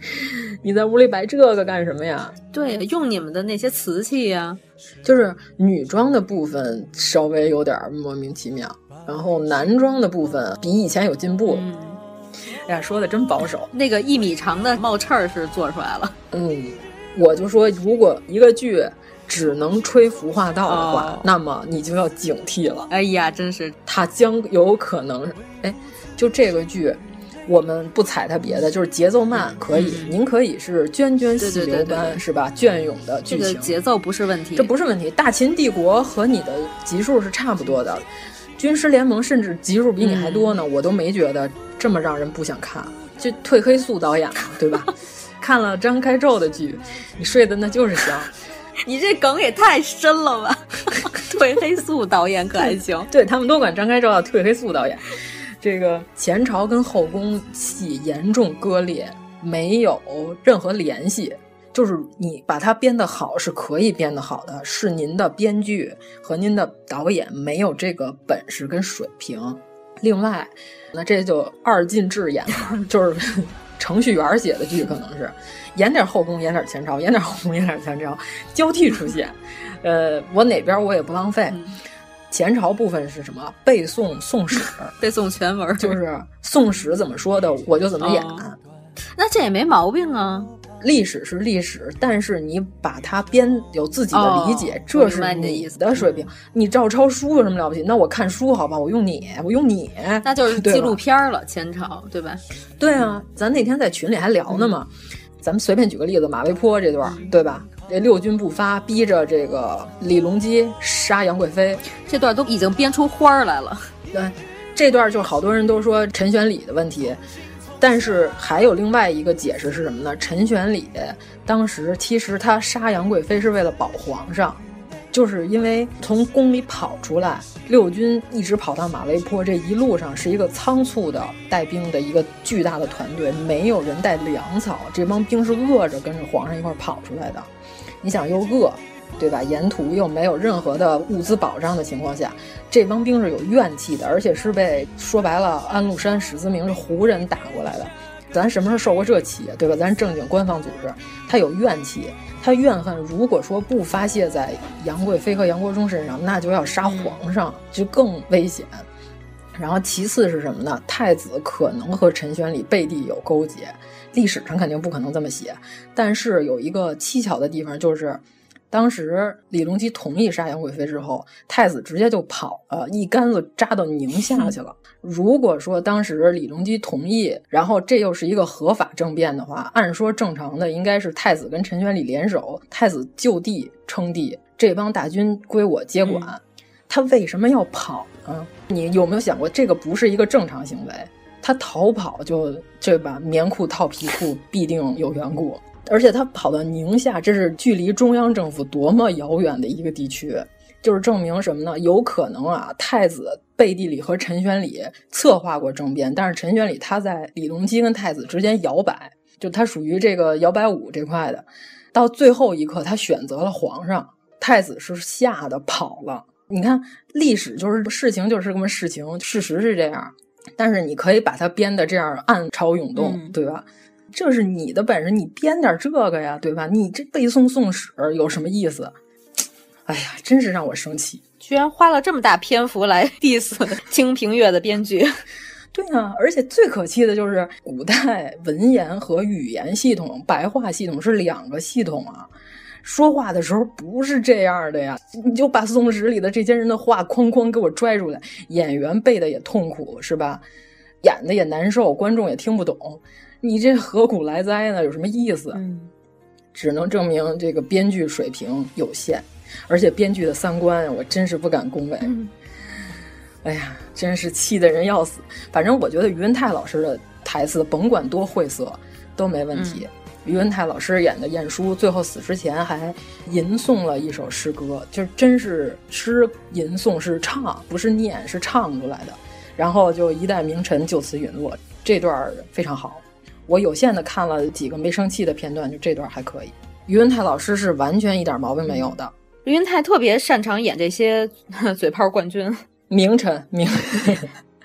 你在屋里摆这个干什么呀？ 对，用你们的那些瓷器呀。 就是女装的部分稍微有点莫名其妙，然后男装的部分比以前有进步。哎呀，说的真保守。 那个1米长的帽翅是做出来了。 我就说，如果一个剧只能吹服化道的话，那么你就要警惕了。 哎呀，真是， 它将有可能，就这个剧，我们不踩它别的，就是节奏慢可以，您可以是涓涓细流般，是吧？隽永的剧情， 这个节奏不是问题， 这不是问题。大秦帝国和你的集数是差不多的，军师联盟甚至集数比你还多呢，我都没觉得这么让人不想看。就褪黑素导演嘛，对吧？看了张开宙的剧，你睡的那就是香。 你这梗也太深了吧！褪黑素导演可还行？ 对，他们都管张开宙叫褪黑素导演。这个前朝跟后宫戏严重割裂，没有任何联系。就是你把它编得好是可以编得好的，是您的编剧和您的导演没有这个本事跟水平。另外，那这就二进制演了，就是程序员写的剧，可能是演点后宫，演点前朝，演点后宫，演点前朝，交替出现。我哪边我也不浪费。前朝部分是什么？背诵宋史， 背诵全文， 就是宋史怎么说的，我就怎么演。 那这也没毛病啊。 历史是历史，但是你把它编有自己的理解，这是你的水平。你照抄书有什么了不起？那我看书好吧，我用你， 那就是纪录片了，前朝对吧？ 对啊，咱那天在群里还聊呢嘛。咱们随便举个例子，马嵬坡这段，对吧？这六军不发，逼着这个李隆基杀杨贵妃， 这段都已经编出花来了。 对，这段就好多人都说陈玄礼的问题。但是还有另外一个解释是什么呢？陈玄礼当时其实他杀杨贵妃是为了保皇上，就是因为从宫里跑出来，六军一直跑到马嵬坡，这一路上是一个仓促的带兵的一个巨大的团队，没有人带粮草，这帮兵是饿着跟着皇上一块跑出来的。你想又饿，对吧？沿途又没有任何的物资保障的情况下，这帮兵是有怨气的，而且是被说白了安禄山史思明是胡人打过来的。咱什么时候受过这气，对吧？咱正经官方组织，他有怨气，他怨恨。如果说不发泄在杨贵妃和杨国忠身上，那就要杀皇上，就更危险。然后其次是什么呢？太子可能和陈玄礼背地有勾结，历史上肯定不可能这么写，但是有一个蹊跷的地方就是。当时李隆基同意杀杨贵妃之后，太子直接就跑了，一竿子扎到宁夏去了。如果说当时李隆基同意，然后这又是一个合法政变的话，按说正常的应该是太子跟陈玄礼联手，太子就地称帝，这帮大军归我接管。他为什么要跑呢？你有没有想过，这个不是一个正常行为？他逃跑就这把棉裤套皮裤，必定有缘故。而且他跑到宁夏，这是距离中央政府多么遥远的一个地区，就是证明什么呢？有可能啊，太子背地里和陈玄礼策划过政变，但是陈玄礼他在李隆基跟太子之间摇摆，就他属于这个摇摆舞这块的。到最后一刻，他选择了皇上，太子是吓得跑了。你看，历史就是事情就是这么事情，事实是这样，但是你可以把它编得这样暗潮涌动，对吧？这是你的本事，你编点这个呀，对吧？你这背诵宋史有什么意思？哎呀，真是让我生气！ 居然花了这么大篇幅来 diss 清平乐的编剧。 对啊，而且最可气的就是古代文言和语言系统、白话系统是两个系统啊。说话的时候不是这样的呀，你就把宋史里的这些人的话哐哐给我拽出来，演员背的也痛苦，是吧？演的也难受，观众也听不懂。你这何苦来哉呢？有什么意思？只能证明这个编剧水平有限，而且编剧的三观我真是不敢恭维。哎呀，真是气得人要死。反正我觉得于文泰老师的台词甭管多晦涩都没问题。于文泰老师演的晏殊最后死之前还吟诵了一首诗歌，就真是诗吟诵，是唱，不是念，是唱出来的。然后就一代名臣就此陨落，这段非常好。我有限的看了几个没生气的片段，就这段还可以。于文泰老师是完全一点毛病没有的。 于文泰特别擅长演这些嘴炮冠军， 名臣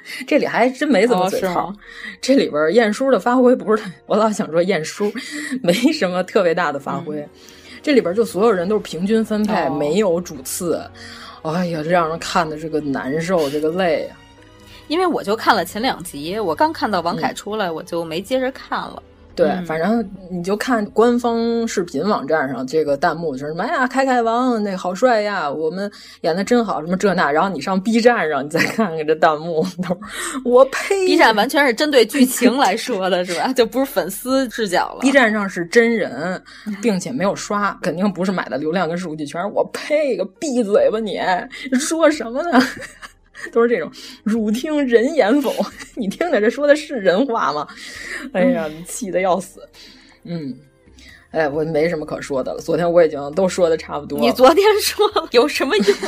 这里还真没怎么嘴炮。这里边晏殊的发挥不是，我老想说晏殊没什么特别大的发挥。这里边就所有人都是平均分配，没有主次。哎呀，这让人看的这个难受，这个累啊。 因为我就看了前2集，我刚看到王凯出来，我就没接着看了。 对，反正你就看官方视频网站上这个弹幕就是什么呀，凯王那好帅呀，我们演的真好，什么这那。然后你上 B 站上，你再看看这弹幕，我呸 ！B 站完全是针对剧情来说的，是吧？就不是粉丝视角了。 B 站上是真人，并且没有刷，肯定不是买的流量跟数据全是我呸个闭嘴吧你说什么呢？都是这种汝听人言否？你听着这说的是人话吗？哎呀，气得要死。哎，我没什么可说的了。昨天我已经都说的差不多了。 你昨天说了有什么用？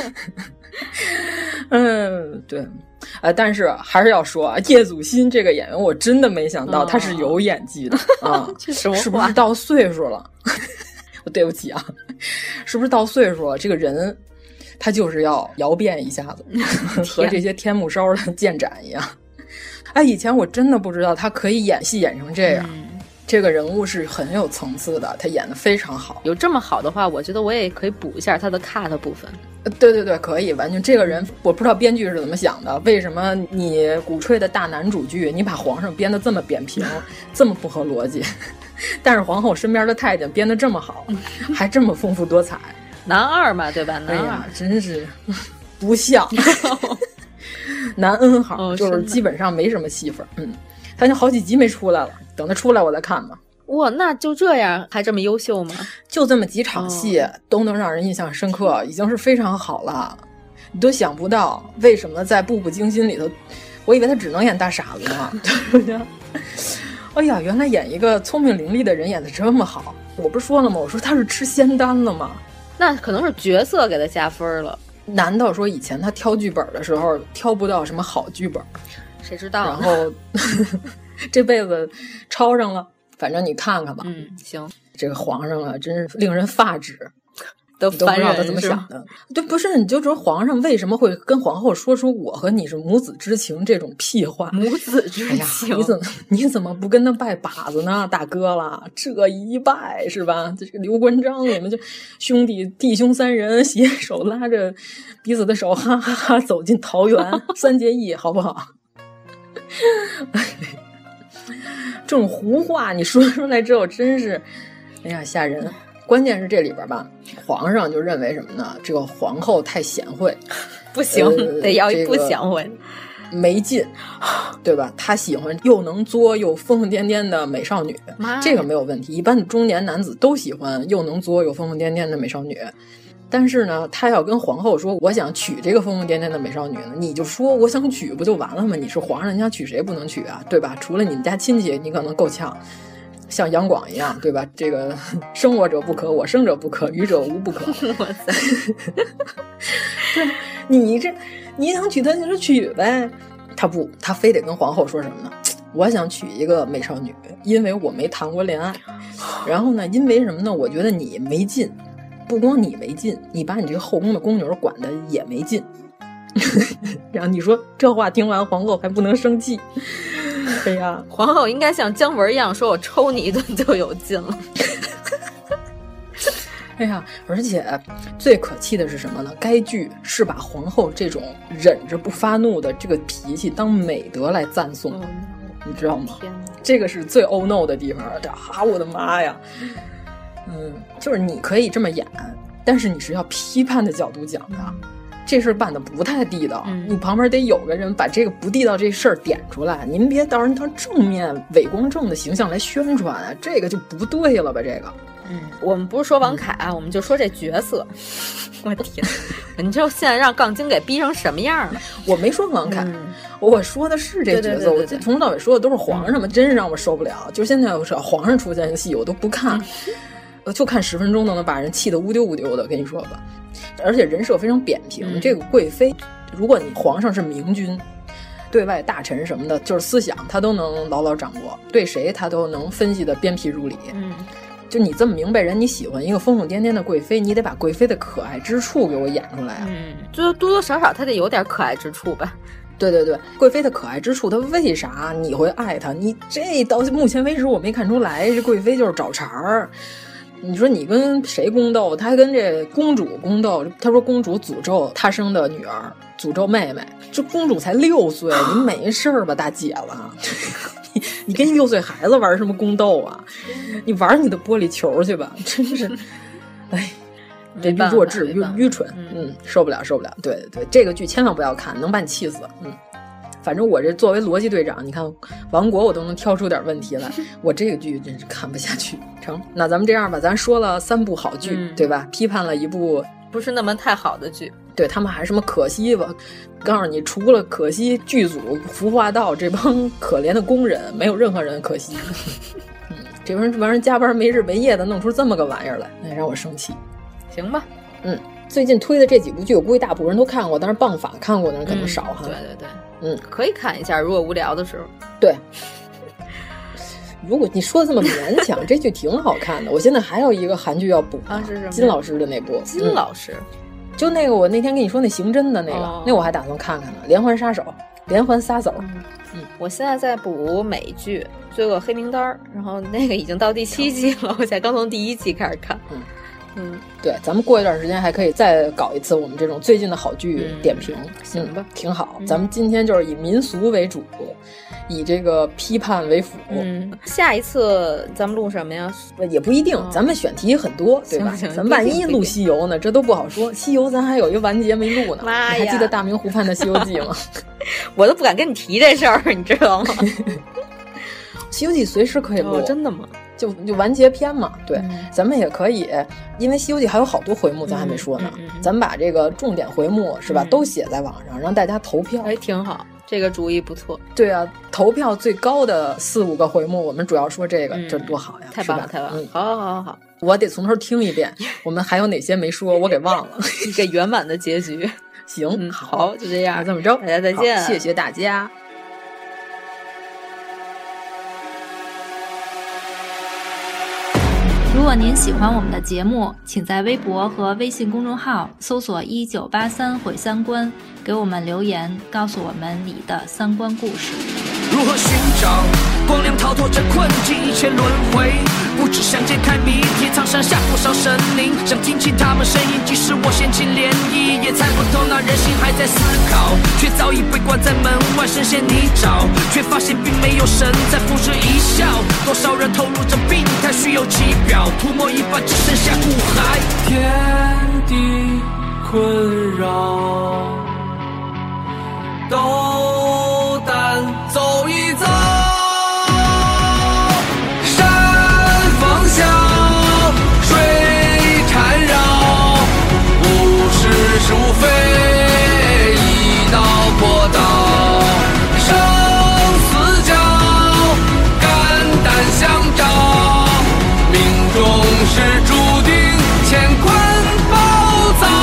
对，但是还是要说啊，叶祖新这个演员，我真的没想到他是有演技的啊！是不是到岁数了？我对不起啊，是不是到岁数了？这个人。他就是要摇变一下子，和这些天目梢的剑斩一样。哎，以前我真的不知道他可以演戏演成这样。这个人物是很有层次的，他演得非常好。 有这么好的话，我觉得我也可以补一下他的 cut 部分。 对，可以完全。这个人我不知道编剧是怎么想的，为什么你鼓吹的大男主剧，你把皇上编得这么扁平，这么不合逻辑，但是皇后身边的太监编得这么好，还这么丰富多彩。男二嘛，对吧？男二、真是不像男 N 号，就是基本上没什么戏份。他就好几集没出来了，等他出来我再看吧。 哇，那就这样还这么优秀吗？ 就这么几场戏、都能让人印象深刻，已经是非常好了。你都想不到为什么在《步步惊心》里头，我以为他只能演大傻子呢。哎呀，原来演一个聪明伶俐的人演得这么好。我不是说了吗？我说他是吃仙丹了吗？ 那可能是角色给他加分了。 难道说以前他挑剧本的时候挑不到什么好剧本？ 谁知道？ 然后这辈子抄上了，反正你看看吧。 行。 这个皇上啊，真是令人发指。 都不知道他怎么想的。对，不是，你就说皇上为什么会跟皇后说出我和你是母子之情这种屁话？ 母子之情， 你怎么不跟他拜把子呢，大哥啦？这一拜是吧？这个刘关张，你们就弟兄3人携手拉着彼此的手，哈哈哈走进桃园，3结义，好不好？这种胡话你说出来之后，真是，哎呀，吓人。关键是这里边吧，皇上就认为什么呢？这个皇后太贤惠， 不行，得要一不贤惠， 没劲，对吧？他喜欢又能作又疯疯癫癫的美少女，这个没有问题。一般的中年男子都喜欢又能作又疯疯癫癫的美少女。但是呢，他要跟皇后说我想娶这个疯疯癫癫的美少女呢，你就说我想娶不就完了吗？你是皇上，你想娶谁不能娶啊？对吧？除了你们家亲戚，你可能够呛。像杨广一样，对吧？这个生我者不可，我生者不可，愚者无不可。 哇塞！ 对，你想娶她就娶呗。他非得跟皇后说什么呢？我想娶一个美少女，因为我没谈过恋爱。然后呢，因为什么呢？我觉得你没劲，不光你没劲，你把你这个后宫的宫女管的也没劲。然后你说这话听完，皇后还不能生气。哎呀， 皇后应该像姜文一样说：“我抽你一顿就有劲了。” 哎呀，而且最可气的是什么呢？该剧是把皇后这种忍着不发怒的这个脾气当美德来赞颂，你知道吗？这个是最oh no 的地方啊！我的妈呀！就是你可以这么演，但是你是要批判的角度讲的。这事儿办得不太地道，你旁边得有个人把这个不地道这事儿点出来，您别到人当正面伪光正的形象来宣传啊，这个就不对了吧？这个， 我们不是说王凯啊，我们就说这角色。我天，你知道现在让杠精给逼成什么样了？ 我没说王凯，我说的是这角色，我从头到尾说的都是皇上嘛，真是让我受不了。就现在只要皇上出现的戏，我都不看。就看10分钟都能把人气得乌丢乌丢的，跟你说吧。而且人设非常扁平，这个贵妃，如果你皇上是明君，对外大臣什么的，就是思想他都能牢牢掌握，对谁他都能分析的鞭辟入里。就你这么明白人，你喜欢一个疯疯癫癫的贵妃，你得把贵妃的可爱之处给我演出来啊。 就多多少少他得有点可爱之处吧。 对对对，贵妃的可爱之处，她为啥你会爱她？你这到目前为止我没看出来，这贵妃就是找茬儿。你说你跟谁宫斗？他还跟这公主宫斗。他说公主诅咒他生的女儿，诅咒妹妹。这公主才6岁，你没事儿吧，大姐子？你跟6岁孩子玩什么宫斗啊？你玩你的玻璃球去吧！真是，哎，这弱智愚蠢，受不了，受不了。对对，这个剧千万不要看，能把你气死。反正我这作为逻辑队长，你看亡国我都能挑出点问题来，我这个剧真是看不下去。成，那咱们这样吧，咱说了3部好剧，对吧？批判了一部不是那么太好的剧， 对他们还什么可惜吧？告诉你，除了可惜剧组服化道这帮可怜的工人，没有任何人可惜。这帮人加班没日没夜的弄出这么个玩意儿来，哎，让我生气。 行吧， 最近推的这几部剧，我估计大部分人都看过，但是棒法看过的人可能少哈。 对对对，可以看一下，如果无聊的时候。 对，如果你说的这么勉强，这剧挺好看的。我现在还有一个韩剧要补啊，是什么？ 金老师的那部。 金老师， 就那个我那天跟你说那刑侦的那个，那我还打算看看呢。连环杀手，连环撒手。 我现在在补美剧《罪恶黑名单》，然后那个已经到第7季了，我才刚从第1季开始看。 对，咱们过一段时间还可以再搞一次我们这种最近的好剧点评， 行吧， 挺好。咱们今天就是以民俗为主，以这个批判为辅。 下一次咱们录什么呀？ 也不一定，咱们选题很多，对吧？咱万一录西游呢，这都不好说。西游咱还有一个完结没录呢， 妈呀！ 你还记得大明湖畔的西游记吗？ 我都不敢跟你提这事儿，你知道吗？ 西游记随时可以录， 真的吗？ 就完结篇嘛，对，咱们也可以，因为《西游记》还有好多回目，咱还没说呢。咱们把这个重点回目是吧，都写在网上，让大家投票。 哎，挺好，这个主意不错。 对啊，投票最高的4、5个回目，我们主要说这个，这多好呀！ 太棒了，太棒了！好， 我得从头听一遍，我们还有哪些没说，我给忘了。 一个圆满的结局。 行， 好，就这样， 这么着， 大家再见， 谢谢大家。 如果您喜欢我们的节目，请在微博和微信公众号搜索1983毁三观，给我们留言，告诉我们你的3观故事。 如何寻找光亮逃脱这困境，一切轮回，不只想揭开谜题，苍山下多少神灵，想听清他们声音，即使我掀起涟漪，也猜不透那人心还在思考，却早已被关在门外，深陷泥沼，却发现并没有神在付之一笑，多少人投入这病态虚有其表，涂抹一半只剩下苦海，天地困扰，斗胆走一遭，山风啸，水缠绕，无事是无非一道破道，生死交，肝胆相照，命中是注定乾坤暴躁。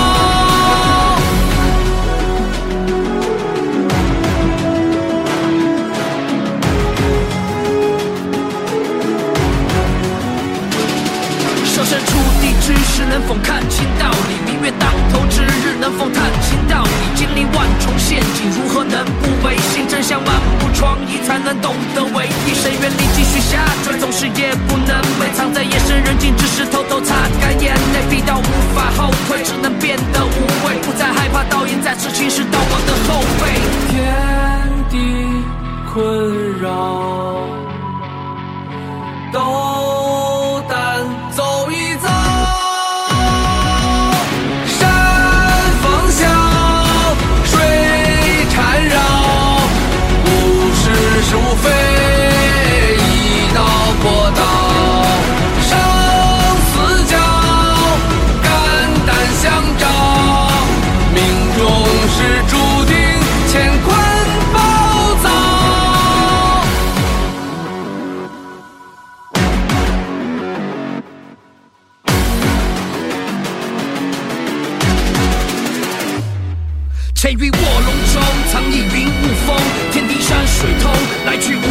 设身处地之时，能否看清道理？明月当头之日，能否探清道理？经历万重陷阱，如何能不违心？真相满目疮痍，才能懂得为意。深渊里继续下坠，总是夜不能寐，藏在夜深人静之时，偷偷擦干眼泪，逼到无法后退，只能变得无畏，不再害怕倒影再次侵蚀到我的后背。天地困扰，斗胆走一遭，山风啸，水缠绕，无事是无非一道破道，生死交，肝胆相照，命中是注定乾坤暴躁。潜于卧龙中，藏匿云雾峰，天地山水通，来去无